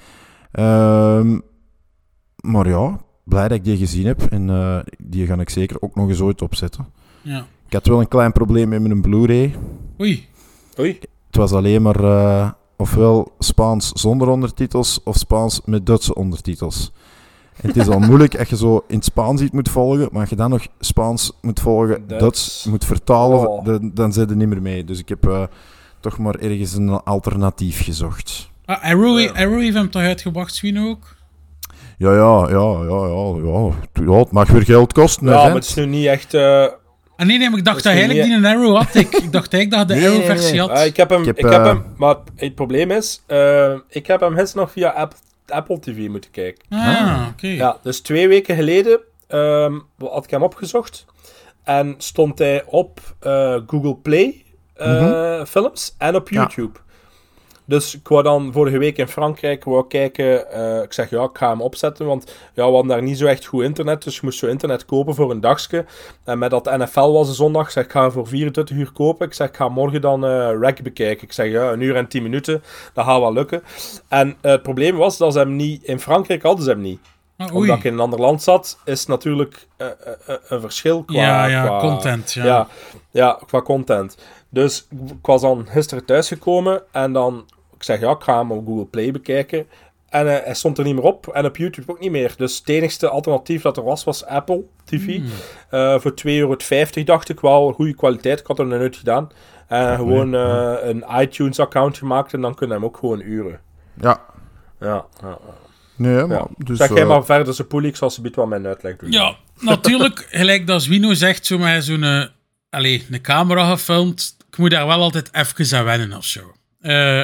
Um, maar ja, blij dat ik die gezien heb en uh, die ga ik zeker ook nog eens ooit opzetten. Ja. Ik had wel een klein probleem met mijn Blu-ray. Oei. Oei. Het was alleen maar uh, ofwel Spaans zonder ondertitels of Spaans met Duitse ondertitels. En het is al moeilijk als je zo in het Spaans iets moet volgen, maar als je dan nog Spaans moet volgen, Duits, Duits moet vertalen, oh. dan, dan zit je niet meer mee. Dus ik heb uh, toch maar ergens een alternatief gezocht. Ah, Arrow, ja. Arrow heeft hem toch uitgebracht, Swino ook? Ja, ja, ja, ja, ja, ja. Ja, het mag weer geld kosten. Ja, hè, maar het is nu niet echt... Uh... Ah, nee, nee, maar ik dacht dat eigenlijk niet... die een Arrow had. Ik, ik dacht eigenlijk dat hij de nee, Arrow-versie nee, nee. had. Uh, ik heb hem, ik heb, ik uh... heb hem, maar het probleem is, uh, ik heb hem eens nog via App, Apple T V moeten kijken. Ah, ah. oké. Okay. Ja, dus twee weken geleden um, had ik hem opgezocht en stond hij op uh, Google Play uh, mm-hmm. films en op YouTube. Ja. Dus ik wou dan vorige week in Frankrijk wou kijken. Uh, ik zeg ja, ik ga hem opzetten. Want ja, we hadden daar niet zo echt goed internet. Dus je moest zo internet kopen voor een dagje. En met dat N F L was een zondag. Ik zeg, ik ga hem voor vierentwintig uur kopen. Ik zeg, ik ga morgen dan uh, rec bekijken. Ik zeg, ja, een uur en tien minuten. Dat gaat wel lukken. En uh, het probleem was dat ze hem niet... In Frankrijk hadden ze hem niet. Oh, omdat ik in een ander land zat, is het natuurlijk uh, uh, een verschil qua... Ja, ja, qua, content. Ja. ja, ja, qua content. Dus ik was dan gisteren thuisgekomen en dan... Ik zeg, ja, ik ga hem op Google Play bekijken. En uh, hij stond er niet meer op. En op YouTube ook niet meer. Dus het enigste alternatief dat er was, was Apple T V. Mm. Uh, voor twee euro vijftig dacht ik wel. Goede kwaliteit. Ik had er nog nooit gedaan. En uh, gewoon uh, een iTunes-account gemaakt. En dan kunnen we hem ook gewoon uren. Ja. Ja, ja. Nee, maar... Ja. Dus, zeg jij uh... maar verder, ze poel ik zal ze biedt wel mijn uitleg doen. Ja, natuurlijk. Gelijk dat Zwino zegt, zo met zo'n... Uh, allez, een camera gefilmd. Ik moet daar wel altijd even aan wennen of zo. Uh,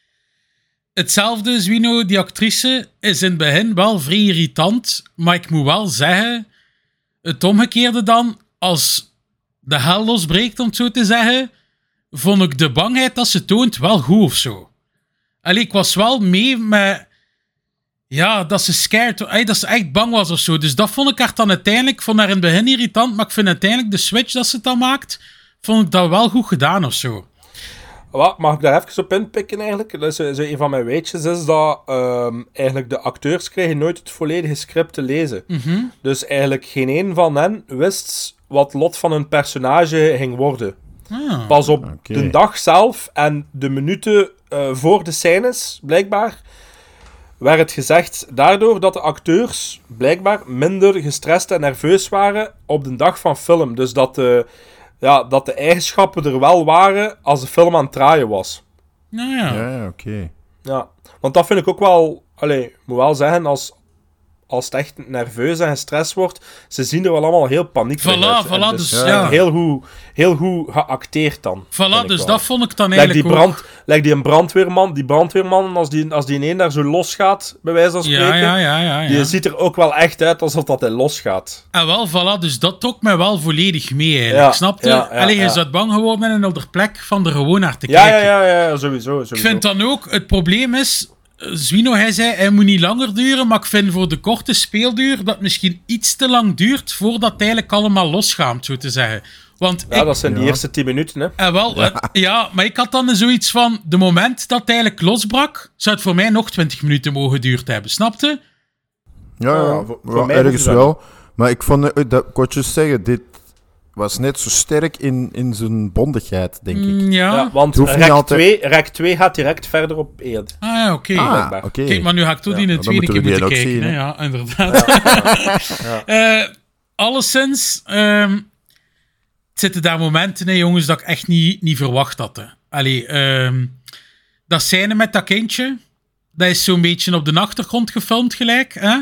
Hetzelfde, Zwino, die actrice is in het begin wel vrij irritant, maar ik moet wel zeggen, het omgekeerde dan, als de hel losbreekt, om het zo te zeggen, vond ik de bangheid dat ze toont wel goed of zo. Allee, ik was wel mee met, ja, dat ze scared, allee, dat ze echt bang was of zo. Dus dat vond ik haar dan uiteindelijk, ik vond haar in het begin irritant, maar ik vind uiteindelijk de switch dat ze dan maakt, vond ik dat wel goed gedaan of zo. Wat, mag ik daar even op inpikken eigenlijk? Dus, zo een van mijn weetjes is dat um, eigenlijk de acteurs krijgen nooit het volledige script te lezen. Mm-hmm. Dus eigenlijk geen een van hen wist wat lot van een personage ging worden. Ah, Pas op okay. de dag zelf en de minuten uh, voor de scènes, blijkbaar, werd het gezegd daardoor dat de acteurs blijkbaar minder gestrest en nerveus waren op de dag van film. Dus dat de... Ja, dat de eigenschappen er wel waren als de film aan het draaien was. Nou ja. Ja, ja, oké. Okay. Ja, want dat vind ik ook wel... Allee, ik moet wel zeggen, als, als het echt nerveus en gestrest wordt, ze zien er wel allemaal heel paniek voilà, uit. Voilà, dus, dus ja. ja. Heel goed, heel goed geacteerd dan. Voilà, dus wel. dat vond ik dan Lijk eigenlijk die brand, ook. Lijk die een brandweerman, die brandweerman, als die, als die een daar zo losgaat, bij wijze van spreken, Ja, ja, ja, ja, ja. die ziet er ook wel echt uit alsof dat hij losgaat. En wel, voilà, dus dat trok mij wel volledig mee, eigenlijk. Ja, Snapte? ja, ja, Allee, je ja. zat bang geworden in een andere plek van er gewoon naar te Ja, kijken. ja, ja, ja, sowieso, sowieso. Ik vind dan ook, het probleem is, Zwino, hij zei, hij moet niet langer duren, maar ik vind voor de korte speelduur dat het misschien iets te lang duurt voordat het eigenlijk allemaal losgaat, zo te zeggen. Want ja, ik, dat zijn die ja. eerste tien minuten, hè. En wel, ja. Het, ja, maar ik had dan zoiets van, de moment dat het eigenlijk losbrak, zou het voor mij nog twintig minuten mogen duurd hebben, snapte? Ja, ja, ja, voor, voor ja mij ergens wel. wel. Maar ik vond, uh, dat, ik wou just zeggen, dit was net zo sterk in, in zijn bondigheid, denk ik. Mm, ja. Ja, want Het hoeft niet rek, altijd- twee, rek twee gaat direct verder op één. Ah ja, oké. Ah, blijkbaar. oké. Kijk, maar nu ga ik toch Ja, die een dan tweede keer moeten we moeten die kijken. ook Hè? zien, Ja, inderdaad. Ja. uh, alleszins, um, zitten daar momenten in, jongens, dat ik echt niet, niet verwacht had. Hè. Allee, um, dat scène met dat kindje, dat is zo'n beetje op de achtergrond gefilmd gelijk, hè?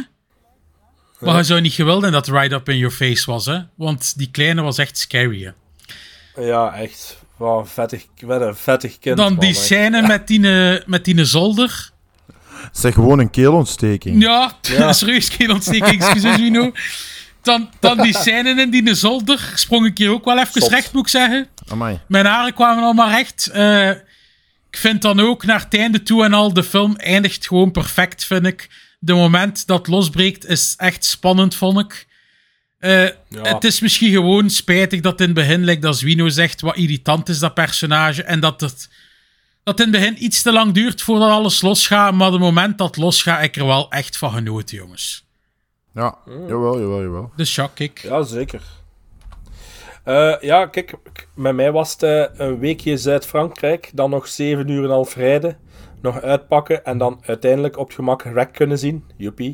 Maar je zou niet gewild en dat right up in your face was, hè? Want die kleine was echt scary, hè? Ja, echt. Wat een vettig, wat een vettig kind. Dan man, die echt. scène met die, met die zolder. Zeg gewoon een keelontsteking. Ja, Ja. serieus keelontsteking, excuses, Wino. Dan, dan die scène in die zolder. Sprong ik hier ook wel even Zot. recht, moet ik zeggen. Amai. Mijn haren kwamen allemaal recht. Uh, ik vind dan ook, naar het einde toe en al, de film eindigt gewoon perfect, vind ik. De moment dat het losbreekt is echt spannend, vond ik. Uh, Ja. Het is misschien gewoon spijtig dat in het begin, like dat Zwino zegt, wat irritant is, dat personage. En dat het, dat in het begin iets te lang duurt voordat alles losgaat. Maar het moment dat het losgaat, heb ik er wel echt van genoten, jongens. Ja, jawel, jawel, jawel. Dus ja, kijk. Ja, zeker. Uh, ja, kijk, met mij was het uh, een weekje Zuid-Frankrijk, dan nog zeven uur en een half rijden, nog uitpakken en dan uiteindelijk op het gemak rek kunnen zien. Joepie.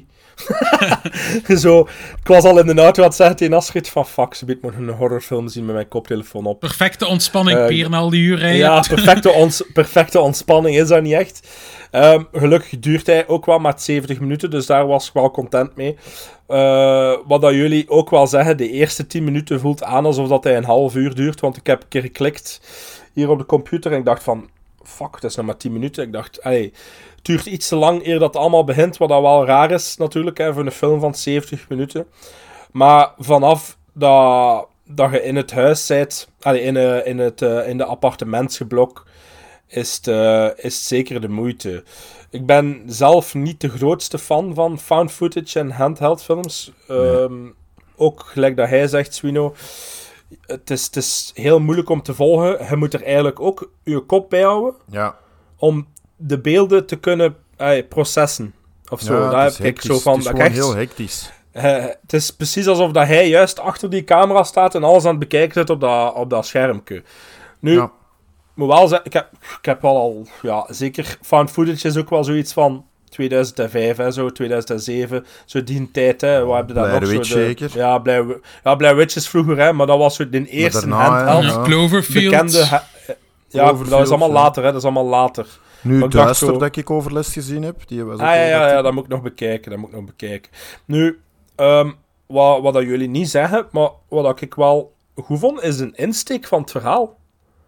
Zo, ik was al in de auto aan het zeggen tegen Astrid van fuck, ze biedt me een horrorfilm zien met mijn koptelefoon op. Perfecte ontspanning, Uh, Peer, na al die uur rijden. Ja, perfecte, ons, perfecte ontspanning is dat niet echt. Um, gelukkig duurt hij ook wel maar zeventig minuten, dus daar was ik wel content mee. Uh, wat dat jullie ook wel zeggen, de eerste tien minuten voelt aan alsof dat hij een half uur duurt, want ik heb een keer geklikt hier op de computer en ik dacht van, fuck, het is nog maar tien minuten. Ik dacht, allee, het duurt iets te lang eer dat het allemaal begint, wat dat wel raar is natuurlijk, hè, voor een film van zeventig minuten. Maar vanaf dat, dat je in het huis zit, allee, in, uh, in, het, uh, in de appartementsgeblok, is het, uh, is het zeker de moeite. Ik ben zelf niet de grootste fan van found footage en handheld films. Um, nee. Ook gelijk dat hij zegt, Swino, het is, het is heel moeilijk om te volgen. Je moet er eigenlijk ook je kop bij houden. Ja. Om de beelden te kunnen uh, processen. Of zo. Ja, Daar het is heb ik zo van, het is dat gewoon echt, heel hectisch. Uh, het is precies alsof dat hij juist achter die camera staat en alles aan het bekijken zit op dat, op dat schermpje. Nu, ja. moet wel zeggen, ik heb, ik heb wel al, ja, zeker found footage is ook wel zoiets van tweeduizend vijf, hè, zo, tweeduizend zeven, zo die tijd, hè. Wat heb je daar nog? Blair Witch zo de, zeker? Ja, Blair, ja, Blair Witch is vroeger, hè, maar dat was zo de eerste handheld. Ja, Cloverfield. Bekende, ha- ja, Cloverfield, dat is allemaal ja. later, hè, dat is allemaal later. Nu, maar Duister, zo, dat ik overlast gezien heb, die was ook ah, ja, ja, ja, dat moet ik nog bekijken, dat moet ik nog bekijken. Nu, um, wat, wat dat jullie niet zeggen, maar wat ik wel goed vond, is een insteek van het verhaal.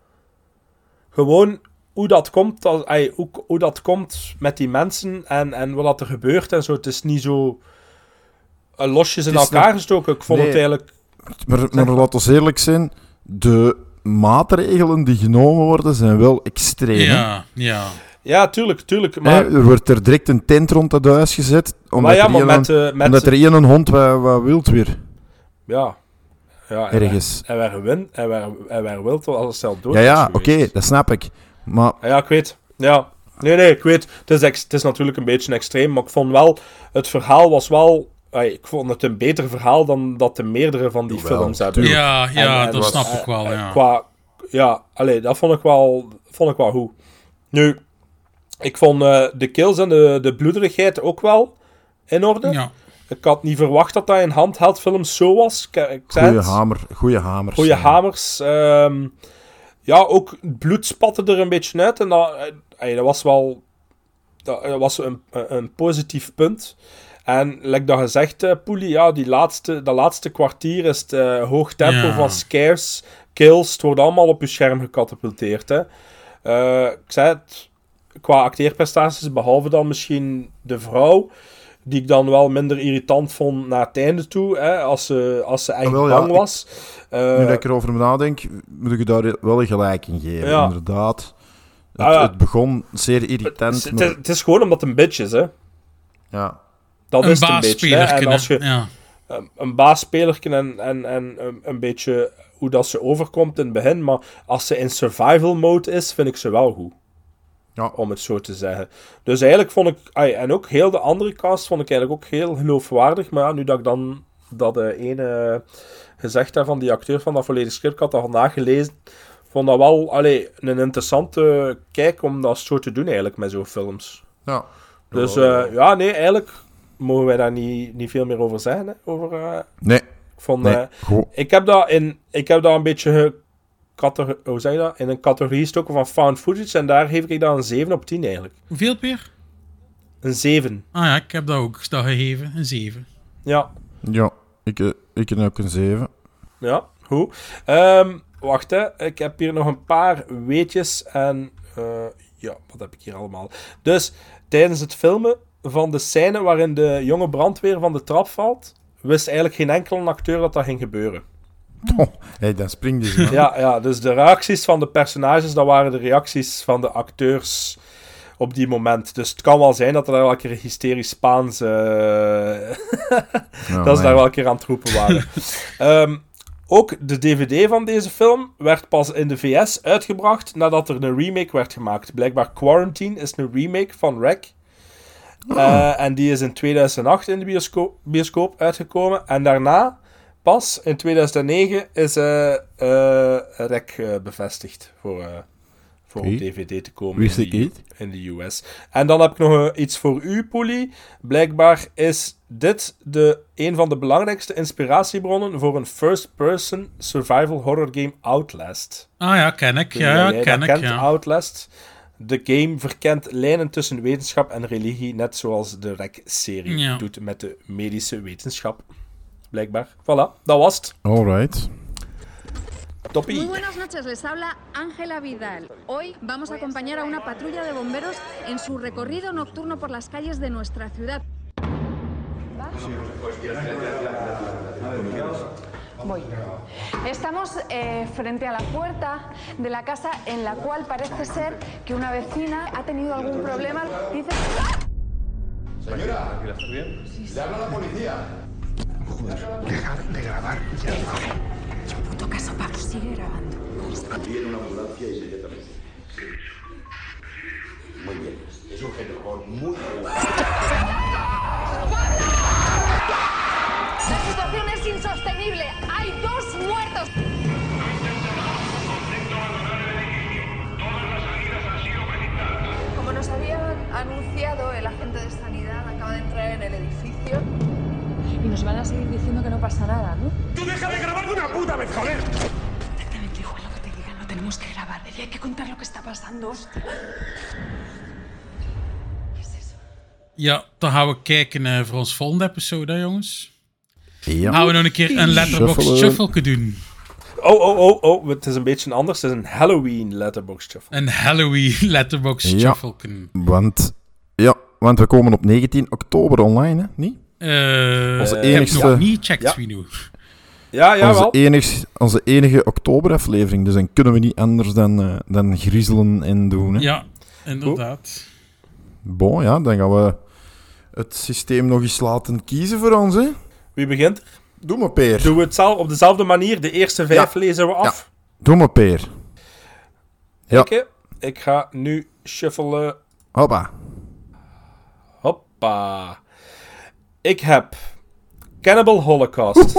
Gewoon hoe dat komt, als, ay, hoe, hoe dat komt met die mensen en, en wat dat er gebeurt en zo. Het is niet zo uh, losjes in elkaar nog... gestoken. Ik vond nee, het eigenlijk... Maar, maar laten we eerlijk zijn, de maatregelen die genomen worden zijn wel extreem. Ja, ja. Ja, tuurlijk, tuurlijk. Maar... Hey, er wordt er direct een tent rond het huis gezet, omdat, ja, er, maar een, met, uh, met... omdat er een hond wat, wat wild weer. Ja. Ja, ergens. En waar win, en waar, en waar wild als het zelf dood Ja, ja, oké, okay, dat snap ik. Maar... Ja, ik weet. Ja. Nee, nee, ik weet. Het is, ex- het is natuurlijk een beetje extreem, maar ik vond wel... Het verhaal was wel... Ay, ik vond het een beter verhaal dan dat de meerdere van die Jawel, films hebben. Ja, ja, en, en, dat was, snap ik wel, ja. Qua... Ja, allee, dat vond ik wel... Vond ik wel goed. Nu... Ik vond uh, de kills en de, de bloederigheid ook wel in orde. Ja. Ik had niet verwacht dat dat in handheldfilms zo was. Ik, ik goeie hamer, goeie hamers. Goeie hamers. Um, ja, ook het bloed spatte er een beetje uit. En dat, uh, dat was wel dat, dat was een, een positief punt. En, like dat gezegd, uh, Poelie, ja, die laatste, dat laatste kwartier is het uh, hoog tempo ja. van scares, kills. Het wordt allemaal op je scherm gecatapulteerd. Hè. Uh, ik zei het... Qua acteerprestaties, behalve dan misschien de vrouw, die ik dan wel minder irritant vond naar het einde toe, hè, als ze, als ze echt wel, bang ja, was. Ik, uh, nu dat ik erover nadenk, moet ik je daar wel gelijk in geven, ja. inderdaad. Het, ah, ja. het begon zeer irritant. Het, maar... het, het is gewoon omdat het een bitch is, hè. Ja. Dat een is het een beetje, hè. En als je ja. een, een baasspelerken en, en, en een, een beetje hoe dat ze overkomt in het begin, maar als ze in survival mode is, vind ik ze wel goed. Ja. Om het zo te zeggen. Dus eigenlijk vond ik... Ay, en ook heel de andere cast vond ik eigenlijk ook heel geloofwaardig. Maar ja, nu dat ik dan dat de ene gezegd heb van die acteur van dat volledige script, ik had dat vandaag gelezen, vond dat wel allee, een interessante kijk om dat zo te doen eigenlijk met zo'n films. Ja. Dus uh, ja, nee, eigenlijk mogen wij daar niet, niet veel meer over zeggen. Hè, over, uh, nee. Ik, vond, nee. Uh, ik, heb dat in, ik heb dat een beetje... Ge- Categor- hoe zeg je dat? In een categorie stoken van found footage. En daar geef ik dan een zeven op tien eigenlijk. Hoeveel, Peer? Een zeven. Ah ja, ik heb dat ook dat gegeven. Een zeven. Ja. Ja, ik, ik heb ook een zeven. Ja, goed. Um, wacht, hè. Ik heb hier nog een paar weetjes. En uh, ja, wat heb ik hier allemaal? Dus, tijdens het filmen van de scène waarin de jonge brandweer van de trap valt, wist eigenlijk geen enkele acteur dat dat ging gebeuren. Oh, hey, dan springt dus. ja, ja, dus de reacties van de personages, dat waren de reacties van de acteurs op die moment. Dus het kan wel zijn dat er daar wel een keer hysterisch Spaans... Uh... oh, dat ze daar wel een keer aan het roepen waren. um, ook de D V D van deze film werd pas in de V S uitgebracht nadat er een remake werd gemaakt. Blijkbaar Quarantine is een remake van Rec. Oh. Uh, en die is in tweeduizend acht in de bioscoop, bioscoop uitgekomen. En daarna... Pas in tweeduizend negen is uh, uh, Rec uh, bevestigd voor, uh, voor op D V D te komen Wist in, de, ik in de U S. En dan heb ik nog uh, iets voor u, Poelie. Blijkbaar is dit de, een van de belangrijkste inspiratiebronnen voor een first-person survival horror game Outlast. Ah ja, ken ik. Ja, ja ken ik. Kent ja. Outlast. De game verkent lijnen tussen wetenschap en religie, net zoals de Rec-serie ja. doet met de medische wetenschap. Blijkbaar. Voilà, dat was het. Alright. Toppie. Muy buenas noches, les habla Ángela Vidal. Hoy vamos a acompañar a una patrulla de bomberos en su recorrido nocturno por las calles de nuestra ciudad. Voy. Estamos eh, frente a la puerta de la casa en la cual parece ser que una vecina ha tenido algún problema. Dice... Señora, ¿estás bien? Sí, sí. le habla la policía. Joder, dejar de grabar ya. Es un puto caso, Pablo. Sigue grabando. Viene una ambulancia inmediatamente. Muy bien. Es un genio muy bueno. La situación es insostenible. Hay dos muertos. Como nos había anunciado, el agente de sanidad acaba de entrar en el edificio y nos van a seguir diciendo que no pasa nada, ¿no? ¡Tú deja de grabar de una puta vez, joder! Exactamente igual lo que te digan, lo tenemos que grabar. Y hay que contar lo que está pasando. Hostia. Ja, dan gaan we kijken uh, voor ons volgende episode, hè, jongens. Ja. Gaan we nog een keer een Letterboxd shuffle doen. Oh, oh, oh, oh, het is een beetje anders. Het is een Halloween Letterboxd shuffle. Een Halloween Letterboxd Ja, shuffle. want, ja, want we komen op negentien oktober online, hè? Niet? Uh, onze ik enigste... heb nog niet gecheckt, Ja. Wino. Ja, ja, onze, wel. enigste, onze enige oktoberaflevering, dus dan kunnen we niet anders dan, uh, dan griezelen en doen, hè? Ja, inderdaad. Bon, ja, dan gaan we het systeem nog eens laten kiezen voor ons, hè? Wie begint er? Doe maar, Peer. Doen we het zelf op dezelfde manier? De eerste vijf Ja. lezen we af? Doe maar, Peer. Ja. Oké, ik ga nu shuffelen. Hoppa. Hoppa. Ik heb Cannibal Holocaust.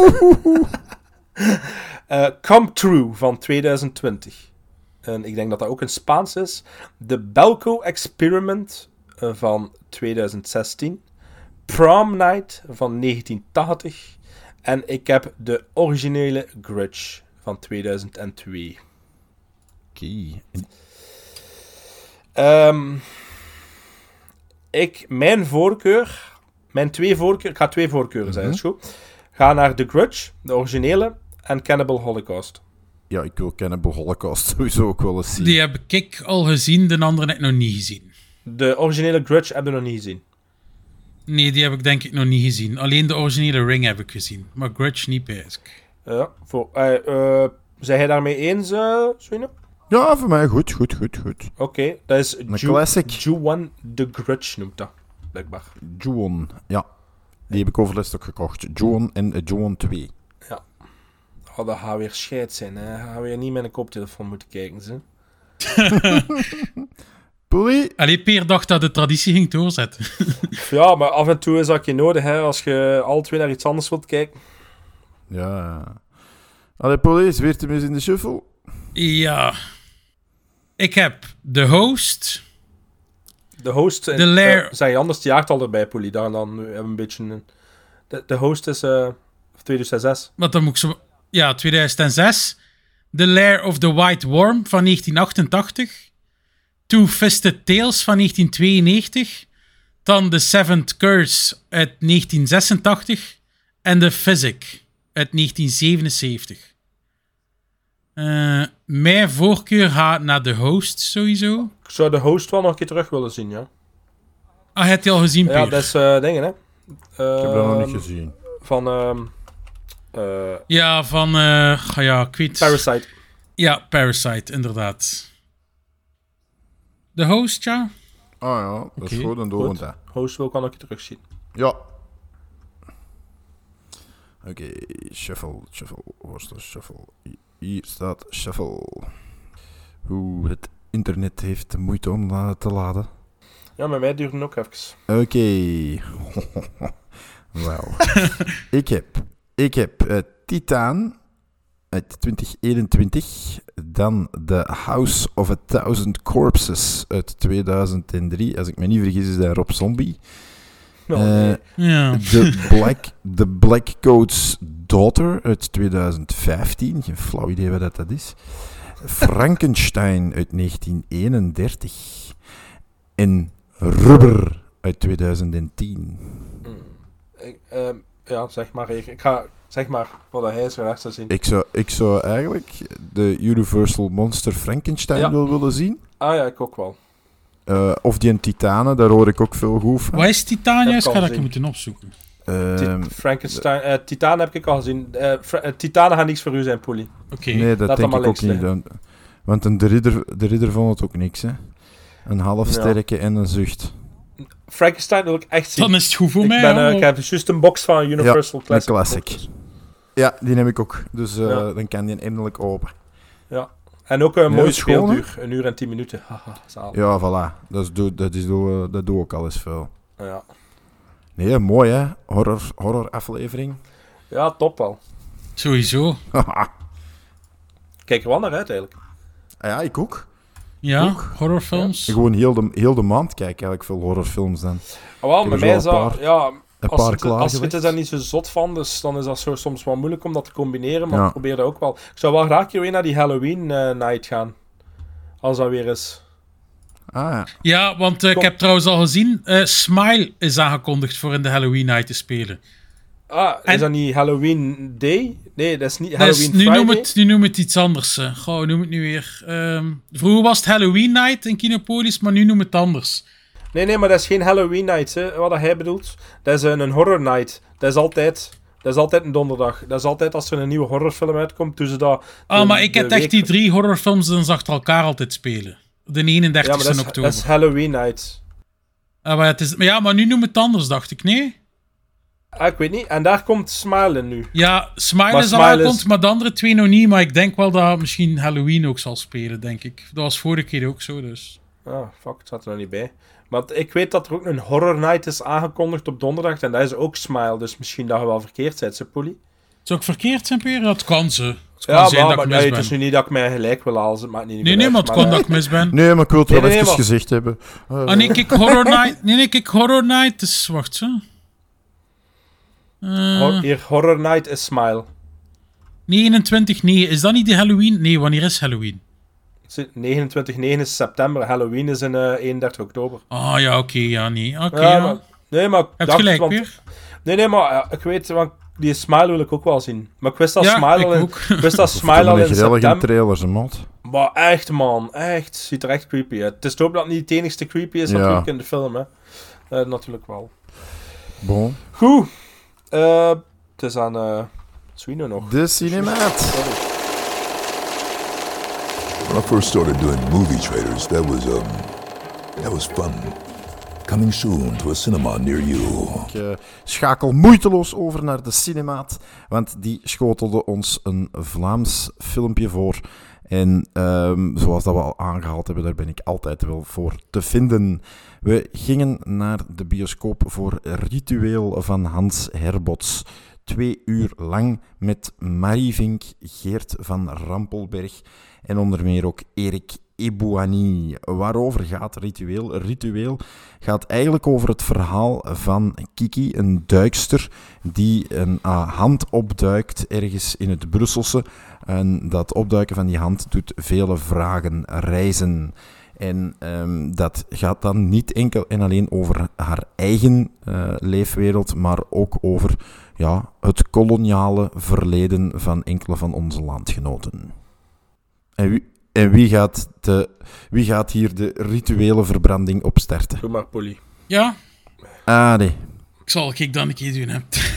uh, Come True van twintig twintig. En ik denk dat dat ook in Spaans is. The Belko Experiment uh, van twintig zestien. Prom Night van negentien tachtig. En ik heb de originele Grudge van tweeduizend twee. Oké. Okay. Um, ik, mijn voorkeur, mijn twee voorkeur, ik ga twee voorkeuren zijn, Mm-hmm. is goed. Ga naar The Grudge, de originele, en Cannibal Holocaust. Ja, ik wil Cannibal Holocaust sowieso ook wel eens zien. Die heb ik al gezien, de andere heb ik nog niet gezien. De originele Grudge heb je nog niet gezien? Nee, die heb ik denk ik nog niet gezien. Alleen de originele Ring heb ik gezien. Maar Grudge niet bij. Ja, voor, uh, uh, zijn jij daarmee eens, uh, Swino? Ja, voor mij goed, goed, goed, goed. Oké, okay, dat is een Ju- classic. Ju-On The Grudge noemt dat, blijkbaar. Ju-On, ja. Die heb ik overlast ook gekocht. Ju-On en uh, Ju-On twee. Ja. Oh, dat gaat weer scheid zijn, hè. Gaan we weer niet met een koptelefoon moeten kijken, ze. Poei. Allee, Peer dacht dat de traditie ging doorzetten. Ja, maar af en toe is dat je nodig, hè, als je alle twee naar iets anders wilt kijken. Ja. Allee, Police, weer te mis in de shuffle? Ja. Ik heb The Host. De Host... The Lair... Uh, zeg je anders het jaartal erbij, Poli. Dan, dan hebben we een beetje... Een... De, de Host is uh, tweeduizend zes. Wat dan moet ik zo... Ja, tweeduizend zes. The Lair of the White Worm van negentien achtentachtig. Two-Fisted Tales van negentien tweeënnegentig. Dan The Seventh Curse uit negentien zesentachtig. En The Physic uit negentien zevenenzeventig. Uh, mijn voorkeur gaat naar The Host sowieso. Ik zou de Host wel nog een keer terug willen zien, ja. Ah, heb je al gezien, Peer? Ja, dat is uh, dingen, hè. Uh, ik heb dat nog niet gezien. Van... Uh, uh, ja, van... Uh, ja, ik weet... Parasite. Ja, Parasite, inderdaad. The Host, ja. Ah ja, dat okay. is goed, dan doen we dat. Host wil ik wel nog een keer terugzien. Ja. Oké, okay. Shuffle, shuffle, Host, shuffle. Hier staat shuffle. Hoe het internet heeft moeite om te laden. Ja, maar mij duurt het ook even. Oké. Okay. Wauw. ik heb, ik heb uh, Titaan uit twintig eenentwintig. Dan The House of a Thousand Corpses uit tweeduizend drie. Als ik me niet vergis is dat Rob Zombie. Oh, nee. uh, ja. The Black, The Black Coat's Daughter uit tweeduizend vijftien. Geen flauw idee wat dat is. Frankenstein uit negentien eenendertig. En Rubber uit tweeduizend tien. Mm. Ik, uh, ja, zeg maar. Ik, ik ga... Zeg maar, wat hij is rechts te zien. Ik zou, ik zou eigenlijk de Universal Monster Frankenstein ja. wel willen zien. Ah ja, ik ook wel. Uh, of die in Titanen, daar hoor ik ook veel goed van. Wat is Titania? Ik ga dat je moeten opzoeken. Ehm, Frankenstein... Uh, Titaan heb ik al gezien. Uh, Fra- uh, Titanen gaan niks voor u zijn, Polly. Oké. Okay. Nee, dat Laat denk ik ook niet. liggen. Want een de, ridder, de ridder vond het ook niks, hè. Een half Ja. sterke en een zucht. Frankenstein wil ik echt zien. Dan is het goed voor ik mij. Ben, uh, hoor. ik heb juist een box van Universal ja, Classic. een classic. Ja, die heb ik ook. Dus uh, Ja. dan kan die eindelijk open. Ja. En ook een Ja, mooie dat is gewoon, speelduur. Een uur en tien minuten. Haha, zalig. Ja, voilà. Dat, is, doe- dat, is, doe, dat doe ik al eens veel. Ja. Nee, mooi hè. Horror, horror aflevering. Ja, top wel. Sowieso. Kijk er wel naar uit eigenlijk. Ja, ik ook. Ja, ook. horrorfilms. Ja. Gewoon heel de, heel de maand kijk eigenlijk veel horrorfilms dan. Oh, wel, Ik bij heb er mij is zo een dat... paar- Ja, een als paar het, als je klaargelegd. het er niet zo zot van, dus dan is dat zo soms wel moeilijk om dat te combineren, maar Ja. ik probeer dat ook wel. Ik zou wel graag een keer weer naar die Halloween uh, night gaan. Als dat weer is. Ah ja. Ja, want uh, ik heb trouwens al gezien, uh, Smile is aangekondigd voor in de Halloween night te spelen. Ah, En- is dat niet Halloween Day? Nee, dat is niet Dus Halloween nu, Friday. noem het, nu noem het iets anders. Uh. Goh, hoe noem het nu weer? Um, vroeger was het Halloween night in Kinopolis, maar nu noem het anders. Nee, nee, maar dat is geen Halloween night, hè, wat hij bedoelt. Dat is een, een horror night. Dat is altijd... Dat is altijd een donderdag. Dat is altijd als er een nieuwe horrorfilm uitkomt, doen ze dat... Ah, de- maar ik de heb echt week- die drie horrorfilms dan achter elkaar altijd spelen. De Ja, eenendertigste maar dat is, oktober. dat is Halloween night. Ah, maar het is, maar ja, maar nu noem het anders, dacht ik, nee? Ah, ik weet niet. En daar komt Smile in nu. Ja, Smile Maar is al Smile aangekondigd, is- maar de andere twee nog niet. Maar ik denk wel dat misschien Halloween ook zal spelen, denk ik. Dat was vorige keer ook zo, dus. Ah, fuck, het zat er nog niet bij. Maar ik weet dat er ook een horror night is aangekondigd op donderdag. En dat is ook Smile. Dus misschien dat je wel verkeerd bent, hè, Polly? Zou ik verkeerd zijn, Peer? Dat kan ze. Het kan Ja, zijn maar, dat maar ik mis nee, ben. het is nu niet dat ik mij gelijk wil halen. Het maakt niet Nee, nee, uit, maar het kan eh, dat ik mis ben. Nee, maar ik wil het Nee, wel nee, even nee, maar- gezegd hebben. Uh, Ah, nee, kijk, Horror Night. Nee, nee, kijk, Horror Night is... Wacht, zo. Uh, Hor- Hier, Horror Night is Smile. negenentwintig negen. Is dat niet de Halloween? Nee, wanneer is Halloween? negenentwintig negen is september. Halloween is in uh, eenendertig oktober. Ah, ja, oké, ja, nee. Oké, Ja, ja. maar- nee, maar... ik Heb dacht, gelijk, want- Peer. Nee, nee, maar ja, ik weet... Want die Smile wil ik ook wel zien. Maar ik wist dat Ja, Smile ik al in, ook. ik wist dat Of Smile al een in geweldige september... trailers, man. Maar echt, man. Echt. Ziet er echt creepy uit. Het is te hopen dat het niet het enigste creepy is Ja. natuurlijk in de film, hè. Uh, natuurlijk wel. Bon. Goed. Uh, het is aan uh, Swino nog. De Cinemaat. Sorry. When I first started doing movie trailers, that was, um, that was fun. Coming soon to a cinema near you. Ik uh, schakel moeiteloos over naar de Cinemaat, want die schotelde ons een Vlaams filmpje voor. En um, zoals dat we al aangehaald hebben, daar ben ik altijd wel voor te vinden. We gingen naar de bioscoop voor Ritueel van Hans Herbots. Twee uur lang met Marie Vink, Geert van Rampelberg en onder meer ook Erik Ebouani. Waarover gaat Ritueel? Ritueel gaat eigenlijk over het verhaal van Kiki, een duikster die een uh, hand opduikt ergens in het Brusselse. En dat opduiken van die hand doet vele vragen rijzen. En um, dat gaat dan niet enkel en alleen over haar eigen uh, leefwereld, maar ook over ja, het koloniale verleden van enkele van onze landgenoten. En wie, en wie, gaat, de, wie gaat hier de rituele verbranding opstarten? Doe maar, Polly. Ja? Ah, nee. Ik zal ik dan een keer doen, hè.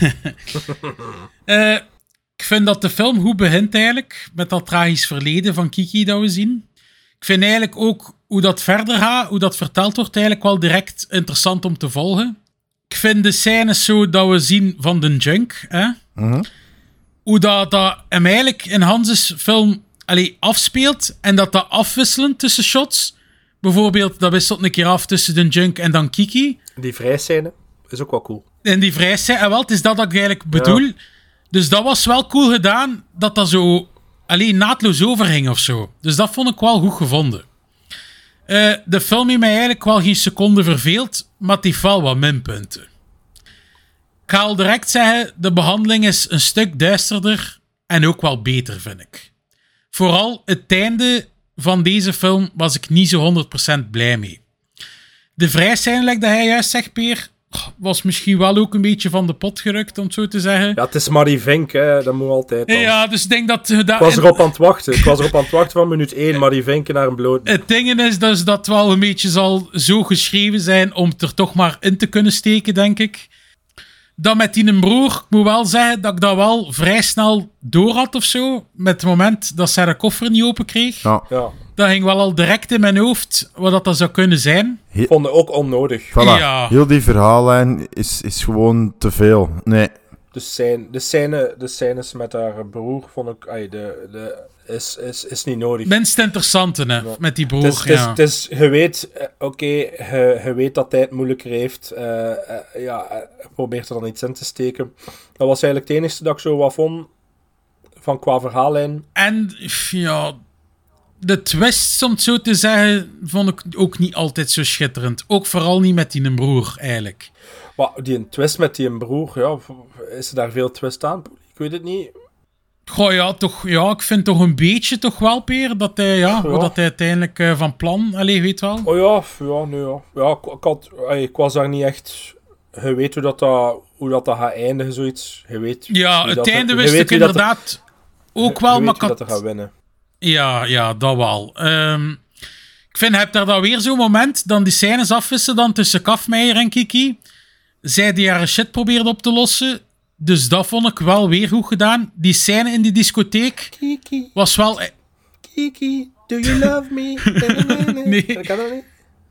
uh, ik vind dat de film goed begint eigenlijk, met dat tragisch verleden van Kiki dat we zien. Ik vind eigenlijk ook hoe dat verder gaat, hoe dat verteld wordt, eigenlijk wel direct interessant om te volgen. Ik vind de scènes zo dat we zien van de junk, hè. Mm-hmm. Hoe dat, dat hem eigenlijk in Hans' film allee, afspeelt en dat dat afwisselend tussen shots. Bijvoorbeeld, dat wisselt een keer af tussen de junk en dan Kiki. Die vrijscène is ook wel cool. En die vrijscène, en wel, het is dat dat ik eigenlijk bedoel. Ja. Dus dat was wel cool gedaan, dat dat zo alleen naadloos overging of zo. Dus dat vond ik wel goed gevonden. Uh, de film heeft mij eigenlijk wel geen seconde verveeld, maar het heeft wel wat minpunten. Ik ga al direct zeggen, de behandeling is een stuk duisterder en ook wel beter, vind ik. Vooral het einde van deze film was ik niet zo honderd procent blij mee. De vrijscène, like dat hij juist zegt, Peer, was misschien wel ook een beetje van de pot gerukt, om het zo te zeggen. Ja, het is Marie Vink, hè. Dat moet altijd dan. Ja, dus ik denk dat... dat ik was erop aan het wachten. Ik was erop aan het wachten van minuut één, Marie Vink naar een bloot. Het ding is dus dat het wel een beetje zal zo geschreven zijn om het er toch maar in te kunnen steken, denk ik. Dat met die broer, ik moet wel zeggen dat ik dat wel vrij snel door had of zo. Met het moment dat zij de koffer niet open kreeg. Ja. Ja. Dat ging wel al direct in mijn hoofd wat dat, dat zou kunnen zijn. Ik vond het ook onnodig. Voilà. Ja. Heel die verhaallijn is, is gewoon te veel. Nee. De, scène, de, scène, de scènes met haar broer vond ik... Ay, de, de, is, is, is niet nodig. Minst interessante, hè, Ja. met die broer. Het is, het is, ja. het is, je weet, eh, oké, okay, je, je weet dat hij het moeilijker heeft. Uh, uh, ja, uh, probeert er dan iets in te steken. Dat was eigenlijk het enige dat ik zo wat vond van qua verhaallijn. En ja, de twist, om het zo te zeggen, vond ik ook niet altijd zo schitterend. Ook vooral niet met die broer, eigenlijk. Maar die een twist met die broer, ja, is er daar veel twist aan? Ik weet het niet. Goh, ja, toch, ja, ik vind toch een beetje toch wel, Peer, dat hij, ja, Ja. hoe dat hij uiteindelijk uh, van plan, allee, weet wel. Oh ja, ja, nee, ja. ja ik, ik, had, ay, ik was daar niet echt... Je weet hoe dat, dat, hoe dat, dat gaat eindigen, zoiets. Je weet Ja, wie het dat, einde je wist weet ik wie dat er- inderdaad ook je wel, weet maar ik wie had... dat er gaat winnen. Ja, ja, dat wel. Um, ik vind, heb daar dan weer zo'n moment, dan die scènes afwisselen dan tussen Kafmeijer en Kiki. Zij die haar shit probeerde op te lossen. Dus dat vond ik wel weer goed gedaan. Die scène in die discotheek Kiki. was wel... Kiki, do you love me? Nee. Dat kan dat niet?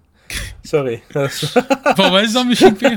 Sorry. Van wat is dat misschien, Peer?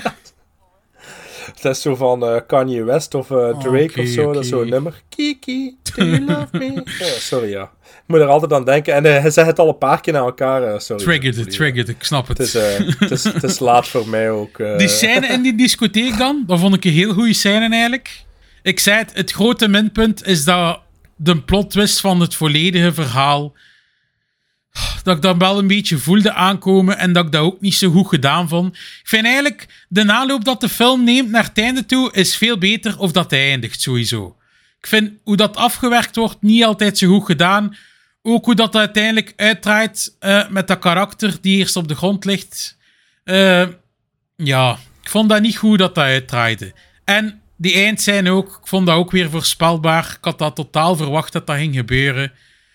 Dat is zo van uh, Kanye West of uh, Drake Okay, of zo. okay. Dat is zo'n nummer. Kiki, do you love me? Ja, sorry, ja. Ik moet er altijd aan denken. En uh, hij zegt het al een paar keer aan elkaar. Uh, sorry. Triggered it, triggered it. Ik snap het. Het is, uh, het is, het is laat voor mij ook. Uh. Die scène in die discotheek dan, dat vond ik een heel goede scène eigenlijk. Ik zei het, het grote minpunt is dat de plot twist van het volledige verhaal, dat ik dat wel een beetje voelde aankomen en dat ik dat ook niet zo goed gedaan vond. Ik vind eigenlijk, de naloop dat de film neemt naar het einde toe, is veel beter of dat hij eindigt, sowieso. Ik vind hoe dat afgewerkt wordt niet altijd zo goed gedaan. Ook hoe dat uiteindelijk uitdraait uh, met dat karakter die eerst op de grond ligt. Uh, ja, ik vond dat niet goed dat dat uitdraaide. En die eindscène ook, ik vond dat ook weer voorspelbaar. Ik had dat totaal verwacht dat dat ging gebeuren.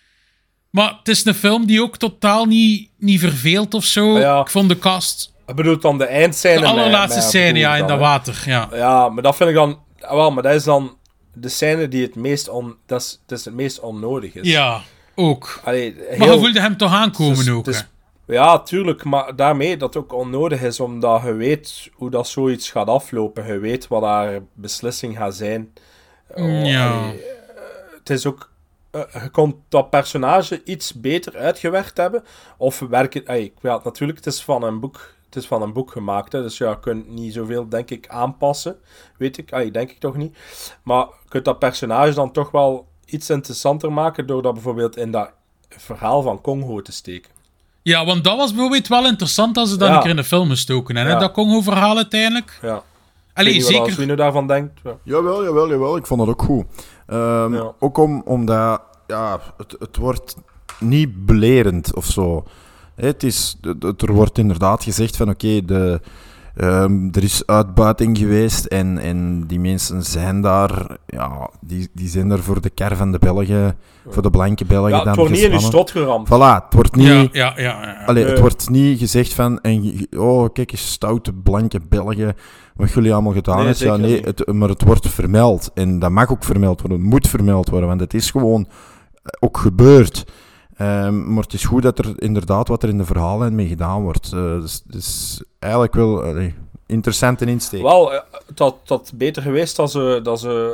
Maar het is een film die ook totaal niet, niet verveelt of zo. Ja. Ik vond de cast... Ik bedoel dan de eindscène. De allerlaatste met, met scène, ja, in dan, dat hè. water, ja. Ja, maar dat vind ik dan... Wel, maar dat is dan de scène die het meest, on, dat is, dat is het meest onnodig is. Ja, ook. Allee, Maar heel- je voelde hem toch aankomen het is- ook, het is- hè? Ja, tuurlijk, maar daarmee dat het ook onnodig is, omdat je weet hoe dat zoiets gaat aflopen. Je weet wat haar beslissing gaat zijn. Oh, Ja. allee, eh, het is ook... eh, je kon dat personage iets beter uitgewerkt hebben. Of werken... Allee, ja, natuurlijk, het is van een boek... Het is van een boek gemaakt, hè, dus ja, je kunt niet zoveel, denk ik, aanpassen. Weet ik, allee, denk ik toch niet. Maar je kunt dat personage dan toch wel iets interessanter maken door dat bijvoorbeeld in dat verhaal van Kong-Ho te steken. Ja, want dat was bijvoorbeeld wel interessant als ze dat Ja. een keer in de film gestoken hebben. Ja. hè, Dat Congo-verhaal uiteindelijk. Ja. Allee, Ik weet niet wat zeker... Swino daarvan denkt. Ja. Jawel, jawel, jawel. Ik vond dat ook goed. Ehm, Ja. Ook om, omdat ja, het, het wordt niet belerend of zo. Hè, Het is, het- er wordt inderdaad gezegd van oké, de ehm, er is uitbuiting geweest en, en die mensen zijn daar, ja, die, die zijn daar voor de kar van de Belgen, voor de blanke Belgen Ja, het dan wordt niet in uw gespannen. strot geramd. Voilà, het wordt niet... Ja, ja, ja. ja. Allee, het Nee. wordt niet gezegd van, en, je- oh, kijk eens, stoute blanke Belgen, wat jullie allemaal gedaan Nee, hebben. Ja, zeker nee, niet. het, maar het wordt vermeld. En dat mag ook vermeld worden, het moet vermeld worden, want het is gewoon eh, ook gebeurd. Ehm, maar het is goed dat er inderdaad wat er in de verhaallijn mee gedaan wordt. Eh, dus, dus eigenlijk wel allee, interessant en insteek. Wel, eh, dat dat beter geweest dat ze, dat ze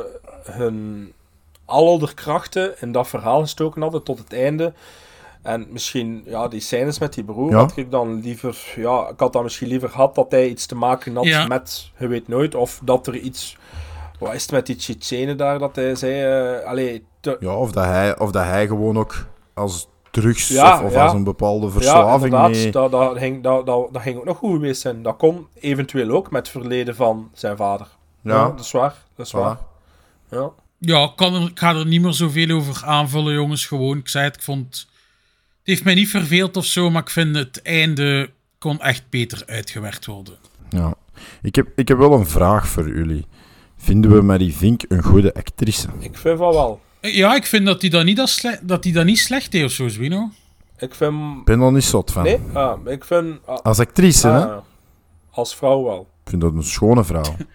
hun al hun krachten in dat verhaal gestoken hadden tot het einde. En misschien, ja, die scènes met die broer Ja. had ik dan liever... Ja, ik had dan misschien liever gehad dat hij iets te maken had Ja. met... Je weet nooit. Of dat er iets... Wat is het met die Tsjetsjenen daar, dat hij zei... eh allee, te- Ja, of dat, hij, of dat hij gewoon ook als drugs Ja, of, of ja. als een bepaalde ja, verslaving inderdaad, mee... dat, dat, ging, dat, dat, dat ging ook nog goed geweest zijn. Dat kon eventueel ook met het verleden van zijn vader. Ja. Ja, dat is waar. Dat is Voilà. waar. Ja. Ja, ik, kan er, ik ga er niet meer zoveel over aanvullen, jongens. Gewoon, ik zei het, ik vond... Het heeft mij niet verveeld of zo, maar ik vind het einde kon echt beter uitgewerkt worden. Ja. Ik, heb, ik heb wel een vraag voor jullie. Vinden we Marie Vink een goede actrice? Ik vind van wel. Ja, ik vind dat hij dat niet, dat sle- dat hij dat niet slecht heeft of zo, Zwino. Ik vind... Ik ben er niet zot van. Nee, ah, ik vind... ah, Als actrice, ah, hè? ja. Als vrouw wel. Ik vind dat een schone vrouw.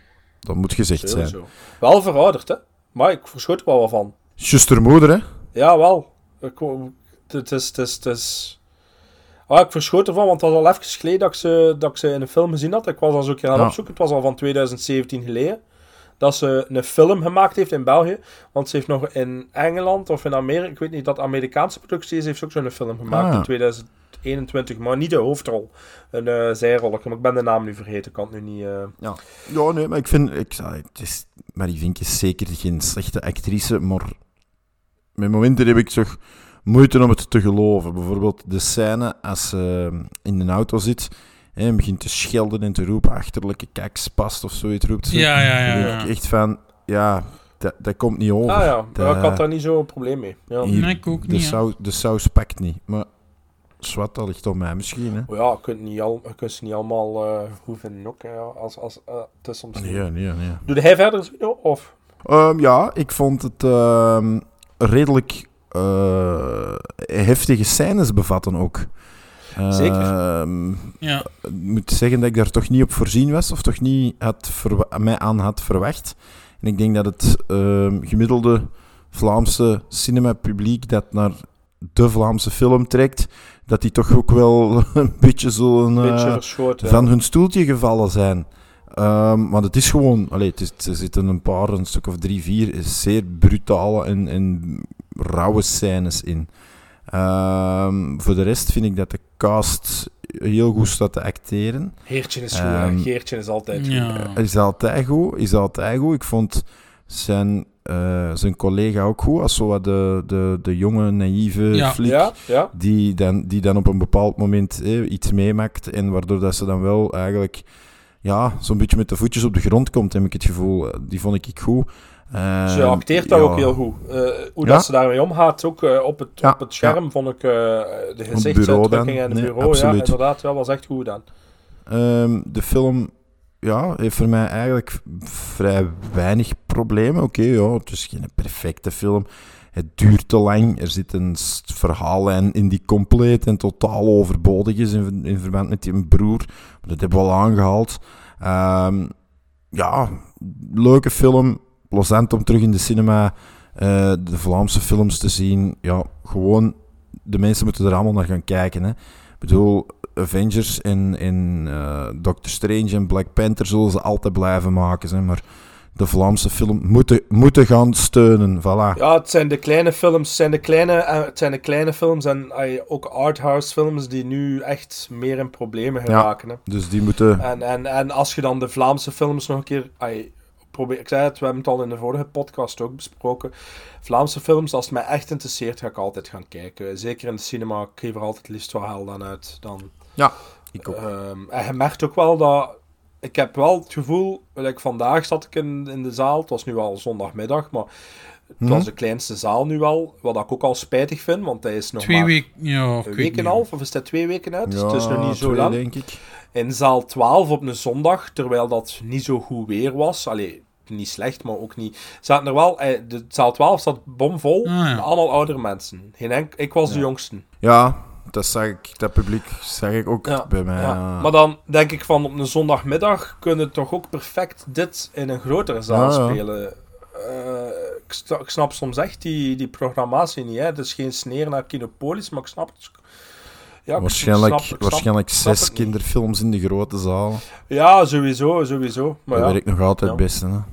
Dat moet gezegd Sowieso. zijn. Wel verouderd, hè. Maar ik verschoot er wel wat van. Just haar moeder, hè? Ja, wel. Ik, het is... Het is, het is... Ah, ik verschoot ervan, want het was al even geleden dat ik, ze, dat ik ze in een film gezien had. Ik was al zo een keer aan het Ja. opzoeken. Het was al van twintig zeventien geleden. Dat ze een film gemaakt heeft in België. Want ze heeft nog in Engeland of in Amerika... Ik weet niet, dat Amerikaanse productie is, heeft ze ook zo'n film gemaakt Ah. in twintig eenentwintig. Maar niet de hoofdrol. Een uh, zijrolletje. Maar ik ben de naam nu vergeten. Ik kan het nu niet... Uh... Ja. ja, nee, maar ik vind... Ik, het is, Marie Vink is zeker geen slechte actrice, maar... Met momenten heb ik toch moeite om het te geloven. Bijvoorbeeld de scène als ze in de auto zit... en begint te schelden en te roepen... achterlijke kakspast of zoiets roept ze. Ja, ja, ja. Dan ja. denk ik echt van... Ja, dat, dat komt niet over. Ah ja, dat, ik had daar niet zo'n probleem mee. Ja. Hier, Nee, ik ook de, niet, saus, de saus pakt niet. Maar zwart, dat ligt op mij misschien. Hè. Oh ja, je kunt, niet al, je kunt ze niet allemaal uh, goed vinden ook. Ja, als, als, uh, het is soms Nee, nee, nee. Doe hij verder zo? Of? Um, ja, ik vond het uh, redelijk uh, heftige scènes bevatten ook. Uh, Zeker. Ja. Ik moet zeggen dat ik daar toch niet op voorzien was, of toch niet had verwa- mij aan had verwacht. En ik denk dat het uh, gemiddelde Vlaamse cinemapubliek dat naar de Vlaamse film trekt, dat die toch ook wel een beetje zullen uh, beetje verschoten, van ja. hun stoeltje gevallen zijn. Um, want het is gewoon... Allee, het is, er zitten een paar, een stuk of drie, vier zeer brutale en, en rauwe scènes in. Um, voor de rest vind ik dat de cast heel goed staat te acteren. Heertje is goed, um, hè. Geertje is altijd goed. Ja. Is altijd goed, is altijd goed. Ik vond zijn, uh, zijn collega ook goed, als zo wat de, de, de jonge, naïeve Ja. flik, Ja, ja. Die, dan, die dan op een bepaald moment eh, iets meemaakt en waardoor dat ze dan wel eigenlijk ja, zo'n beetje met de voetjes op de grond komt, heb ik het gevoel. Die vond ik goed. Uh, Ze acteert dat ja. ook heel goed. Uh, hoe Ja? dat ze daarmee omgaat, ook uh, op, het, Ja, op het scherm, ja. vond ik uh, de gezichtsuitdrukking en het Nee, bureau. Ja, absoluut. inderdaad, wel, was echt goed dan. Um, de film ja, heeft voor mij eigenlijk vrij weinig problemen. Oké, okay, ja, het is geen perfecte film. Het duurt te lang. Er zit een verhaallijn in die compleet en totaal overbodig is in, in verband met die broer. Dat hebben we al aangehaald. Um, ja, leuke film. Plezant om terug in de cinema uh, de Vlaamse films te zien. Ja, gewoon, de mensen moeten er allemaal naar gaan kijken. Hè. Ik bedoel, Avengers en, en uh, Doctor Strange en Black Panther zullen ze altijd blijven maken. Hè, maar de Vlaamse film moeten, moeten gaan steunen. Voilà. Ja, het zijn de kleine films, het zijn de kleine, uh, het zijn de kleine films en uh, ook arthouse films die nu echt meer in problemen geraken. Ja, hè. dus die moeten... En, en, en als je dan de Vlaamse films nog een keer... Uh, probeer, ik zei het, we hebben het al in de vorige podcast ook besproken. Vlaamse films, als het mij echt interesseert, ga ik altijd gaan kijken. Zeker in de cinema, ik geef er altijd het liefst wel hel dan uit. Dan, ja, ik ook. Um, en je merkt ook wel dat... Ik heb wel het gevoel... Like vandaag zat ik in, in de zaal. Het was nu al zondagmiddag, maar... Het Hmm. was de kleinste zaal nu al. Wat ik ook al spijtig vind, want hij is nog Twee maar weken... Ja, een week en een half. Of is dat twee weken uit? Dus Ja, het is nog niet zo twee, lang. denk ik. In zaal twaalf op een zondag, terwijl dat niet zo goed weer was. Allee, niet slecht, maar ook niet... Zaten er wel... Eh, de zaal twaalf zat bomvol. Ah, ja. Allemaal oudere mensen. Geen enk, ik was de jongste. Ja, dat zag ik, dat publiek zag ik ook Ja, bij mij. ja. uh, Maar dan denk ik van op een zondagmiddag kunnen we toch ook perfect dit in een grotere zaal Ja, ja. spelen. Uh, ik, sta- ik snap soms echt die, die programmatie niet. Hè. Het is geen sneer naar Kinopolis, maar ik snap het. Ja, ik waarschijnlijk snap- ik snap- waarschijnlijk ik snap zes het niet. kinderfilms in de grote zaal. Ja, sowieso, sowieso. Maar dat ja. werkt nog altijd Ja. het beste. Hè?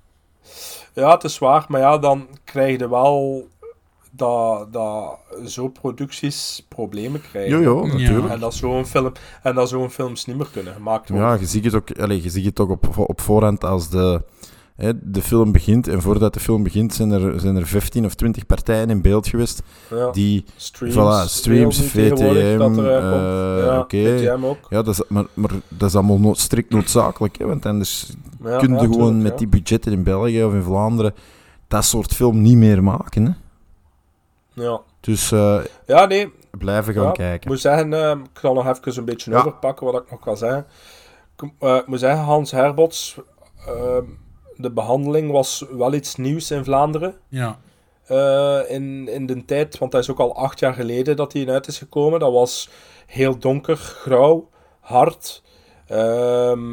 Ja, het is waar, maar ja, dan krijg je wel dat, dat zo producties problemen krijgen. Jo, jo, natuurlijk. En dat zo'n film, en dat zo'n films niet meer kunnen gemaakt worden. Ja, je ziet het ook, allez, je ziet het ook op, op voorhand als de, hè, de film begint. En voordat de film begint zijn er, zijn er vijftien of twintig partijen in beeld geweest. Ja. Die, Streams, voilà, streams, veel nu V T tegenwoordig dat M, er, uh, komt. Ja, oké. V T M ook. Ja, dat is, maar, maar dat is allemaal no- strikt noodzakelijk. Hè, want anders Ja, kun je ja, gewoon tuurlijk, met ja. die budgetten in België of in Vlaanderen dat soort film niet meer maken. Hè. Ja. Dus uh, Ja, nee. blijven gaan Ja, kijken. Ik moet zeggen, uh, ik zal nog even een beetje Ja. overpakken wat ik nog kan zeggen. Ik, uh, ik moet zeggen, Hans Herbots, uh, de behandeling was wel iets nieuws in Vlaanderen. Ja. Uh, in, in de tijd, want dat is ook al acht jaar geleden dat hij uit is gekomen. Dat was heel donker, grauw, hard. Um,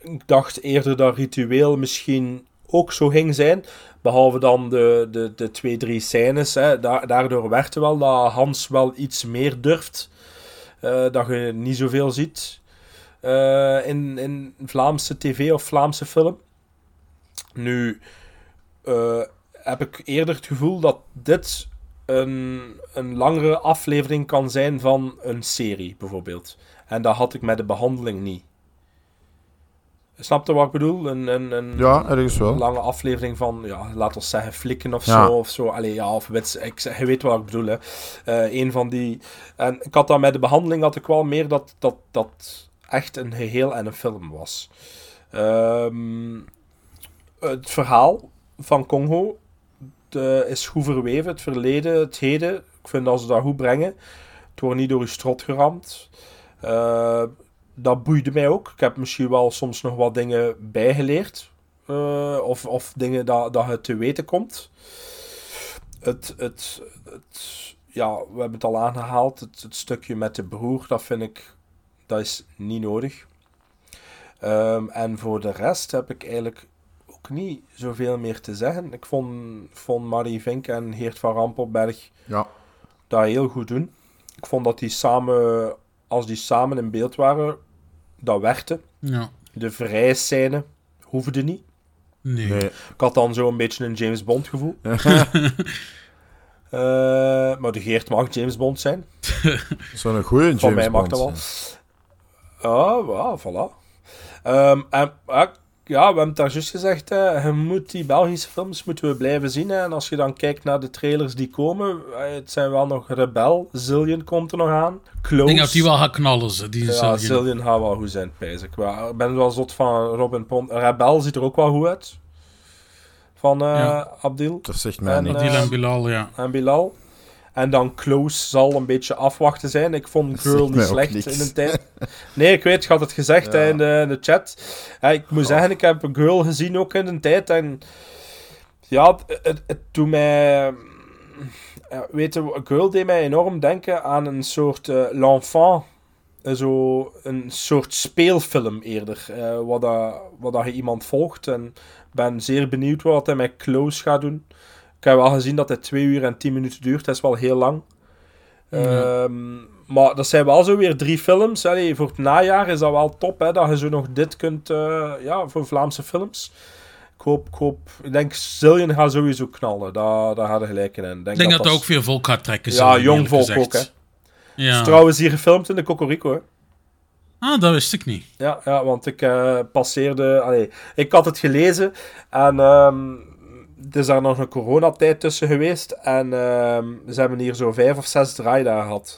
ik dacht eerder dat Ritueel misschien ook zo ging zijn. Behalve dan de, de, de twee, drie scènes. Hè. Da- daardoor werd het wel dat Hans wel iets meer durft. Uh, dat je niet zoveel ziet uh, in, in Vlaamse tv of Vlaamse film. Nu uh, heb ik eerder het gevoel dat dit een, een langere aflevering kan zijn van een serie, bijvoorbeeld. En dat had ik met de behandeling niet. Snap je wat ik bedoel? Een, een, een ja, ergens wel. lange aflevering van, ja, laten we zeggen, flikken of ja. zo. Of zo. Allee, ja, of wits, ik, je weet wat ik bedoel. Hè. Uh, een van die... En ik had dat met de behandeling had ik wel meer dat dat, dat echt een geheel en een film was. Um, het verhaal van Congo de, is goed verweven. Het verleden, het heden. Ik vind dat ze dat goed brengen. Het wordt niet door je strot geramd. Uh, dat boeide mij ook. Ik heb misschien wel soms nog wat dingen bijgeleerd. Uh, of, of dingen dat, dat het te weten komt. Het, het, het, ja, we hebben het al aangehaald. Het, het stukje met de broer, dat vind ik... Dat is niet nodig. Um, en voor de rest heb ik eigenlijk ook niet zoveel meer te zeggen. Ik vond, vond Marie Vink en Geert van Rampelberg ja. dat heel goed doen. Ik vond dat die samen... Als die samen in beeld waren, dat werkte. Ja. De vrije scène hoefde niet. Nee. nee. Ik had dan zo een beetje een James Bond gevoel. uh, maar de Geert mag James Bond zijn. Zo'n goede James Bond. Van mij mag dat wel. Ah, ja, voilà. Um, en, uh, ja, we hebben het daar juist gezegd. Hè, je moet die Belgische films moeten we blijven zien. Hè, en als je dan kijkt naar de trailers die komen, het zijn wel nog Rebel. Zillion komt er nog aan. Close. Ik denk dat die wel gaat knallen. Ze, die ja, Zillion. Zillion gaat wel goed zijn, pijs ik. Maar ik ben wel zot van Robin Pond. Rebel ziet er ook wel goed uit. Van uh, ja. Abdil. Dat zegt mij en, niet. Abdil uh, en Bilal, ja. En Bilal. En dan Close zal een beetje afwachten zijn. Ik vond Girl niet slecht in de tijd. Nee, ik weet, ik had het gezegd ja. hè, in, de, in de chat. Ja, ik moet oh. zeggen, ik heb Girl gezien ook in de tijd. En ja, het, het, het doet mij... Ja, weet je, Girl deed mij enorm denken aan een soort uh, L'Enfant. Zo een soort speelfilm eerder. Uh, wat, dat, wat dat je iemand volgt. En ben zeer benieuwd wat hij met Close gaat doen. Ik heb wel gezien dat het twee uur en tien minuten duurt. Dat is wel heel lang. Ja. Um, maar dat zijn wel zo weer drie films. Allee, voor het najaar is dat wel top, hè, dat je zo nog dit kunt... Uh, ja, voor Vlaamse films. Ik hoop... Ik, hoop, ik denk, Zillion gaat sowieso knallen. Daar, daar gaat er gelijk in. Ik denk, ik denk dat dat dat ook veel volk gaat trekken. Ja, jong volk gezegd. ook, hè. Ja. Is trouwens hier gefilmd in de Cocorico, hè. Ah, dat wist ik niet. Ja, ja want ik uh, passeerde... Allee, ik had het gelezen en... Um, er is daar nog een coronatijd tussen geweest. En uh, ze hebben hier zo vijf of zes draaidagen gehad.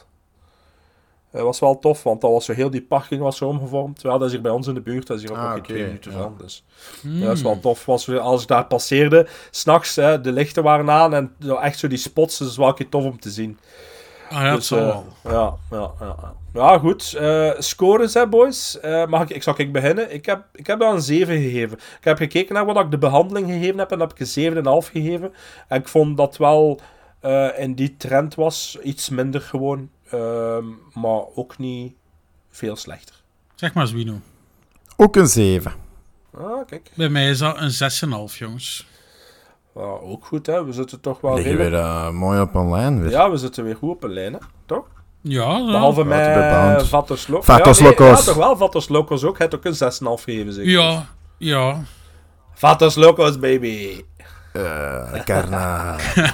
Dat was wel tof, want dat was zo heel die parking was zo omgevormd. Ja, dat is hier bij ons in de buurt. Dat is hier ook ah, nog geen okay, twee minuten ja. van. Dus mm. ja, dat is wel tof. Was, als ik daar passeerde, s'nachts, de lichten waren aan. En echt zo die spots, dus wel een keer tof om te zien. Ah ja, dus, dat uh, wel. Ja, ja, ja. Ja, goed. Uh, scores, hè, boys. Uh, mag ik, ik zal ik beginnen. Ik heb, ik heb dat een zeven gegeven. Ik heb gekeken naar wat ik de behandeling gegeven heb en heb ik een zeven komma vijf gegeven. En ik vond dat wel uh, in die trend was. Iets minder gewoon. Uh, maar ook niet veel slechter. Zeg maar, Zwino. Ook een zeven. Ah, kijk. Bij mij is dat een zes komma vijf, jongens. Ja, ook goed, hè. We zitten toch wel... Liggen weer uh, mooi op een lijn weer. Ja, we zitten weer goed op een lijn, hè. Toch? Ja, ja. Behalve met Vatos Locos. Vatos ja, nee, Locos. Ja, toch wel. Vatos Locos ook. Hij heeft ook een zes komma vijf gegeven, zeker. Ja, ja. Vatos Locos, baby. Uh, Carna.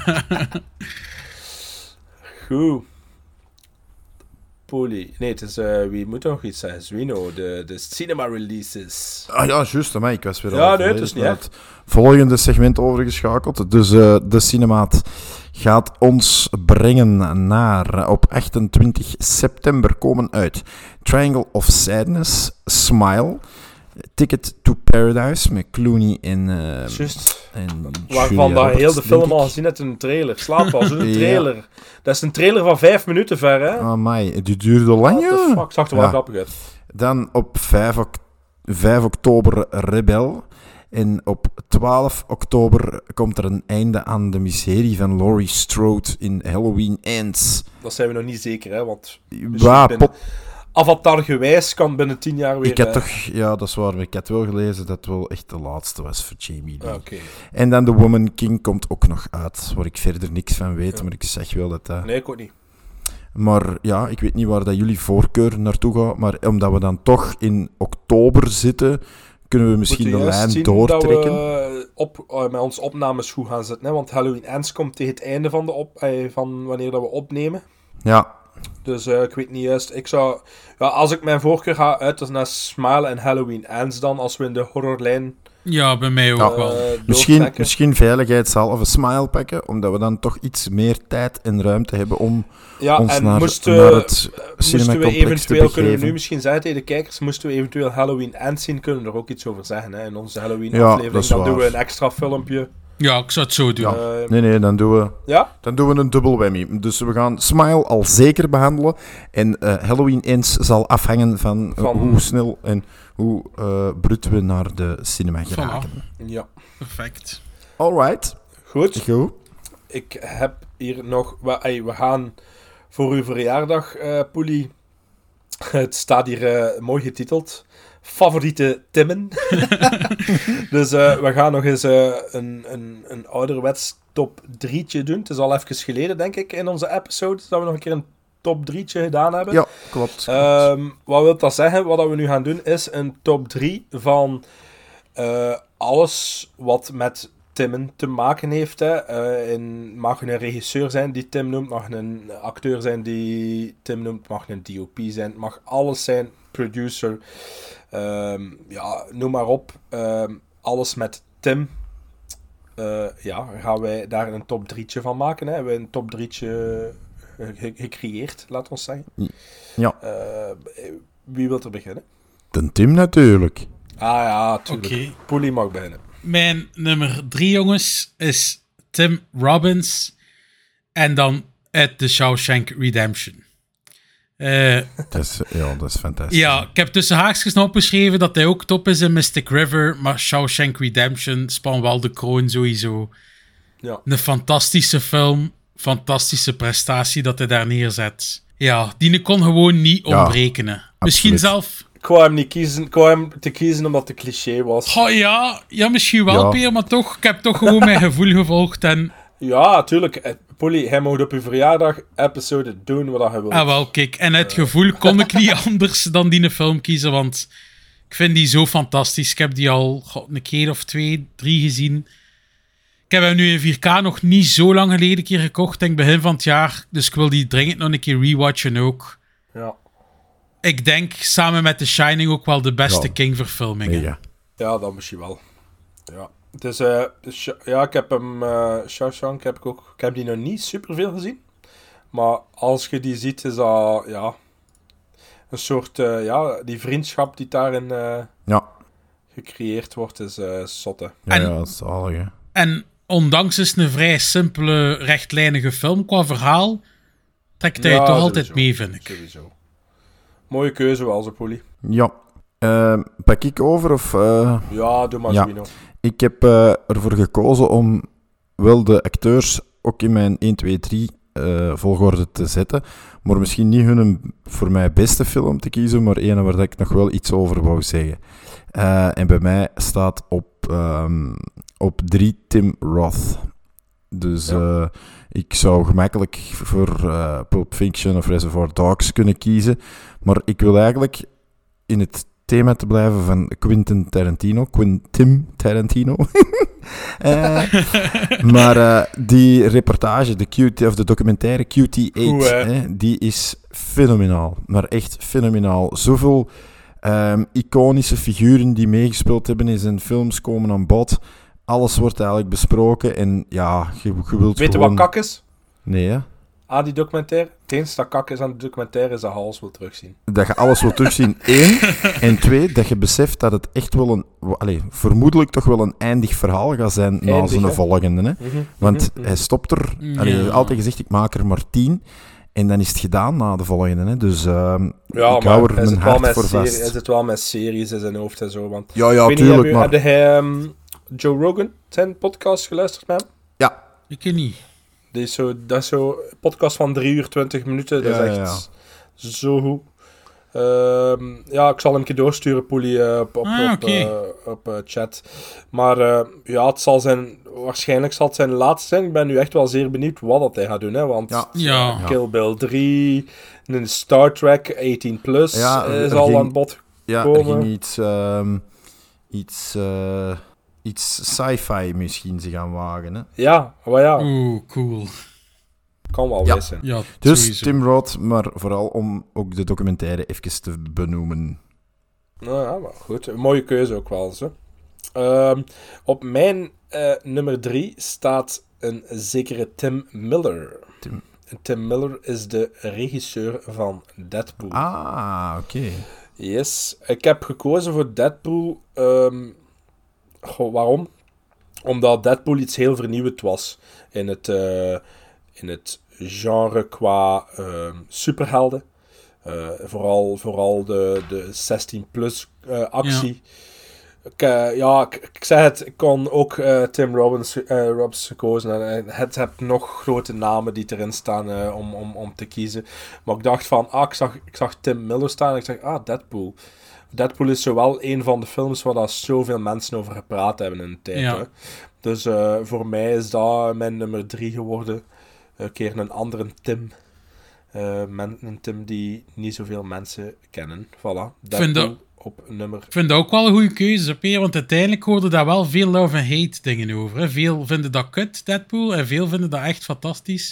Goed. Poli. Nee, het is... Uh, wie moet nog iets zeggen? Zwino. De, de cinema releases. Ah ja, juist. Maar ik was weer ja, al nee, het is niet het volgende segment overgeschakeld. Dus uh, de Cinemaat gaat ons brengen naar... Op achtentwintig september komen uit Triangle of Sadness, Smile, Ticket to Paradise met Clooney en... Uh, Juist. En waarvan dat heel de film al gezien hebt in een trailer. Slaap al, zo'n trailer. Ja. Dat is een trailer van vijf minuten ver, hè? Ah, amai, die duurde lang, joh. Fuck, zag er wel ja. grappig uit. Dan op vijf oktober Rebel. En op twaalf oktober komt er een einde aan de miserie van Laurie Strode in Halloween Ends. Dat zijn we nog niet zeker, hè? Want ja, binnen... Avatar-gewijs kan binnen tien jaar weer... Ik heb uh... toch... Ja, dat is waar. Ik had wel gelezen dat het wel echt de laatste was voor Jamie Lee. Okay. En dan The Woman King komt ook nog uit, waar ik verder niks van weet, ja. maar ik zeg wel dat dat... Nee, ik ook niet. Maar ja, ik weet niet waar dat jullie voorkeur naartoe gaat, maar omdat we dan toch in oktober zitten, kunnen we misschien de lijn doortrekken. Dat we op, uh, met ons opnames goed gaan zitten, hè? Want Halloween Ends komt tegen het einde van, de op, uh, van wanneer dat we opnemen. Ja. Dus uh, ik weet niet juist. Ik zou, ja, als ik mijn voorkeur ga uit, dus naar Smile en Halloween Ends dan, als we in de horrorlijn... Ja, bij mij ook ja. wel. Uh, misschien, misschien veiligheidshalve Smile pakken, omdat we dan toch iets meer tijd en ruimte hebben om ja, ons en naar, moesten, naar het cinemacomplex te eventueel, begeven. kunnen we nu misschien zeggen tegen de kijkers, moesten we eventueel Halloween Ends zien, kunnen we er ook iets over zeggen. Hè? In onze Halloween ja, aflevering, dan waar. doen we een extra filmpje. Ja, ik zou het zo doen. Ja. Uh, nee, nee, dan doen we, ja? dan doen we een dubbel whammy. Dus we gaan Smile al zeker behandelen. En uh, Halloween Ends zal afhangen van, uh, van... hoe snel en hoe uh, brut we naar de cinema geraken. Voilà. Ja. Perfect. Alright. Goed. Goed. Ik heb hier nog... We, hey, we gaan voor uw verjaardag, uh, Poelie... Het staat hier uh, mooi getiteld... Favoriete Timmen. Dus uh, we gaan nog eens uh, een, een, een ouderwets top drietje doen. Het is al even geleden, denk ik, in onze episode, dat we nog een keer een top drietje gedaan hebben. Ja, klopt. Um, wat wil dat zeggen? Wat we nu gaan doen, is een top drie van uh, alles wat met Timmen te maken heeft. Hè. Uh, in, mag een regisseur zijn die Tim noemt, mag een acteur zijn die Tim noemt, mag een D O P zijn, mag alles zijn, producer... Um, ja, noem maar op. Um, alles met Tim. Uh, ja, gaan wij daar een top drietje van maken. Hè? We hebben een top drietje ge- gecreëerd, laten we zeggen. Ja. Uh, wie wil er beginnen? De Tim natuurlijk. Ah ja, tuurlijk. Okay. Poelie mag beginnen. Mijn nummer drie, jongens, is Tim Robbins. En dan uit The Shawshank Redemption. Uh, dat is, ja, dat is fantastisch. Ja, ik heb tussen haakjes nog opgeschreven dat hij ook top is in Mystic River, maar Shawshank Redemption span wel de kroon sowieso. Ja. Een fantastische film, fantastische prestatie dat hij daar neerzet. Ja, die kon gewoon niet ja, ontbreken. Misschien absoluut. zelf... Ik wou hem niet kiezen, ik wou hem te kiezen omdat het cliché was. Oh ja, ja misschien wel, ja. Peer, maar toch, ik heb toch gewoon mijn gevoel gevolgd en... Ja, tuurlijk. Polly, hij mag op uw verjaardag episode doen wat hij wil. Ah, wel, kijk. En het gevoel kon ik niet anders dan die film kiezen, want ik vind die zo fantastisch. Ik heb die al god, een keer of twee, drie gezien. Ik heb hem nu in vier K nog niet zo lang geleden een keer gekocht, denk begin van het jaar. Dus ik wil die dringend nog een keer rewatchen ook. Ja. Ik denk samen met The Shining ook wel de beste ja. King-verfilmingen. Ja. ja, dat misschien wel. Ja. Dus, uh, dus ja, ik heb hem, uh, Shawshank heb ik ook, ik heb die nog niet superveel gezien. Maar als je die ziet, is dat, ja, een soort, uh, ja, die vriendschap die daarin uh, ja. gecreëerd wordt, is uh, zotte. Ja, en, ja, dat is zalig, hè. En ondanks is het een vrij simpele, rechtlijnige film qua verhaal, trekt hij ja, toch sowieso, altijd mee, vind ik. Sowieso. Mooie keuze wel, zo, Polly. Ja. Uh, pak ik over, of... Uh... Ja, doe maar ja. zo. Ik heb uh, ervoor gekozen om wel de acteurs ook in mijn één, twee, drie uh, volgorde te zetten. Maar misschien niet hun voor mij beste film te kiezen, maar een waar ik nog wel iets over wou zeggen. Uh, en bij mij staat op, um, op drie Tim Roth. Dus ja. uh, ik zou gemakkelijk voor uh, Pulp Fiction of Reservoir Dogs kunnen kiezen. Maar ik wil eigenlijk in het thema te blijven van Quentin Tarantino. Quentin Tarantino. uh, maar uh, die reportage, de Q T, of de documentaire Q T acht, Oeh, hè, die is fenomenaal. Maar echt fenomenaal. Zoveel um, iconische figuren die meegespeeld hebben in zijn films komen aan bod. Alles wordt eigenlijk besproken en ja, je, je wilt Weet je gewoon... wat kak is? Nee, hè? Ah, die documentaire. Het enige dat kak is aan de documentaire is dat je alles wil terugzien. Dat je alles wil terugzien, één. En twee, dat je beseft dat het echt wel een... Allez, vermoedelijk toch wel een eindig verhaal gaat zijn na Eindig, zijn hè? volgende. Hè? Mm-hmm, Want mm-hmm. hij stopt er... Ja. Allez, hij heeft altijd gezegd, ik maak er maar tien. En dan is het gedaan na de volgende. Hè? Dus uh, ja, ik hou er hij mijn zit wel hart met voor serie, vast. Hij zit wel met series in zijn hoofd en zo. Want Ja, ja, weet tuurlijk, niet, maar... Heb jij um, Joe Rogan, zijn podcast, geluisterd met hem? Ja. Ik ken niet. Die is zo, dat is zo een podcast van drie uur twintig minuten. Dat Ja, is echt ja. zo goed. Uh, ja, ik zal hem een keer doorsturen, Poelie, uh, op, op, ah, op, okay. uh, op uh, chat. Maar uh, ja, het zal zijn... Waarschijnlijk zal het zijn laatste zijn. Ik ben nu echt wel zeer benieuwd wat dat hij gaat doen, hè. Want ja. Ja. Kill Bill drie, een Star Trek achttien plus ja, is al ging, aan bod gekomen. Ja, er ging iets... Um, iets... Uh, iets sci-fi misschien zich gaan wagen, hè. Ja, maar ja. Oeh, cool. Kan wel ja. wissen. Ja, dus sowieso. Tim Roth, maar vooral om ook de documentaire even te benoemen. Nou ja, maar goed. Een mooie keuze ook wel, zo. Um, op mijn uh, nummer drie staat een zekere Tim Miller. Tim, Tim Miller is de regisseur van Deadpool. Ah, oké. Okay. Yes. Ik heb gekozen voor Deadpool. Um, goh, waarom? Omdat Deadpool iets heel vernieuwend was in het, uh, in het genre qua uh, superhelden. Uh, vooral, vooral de, de zestien plus uh, actie. Ja. Ik, uh, ja, ik, ik zei het, ik kon ook uh, Tim Robbins, uh, Robbins gekozen. En het hebt nog grote namen die erin staan uh, om, om, om te kiezen. Maar ik dacht van, ah, ik zag, ik zag Tim Miller staan en ik dacht, ah, Deadpool. Deadpool is zowel een van de films waar daar zoveel mensen over gepraat hebben in de tijd. Ja. Hè. Dus uh, voor mij is dat mijn nummer drie geworden. Een keer een andere Tim. Uh, men, een Tim die niet zoveel mensen kennen. Voilà. Deadpool op nummer... Ik vind dat ook wel een goede keuze, Peer, want uiteindelijk hoorde daar wel veel love en hate dingen over. Hè. Veel vinden dat kut, Deadpool, en veel vinden dat echt fantastisch.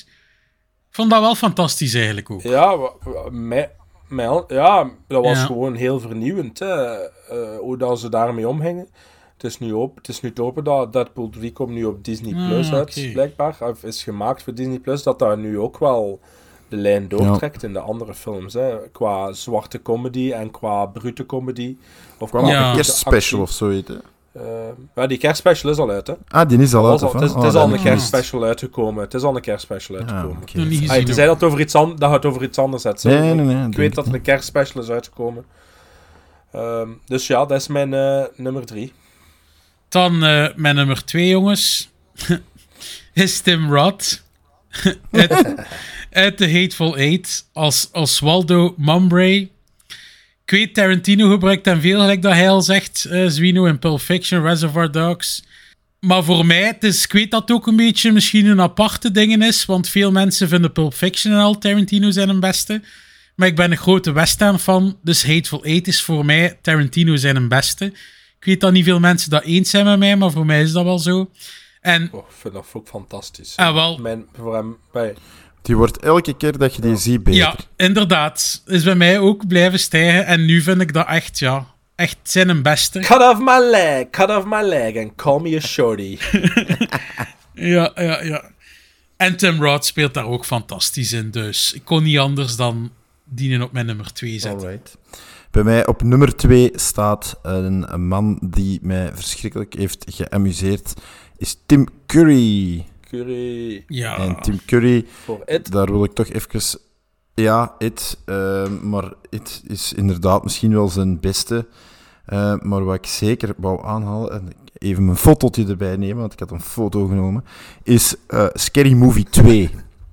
Ik vond dat wel fantastisch eigenlijk ook. Ja, mij, mij, ja dat was ja. gewoon heel vernieuwend, hè. Uh, hoe dat ze daarmee omgingen. Het is nu open, het is nu open dat Deadpool drie komt nu op Disney Plus ah, uit, okay. blijkbaar. Of is gemaakt voor Disney Plus, dat daar nu ook wel de lijn doortrekt ja. in de andere films. Hè. Qua zwarte comedy en qua brute comedy. Of qua ja. een kerstspecial of zoiets. Uh, ja, die kerstspecial is al uit, hè. Ah, die is al uit, al, Het is, oh, het is al een kerstspecial uitgekomen. Het is al een kerstspecial uitgekomen. Ah, okay. ah, je zei dat, over iets an- dat het over iets anders zet. Nee, nee, nee, nee. Ik weet dat er een kerstspecial is uitgekomen. Um, dus ja, dat is mijn uh, nummer drie. Dan uh, mijn nummer twee, jongens. is Tim Roth. uit, uit The Hateful Eight. Als, als Waldo Mumbrey. Ik weet, Tarantino gebruikt hem veel, gelijk dat hij al zegt. Uh, Zwino in Pulp Fiction, Reservoir Dogs. Maar voor mij, het is, ik weet dat het ook een beetje misschien een aparte ding is. Want veel mensen vinden Pulp Fiction en al Tarantino zijn een beste. Maar ik ben een grote western fan. Dus Hateful Eight is voor mij Tarantino zijn een beste. Ik weet dat niet veel mensen dat eens zijn met mij, maar voor mij is dat wel zo. En, oh, ik vind dat ook fantastisch. Ah, wel, Mijn, voor hem, bij... Die wordt elke keer dat je die ja. ziet beter. Ja, inderdaad. Is bij mij ook blijven stijgen. En nu vind ik dat echt, ja, echt zijn een beste. Cut off my leg, cut off my leg and call me a shorty. ja, ja, ja. En Tim Roth speelt daar ook fantastisch in. Dus ik kon niet anders dan die op mijn nummer twee zetten. Alright. Bij mij op nummer twee staat een, een man die mij verschrikkelijk heeft geamuseerd. Is Tim Curry. Curry. Ja. En Tim Curry, voor It. Daar wil ik toch even... Ja, It. Uh, maar It is inderdaad misschien wel zijn beste. Uh, maar wat ik zeker wou aanhalen, en even mijn fotootje erbij nemen, want ik had een foto genomen, is uh, Scary Movie twee.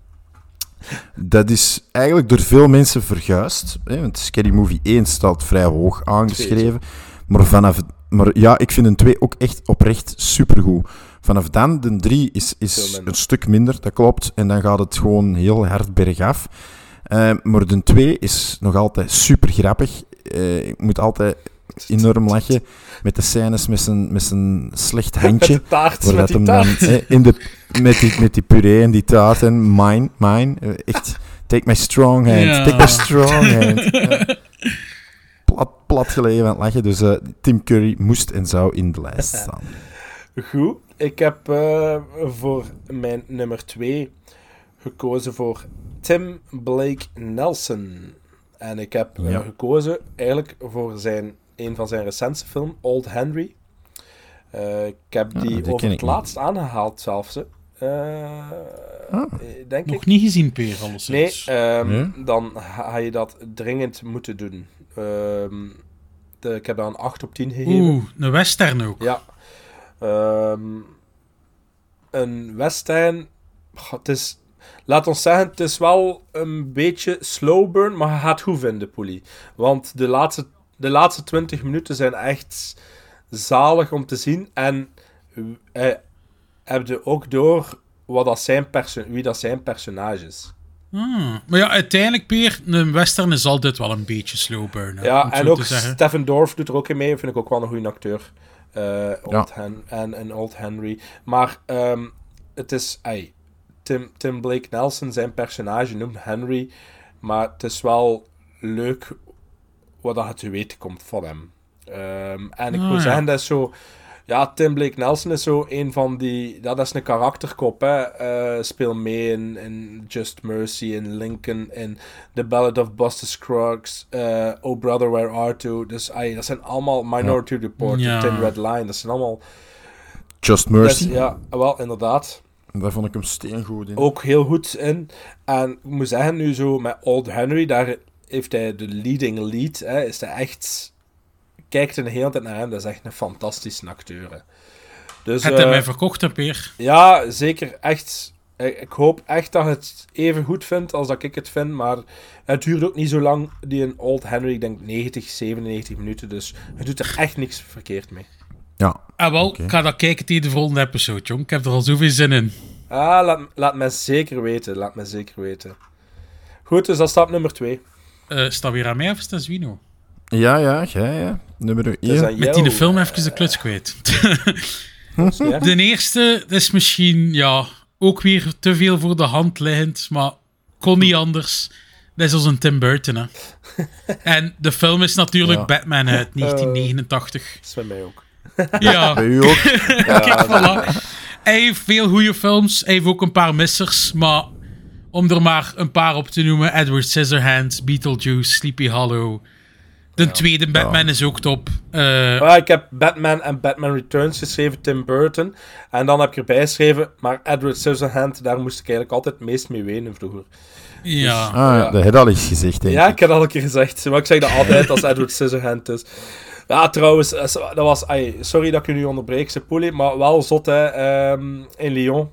Dat is eigenlijk door veel mensen verguisd. Hè, want Scary Movie één staat vrij hoog aangeschreven. Maar, vanaf, maar ja, ik vind een twee ook echt oprecht supergoed. Vanaf dan, de drie is, is een stuk minder, dat klopt. En dan gaat het gewoon heel hard bergaf. Uh, maar de twee is nog altijd super grappig. Uh, ik moet altijd enorm lachen met de scènes met zijn, met zijn slecht handje. Met de taart, waar met dat die hem taart. dan, eh, in de, met, die, met die puree en die taart en mine, mine. Uh, echt, take my strong hand, ja. take my strong hand. Uh, plat, plat gelegen aan het lachen. Dus uh, Tim Curry moest en zou in de lijst staan. Goed. Ik heb uh, voor mijn nummer twee gekozen voor Tim Blake Nelson. En ik heb uh, ja. gekozen eigenlijk voor zijn, een van zijn recentste films, Old Henry. Uh, ik heb die, ah, die over het niet. laatst aangehaald zelfs. Uh, ah, denk nog ik. niet gezien, Peer, alles. Nee, um, nee, dan ga je dat dringend moeten doen. Um, de, ik heb daar een acht op tien gegeven. Oeh, een western ook. Ja. Um, een western, het is, laat ons zeggen, het is wel een beetje slow burn, maar je gaat goed vinden, Poelie. Want de laatste, de laatste twintig minuten zijn echt zalig om te zien. En uh, heb je ook door wat dat zijn perso- wie dat zijn personage is. Hmm. Maar ja, uiteindelijk, Peer, een western is altijd wel een beetje slow burn. Hè, Ja, om en zo ook te zeggen. Stephen Dorff doet er ook in mee. Vind ik ook wel een goede acteur. Uh, Old Ja. Hen- en, en Old Henry. Maar um, het is... Ay, Tim, Tim Blake Nelson, zijn personage, noemt Henry. Maar het is wel leuk wat dat je te weten komt van hem. Um, en ik Ah, moet ja. zeggen, dat is zo... Ja, Tim Blake Nelson is zo een van die... Dat is een karakterkop, hè. Uh, speel mee in, in Just Mercy, in Lincoln, in The Ballad of Buster Scruggs, uh, Oh Brother, Where Art Thou. Dus ay, dat zijn allemaal Minority Ja. Report, Ja. Thin Red Line. Dat zijn allemaal... Just Mercy. Dat is- ja, wel, inderdaad. Daar vond ik hem steengoed in. Ook heel goed in. En ik moet zeggen, nu zo met Old Henry, daar heeft hij de leading lead. Hè, is hij echt... Kijkt er de hele tijd naar hem. Dat is echt een fantastische acteur. Hè. Dus, Het heeft eh, mij verkocht, hè, Peer. ja, zeker. Echt. Ik, ik hoop echt dat je het even goed vindt als dat ik het vind. Maar het duurt ook niet zo lang. Die een Old Henry, ik denk negentig, zevenennegentig minuten. Dus het doet er echt niks verkeerd mee. Ja. Ah, wel, Oké. ik ga dat kijken tegen de volgende episode, jong. Ik heb er al zoveel zin in. Ah, laat, laat me zeker weten. Laat me zeker weten. Goed, dus dat is stap nummer twee. Uh, is dat weer aan mij of is dat Zwino? Ja, ja, jij, ja. Nummer is één. aan Met die de film even de kluts kwijt. De eerste is misschien, ja, ook weer te veel voor de hand liggend, maar kon niet anders. Dat is als een Tim Burton, hè. En de film is natuurlijk Ja. Batman uit negentien negenentachtig. Dat is bij mij ook. Ja. Bij u ook. Kijk, voilà. Hij heeft veel goede films. Hij heeft ook een paar missers. Maar om er maar een paar op te noemen. Edward Scissorhands, Beetlejuice, Sleepy Hollow. De Ja. tweede Batman Ja. is ook top. Uh, Ja, ik heb Batman en Batman Returns geschreven, Tim Burton. En dan heb ik erbij geschreven, maar Edward Scissorhands, daar moest ik eigenlijk altijd het meest mee wenen vroeger. ja. Ah, ja. Dat heb je al eens gezegd, denk Ja, ik. ik heb dat al een keer gezegd. Maar ik zeg dat altijd als Edward Scissorhands is. Ja, trouwens, dat was... Ay, sorry dat ik je nu onderbreek, Sepoulet, maar wel zot, hè. Um, in Lyon.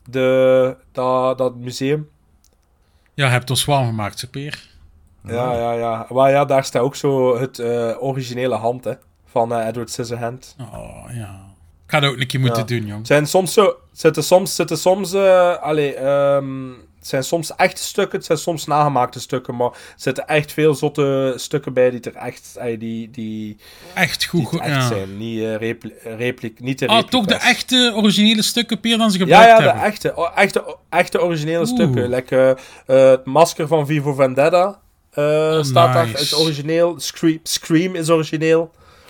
De, dat, dat museum. Ja, je hebt ons warm gemaakt, zo, Peer. Ja, ja, ja. Maar ja, daar staat ook zo het uh, originele hand, hè. Van uh, Edward Scissorhands. Oh, ja. Ik ga dat ook een keer moeten Ja. doen, jong. Zijn soms zo... Zitten soms... Zitten soms uh, allee, um, het zijn soms echte stukken, het zijn soms nagemaakte stukken, maar er zitten echt veel zotte stukken bij die er echt... Ay, die, die, Echt goed, die goed, echt ja. zijn. Niet, uh, repli repli niet de Ah, replica's. toch de echte originele stukken, Peer, dan ze Ja, gebruikt ja, de hebben. echte, o- echte, echte originele Oeh. stukken. Like, uh, uh, het masker van Vivo Vendetta uh, staat daar. nice. Het origineel. Scream, Scream is origineel.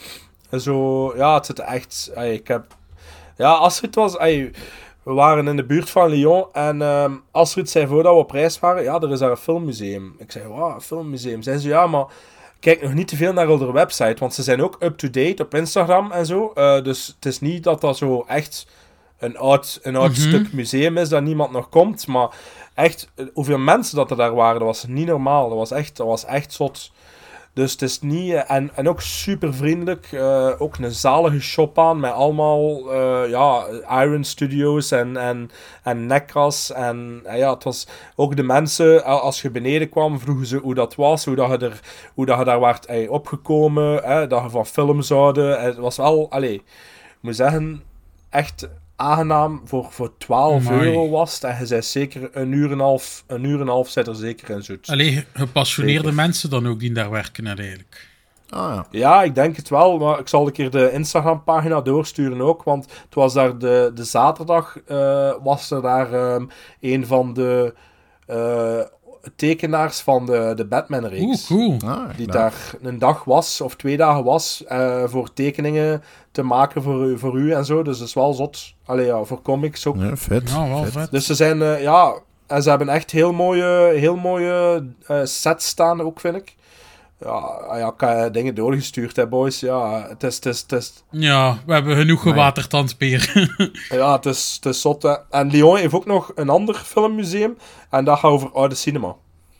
En zo, ja, het zit echt... Ay, ik heb... Ja, Astrid was... Ay, we waren in de buurt van Lyon en um, Astrid zei voordat we op reis waren, ja, er is daar een filmmuseum. Ik zei, wauw, een filmmuseum. Zei ze, ja, maar kijk nog niet te veel naar hun website, want ze zijn ook up-to-date op Instagram en zo. Uh, dus het is niet dat dat zo echt een oud, een oud Mhm. stuk museum is, dat niemand nog komt, maar echt, uh, hoeveel mensen dat er daar waren, dat was niet normaal. Dat was echt, dat was echt zot. Dus het is niet... Uh, en, en ook super vriendelijk. Uh, ook een zalige shop aan met allemaal uh, ja, Iron Studios en, en, en Necras. En uh, ja, het was ook de mensen, als je beneden kwam, vroegen ze hoe dat was, hoe dat je, er, hoe dat je daar werd uh, opgekomen, uh, dat je van film zouden. Uh, het was wel... Allee, ik moet zeggen, echt aangenaam. Voor, voor twaalf Amai. euro was het. En je zei zeker een uur en een half, een uur en een half zit er zeker in zoet. Allee, gepassioneerde Zeker. mensen dan ook die daar werken, eigenlijk. Ah, ja. Ja, ik denk het wel, maar ik zal een keer de Instagram-pagina doorsturen ook, want het was daar de, de zaterdag, uh, was er daar um, een van de uh, tekenaars van de, de Batman-reeks. Oeh, cool. Ah, Die nou. daar een dag was, of twee dagen was, uh, voor tekeningen te maken voor u, voor u en zo, dus dat is wel zot. Allee, ja, voor comics ook. Ja, vet. Ja, wel vet. vet. Dus ze zijn, uh, ja, en ze hebben echt heel mooie, heel mooie uh, sets staan ook, vind ik. Ja, ja, ik heb dingen doorgestuurd, hè, boys. Ja, het is... Het is, het is Ja, we hebben genoeg gewatertand, Peer. ja, het is, het is zot, hè. En Lyon heeft ook nog een ander filmmuseum. En dat gaat over oude cinema.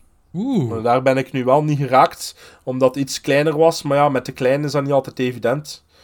Oeh. Daar ben ik nu wel niet geraakt, omdat het iets kleiner was. Maar ja, met de kleine is dat niet altijd evident.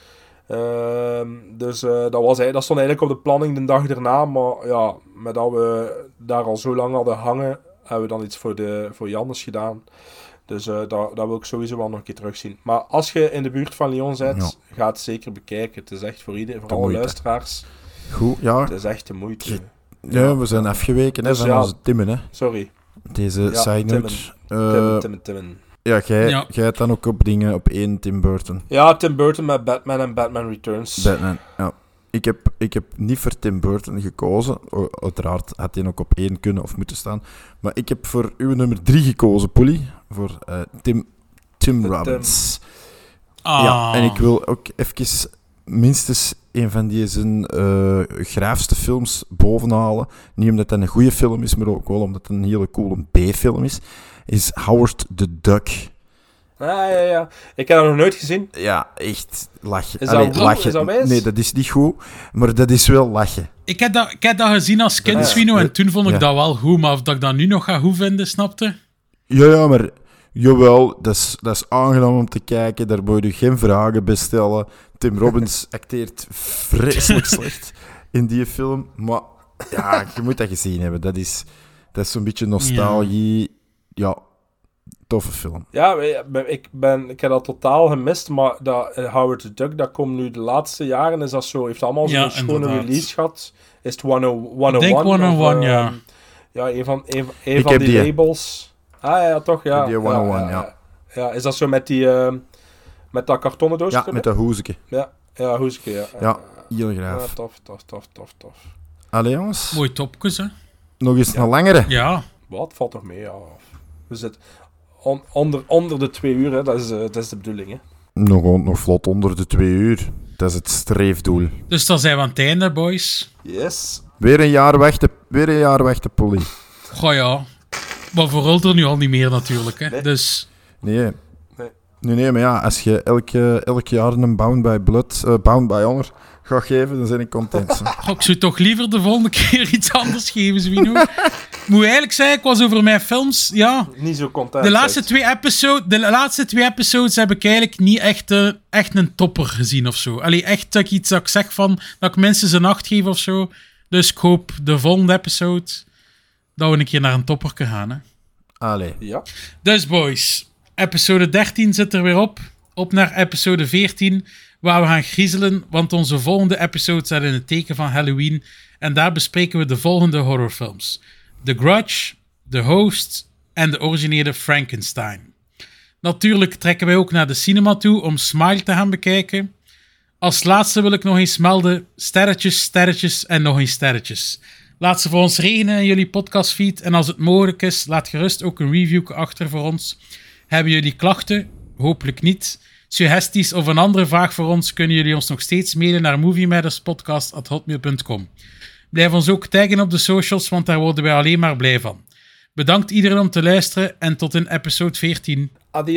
Uh, dus uh, dat, was, dat stond eigenlijk op de planning de dag erna. Maar ja, met dat we daar al zo lang hadden hangen, hebben we dan iets voor, de, voor Jannes gedaan. Dus uh, dat, dat wil ik sowieso wel nog een keer terugzien. Maar als je in de buurt van Lyon bent, ja. ga het zeker bekijken. Het is echt voor iedereen, voor de alle moeite. Luisteraars. Goed, ja. Het is echt de moeite. Ja, ja we zijn afgeweken hè, dus van ja, onze Timmen. Hè. Sorry. Deze ja, side note. Timmen, uh, Timmen, Timmen, Timmen. Ja, jij ja. hebt dan ook op dingen op één Tim Burton. Ja, Tim Burton met Batman en Batman Returns. Batman, ja. Ik heb, ik heb niet voor Tim Burton gekozen. Uiteraard had hij ook op één kunnen of moeten staan. Maar ik heb voor uw nummer drie gekozen, Polly. Voor uh, Tim, Tim Robbins. Ah. Ja, en ik wil ook even minstens een van die zijn uh, graafste films bovenhalen. Niet omdat het een goede film is, maar ook wel omdat het een hele coole B-film is. Is Howard the Duck. Ah, ja, ja. Ik heb dat nog nooit gezien. Ja, echt lachen. Is dat Allee, goed? lachen. Is dat wijs? Nee, dat is niet goed, maar dat is wel lachen. Ik heb dat, ik heb dat gezien als kind, Swino, en toen vond ik ja. dat wel goed, maar of dat ik dat nu nog ga goed vinden, snapte? Ja, ja, maar jawel, dat is, dat is aangenaam om te kijken, daar moet je geen vragen bij stellen. Tim Robbins acteert vreselijk slecht in die film, maar ja, je moet dat gezien hebben. Dat is, dat is zo'n beetje nostalgie. Ja. ja. Toffe film. Ja, ik, ben, ik heb dat totaal gemist, maar dat Howard the Duck, dat komt nu de laatste jaren, is dat zo, heeft allemaal zo'n ja, schone inderdaad. release gehad. Is het honderdéén? Ik denk honderdéén, of, ja. Uh, ja, een van, een, een van die, die labels. Ah ja, toch, ja. Die honderdéén, ja, ja. Ja, is dat zo met die, uh, met dat kartonnen doosje? Ja, met dat hoezeke. Ja, ja, hoezeke, ja. Ja, heel graag. Ja, tof, tof, tof, tof, tof. Allee, jongens. Mooi topjes, hè. Nog eens ja. een langere. Ja. Wat, valt toch mee, ja. We zitten... On, onder, onder de twee uur, hè. Dat, is, uh, dat is de bedoeling. Hè. Nog, nog vlot onder de twee uur. Dat is het streefdoel. Dus dan zijn we aan het einde, boys. Yes. Weer een jaar weg, de, weer een jaar weg de Polly. Goh ja. Maar vooral er nu al niet meer natuurlijk. Hè. Nee. Dus... Nee. nee. Nee, nee, maar ja, als je elke, elk jaar een Bound by Blood, uh, Bound by Honor gaat geven, dan ben ik content. Goh, ik zou toch liever de volgende keer iets anders geven, Zwino. Moet eigenlijk zeggen, ik was over mijn films, ja... Niet zo content. De laatste twee, episode, de laatste twee episodes heb ik eigenlijk niet echt, uh, echt een topper gezien of zo. Allee, echt dat ik iets dat ik zeg van, dat ik mensen een acht geef of zo. Dus ik hoop de volgende episode dat we een keer naar een topper kunnen gaan. Hè. Allee. Ja. Dus boys, episode dertien zit er weer op. Op naar episode veertien, waar we gaan griezelen, want onze volgende episode staat in het teken van Halloween. En daar bespreken we de volgende horrorfilms. The Grudge, The Host en de originele Frankenstein. Natuurlijk trekken wij ook naar de cinema toe om Smile te gaan bekijken. Als laatste wil ik nog eens melden, sterretjes, sterretjes en nog eens sterretjes. Laat ze voor ons regenen in jullie podcastfeed en als het mogelijk is, laat gerust ook een review achter voor ons. Hebben jullie klachten? Hopelijk niet. Suggesties of een andere vraag voor ons kunnen jullie ons nog steeds mailen naar moviematters at hotmail dot com. Blijf ons ook taggen op de socials, want daar worden wij alleen maar blij van. Bedankt iedereen om te luisteren en tot in episode veertien.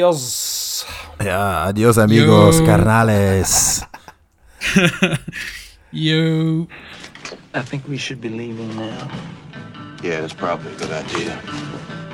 Adios. Ja, adios amigos, Yo. carnales. Yo. I think we should be leaving now. Yeah, that's probably a good idea.